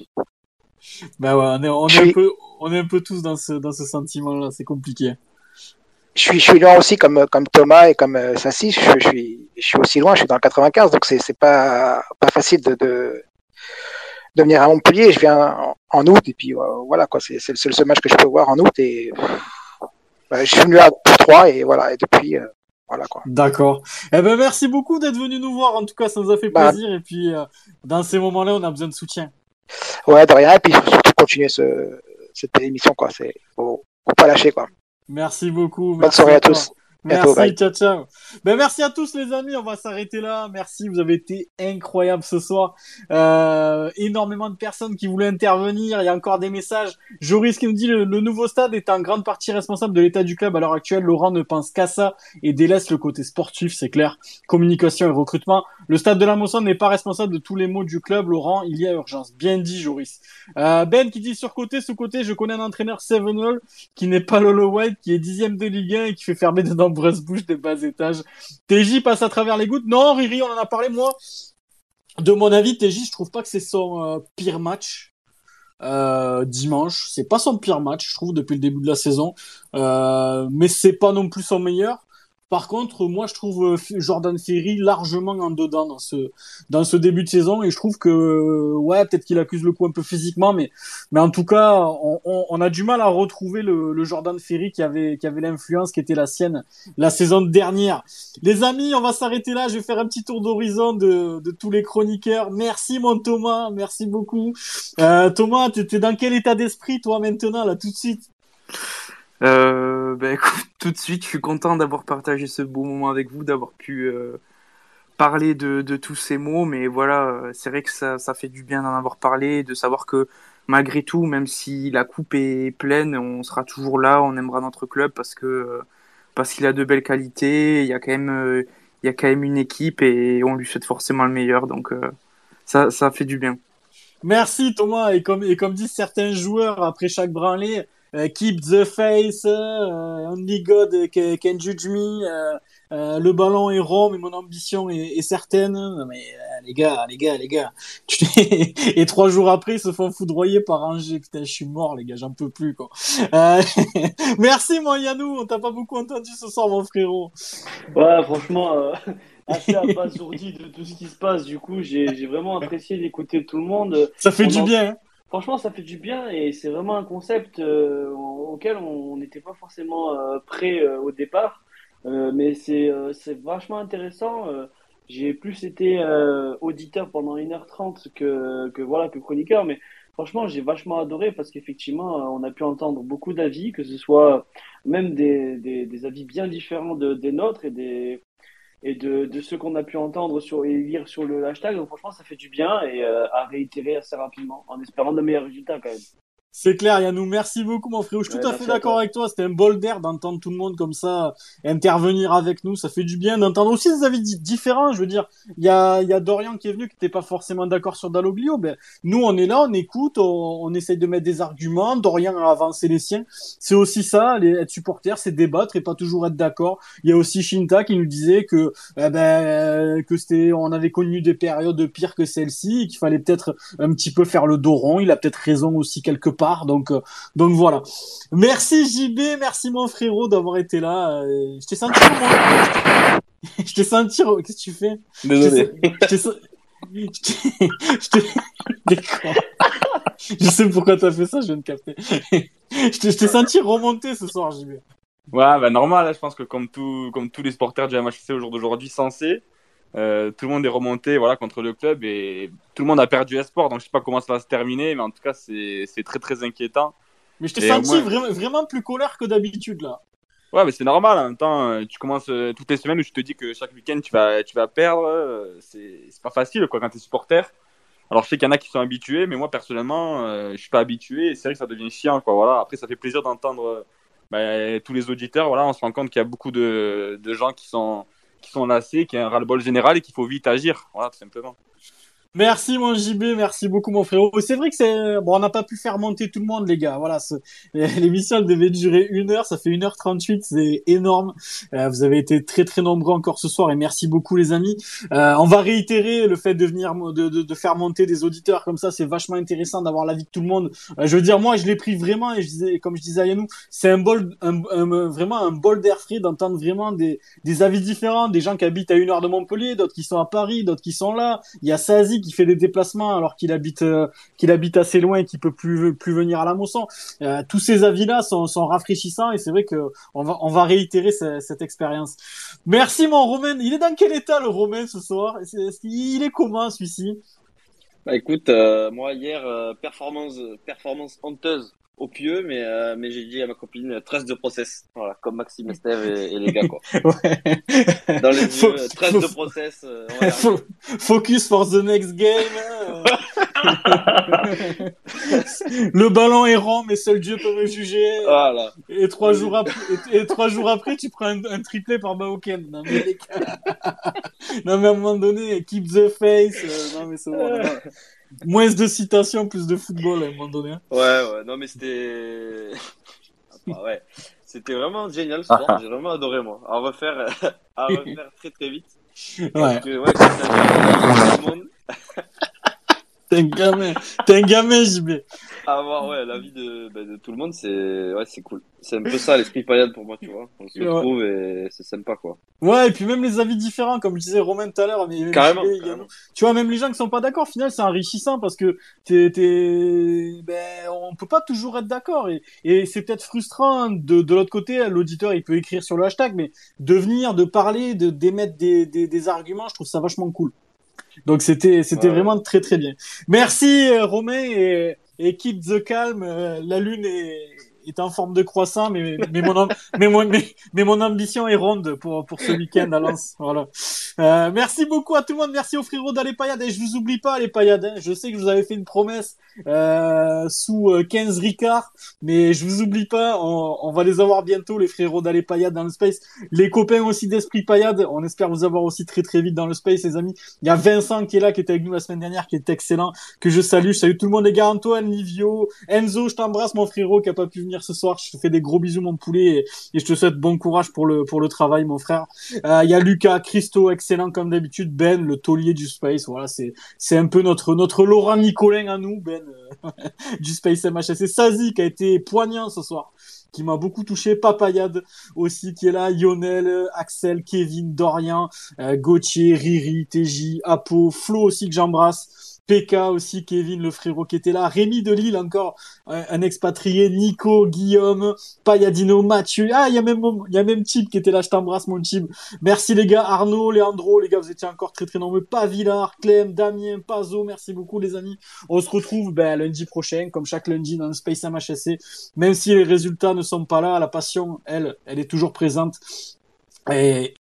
Bah ouais, on est, on Je est un suis, peu, on est un peu tous dans ce, dans ce sentiment-là. C'est compliqué. je suis, je suis loin aussi, comme, comme Thomas et comme euh, Sassi. Je, je suis, je suis aussi loin. Je suis dans le quatre-vingt-quinze, donc c'est, c'est pas, pas facile de, de de venir à Montpellier. Je viens en, en août et puis euh, voilà, quoi. C'est, c'est le seul, seul match que je peux voir en août et euh, je suis venu à trois et voilà. Et depuis, euh, voilà, quoi. D'accord. Eh ben, merci beaucoup d'être venu nous voir. En tout cas, ça nous a fait Bah, plaisir. Et puis, euh, dans ces moments-là, on a besoin de soutien. ouais, de rien. Et puis, il faut surtout continuer ce, cette émission, quoi. C'est, faut, faut pas lâcher, quoi. Merci beaucoup. Bonne Merci soirée à à toi. tous. Bientôt, bye. Merci, ciao, ciao. Ben, merci à tous, les amis. On va s'arrêter là. Merci. Vous avez été incroyables ce soir. Euh, énormément de personnes qui voulaient intervenir. Il y a encore des messages. Joris qui nous dit le, le nouveau stade est en grande partie responsable de l'état du club à l'heure actuelle. Laurent ne pense qu'à ça et délaisse le côté sportif, c'est clair. Communication et recrutement. Le stade de la Mosson n'est pas responsable de tous les maux du club. Laurent, il y a urgence. Bien dit, Joris. Euh, Ben qui dit sur côté, sous côté, je connais un entraîneur Sevenol qui n'est pas Lolo White, qui est dixième de Ligue un et qui fait fermer de nombreuses bouches des bas étages. T J passe à travers les gouttes. Non, Riri, on en a parlé, moi. De mon avis, T J, je trouve pas que c'est son euh, pire match. Euh, dimanche, c'est pas son pire match, je trouve, depuis le début de la saison. Euh, mais c'est pas non plus son meilleur. Par contre, moi, je trouve euh, Jordan Ferry largement en dedans dans ce dans ce début de saison et je trouve que euh, ouais, peut-être qu'il accuse le coup un peu physiquement, mais mais en tout cas, on, on, on a du mal à retrouver le, le Jordan Ferry qui avait qui avait l'influence qui était la sienne la saison dernière. Les amis, on va s'arrêter là. Je vais faire un petit tour d'horizon de de tous les chroniqueurs. Merci mon Thomas, merci beaucoup. Euh, Thomas, t'es dans quel état d'esprit toi maintenant là tout de suite? Euh, bah, écoute, tout de suite, je suis content d'avoir partagé ce beau moment avec vous, d'avoir pu euh, parler de, de tous ces mots, mais voilà, euh, c'est vrai que ça, ça fait du bien d'en avoir parlé, de savoir que malgré tout, même si la coupe est pleine, on sera toujours là, on aimera notre club parce que euh, parce qu'il a de belles qualités, il y a quand même euh, il y a quand même une équipe et on lui souhaite forcément le meilleur, donc euh, ça, ça fait du bien. Merci Thomas, et comme, et comme disent certains joueurs après chaque branlée, euh, keep the face, euh, only God can, can judge me, euh, euh, le ballon est rond mais mon ambition est, est certaine. Non, mais euh, les gars, les gars, les gars. Et trois jours après, ils se font foudroyer par Angers. Putain, je suis mort les gars, j'en peux plus quoi. Euh, Merci mon Yannou, on t'a pas beaucoup entendu ce soir mon frérot. Ouais, franchement, euh, assez abasourdi de tout ce qui se passe. Du coup, j'ai j'ai vraiment apprécié d'écouter tout le monde. Ça fait On du en- bien. Hein. Franchement, ça fait du bien et c'est vraiment un concept euh, auquel on n'était pas forcément euh, prêt euh, au départ. Euh, mais c'est euh, c'est vachement intéressant. Euh, j'ai plus été euh, auditeur pendant une heure trente que, que, voilà, que chroniqueur, mais franchement, j'ai vachement adoré parce qu'effectivement, euh, on a pu entendre beaucoup d'avis, que ce soit même des, des, des avis bien différents de, des nôtres et des et de, de ceux qu'on a pu entendre sur, et lire sur le hashtag. Donc franchement, ça fait du bien et euh, à réitérer assez rapidement en espérant de meilleurs résultats quand même. C'est clair, Yannou. Merci beaucoup, mon frérot. Je suis Ouais, tout à fait merci à d'accord toi. avec toi. C'était un bol d'air d'entendre tout le monde comme ça intervenir avec nous. Ça fait du bien d'entendre aussi des avis di- différents. Je veux dire, il y a, il y a Dorian qui est venu, qui n'était pas forcément d'accord sur Dalloglio. Ben, nous, on est là, on écoute, on, on essaye de mettre des arguments. Dorian a avancé les siens. C'est aussi ça, les, être supporter, c'est débattre et pas toujours être d'accord. Il y a aussi Shinta qui nous disait que, eh ben, que c'était, on avait connu des périodes pires que celle-ci, et qu'il fallait peut-être un petit peu faire le dos rond. Il a peut-être raison aussi quelque part. Donc, euh, donc voilà. Merci J B, merci mon frérot d'avoir été là. Euh, je t'ai senti moi. Je t'ai senti. Qu'est-ce que tu fais? Désolé. Je t'ai. Je t'ai. Je t'ai. D'accord. Je sais pourquoi t'as fait ça, je viens de capter. Je t'ai, je t'ai senti remonter ce soir, J B. Ouais, bah normal, hein, je pense que comme, tout, comme tous les supporters du M H C au jour d'aujourd'hui censés, euh, tout le monde est remonté voilà, contre le club et tout le monde a perdu espoir. Donc je sais pas comment ça va se terminer, mais en tout cas, c'est, c'est très très inquiétant. Mais je t'ai Et au senti moins- vraiment, vraiment plus colère que d'habitude là. Ouais, mais c'est normal. En même temps, euh, tu commences euh, toutes les semaines où tu te dis que chaque week-end tu vas, tu vas perdre. euh, c'est, c'est pas facile quoi quand t'es supporter. Alors je sais qu'il y en a qui sont habitués, mais moi personnellement, euh, je suis pas habitué. Et c'est vrai que ça devient chiant quoi. Voilà. Après, ça fait plaisir d'entendre euh, bah, tous les auditeurs. Voilà, on se rend compte qu'il y a beaucoup de, de gens qui sont, qui sont lassés, qu'il y a un ras-le-bol général et qu'il faut vite agir. Voilà, tout simplement. Merci mon J B, merci beaucoup mon frérot. C'est vrai que c'est bon, on n'a pas pu faire monter tout le monde les gars. Voilà, ce- l'émission elle devait durer une heure, ça fait une heure trente-huit, c'est énorme. Euh, vous avez été très très nombreux encore ce soir et merci beaucoup les amis. Euh, on va réitérer le fait de venir de, de, de faire monter des auditeurs comme ça, c'est vachement intéressant d'avoir l'avis de tout le monde. Euh, je veux dire moi je l'ai pris vraiment et je disais comme je disais à Yannou, c'est un bol un, un- vraiment un bol d'air frais d'entendre vraiment des des avis différents, des gens qui habitent à une heure de Montpellier, d'autres qui sont à Paris, d'autres qui sont là. Il y a Sazi qui fait des déplacements alors qu'il habite euh, qu'il habite assez loin et qu'il peut plus plus venir à la Mosson. Euh, tous ces avis-là sont, sont rafraîchissants et c'est vrai que on va on va réitérer ce- cette expérience. Merci mon Romain. Il est dans quel état le Romain ce soir? C'est- est-ce qu'il- Il est comment celui-ci? Bah écoute, euh, moi hier, euh, performance, performance honteuse au pieu, mais, euh, mais j'ai dit à ma copine, euh, tresse de process. Voilà, comme Maxime Estève et, et les gars, quoi. Ouais. Dans les Faut- yeux, euh, tresse faut- de process, euh, on va y arriver. Fo- Focus for the next game. hein. Le ballon est rond, mais seul Dieu peut me juger. Voilà. Et trois Oui. jours après, et, et trois jours après, tu prends un, un triplé par Baoken. Non mais, les gars. Non mais à un moment donné, keep the face. euh, non mais c'est bon. non. Moins de citations, plus de football à un moment donné. hein. Ouais, ouais, non, mais c'était. Ah, bah, ouais. C'était vraiment génial ce soir. J'ai vraiment adoré, moi. À refaire, à refaire très très vite. Parce Ouais. que, ouais, comme t'as dit, tout le monde, T'es un gamin. T'es un gamin, J B. avoir ouais, l'avis de, bah, de tout le monde, c'est ouais, c'est cool. C'est un peu ça l'esprit paillade pour moi, tu vois. On se Ouais. retrouve et c'est sympa, quoi. Ouais, et puis même les avis différents, comme je disais Romain tout à l'heure, mais même Carrément, J B, carrément. tu vois, même les gens qui sont pas d'accord, au final, c'est enrichissant parce que t'es, t'es, ben, on peut pas toujours être d'accord et, et c'est peut-être frustrant de, de l'autre côté, l'auditeur, il peut écrire sur le hashtag, mais de venir, de parler, de d'émettre des, des, des arguments, je trouve ça vachement cool. Donc c'était, c'était Ouais. vraiment très très bien. Merci euh, Romain et, et keep the calm. euh, la lune est, est en forme de croissant, mais, mais, mon, am- mais, mon, mais, mais mon ambition est ronde pour, pour ce week-end à Lens. Voilà. Euh, merci beaucoup à tout le monde. Merci aux frérots dans les paillades. Et je vous oublie pas les paillades. Hein. Je sais que je vous avais fait une promesse euh, sous euh, quinze Ricard, mais je vous oublie pas. On, on va les avoir bientôt, les frérots dans les paillades dans le space. Les copains aussi d'Esprit Paillade. On espère vous avoir aussi très très vite dans le space, les amis. Il y a Vincent qui est là, qui était avec nous la semaine dernière, qui est excellent, que je salue. Je salue tout le monde, les gars. Antoine, Livio, Enzo, je t'embrasse, mon frérot, qui a pas pu venir ce soir. Je te fais des gros bisous, mon poulet, et, et je te souhaite bon courage pour le, pour le travail, mon frère. Euh, Il y a Lucas, Christo, excellent comme d'habitude. Ben, le taulier du space. Voilà, c'est, c'est un peu notre, notre Laurent Nicolin à nous, Ben, euh, du space M H S. C'est Sazi qui a été poignant ce soir, qui m'a beaucoup touché. Papayade aussi qui est là. Lionel, Axel, Kevin, Dorian, euh, Gauthier, Riri, T J, Apo, Flo aussi que j'embrasse. P K aussi, Kevin, le frérot qui était là. Rémi de Lille, encore un, un expatrié. Nico, Guillaume, Payadino, Mathieu. Ah, il y a même, mon- il y a même Chib qui était là. Je t'embrasse, mon Chib. Merci les gars. Arnaud, Leandro, les gars, vous étiez encore très très nombreux. Pavillard, Clem, Damien, Pazo. Merci beaucoup, les amis. On se retrouve ben, lundi prochain, comme chaque lundi dans le Space M H S C. Même si les résultats ne sont pas là, la passion, elle, elle est toujours présente. Et,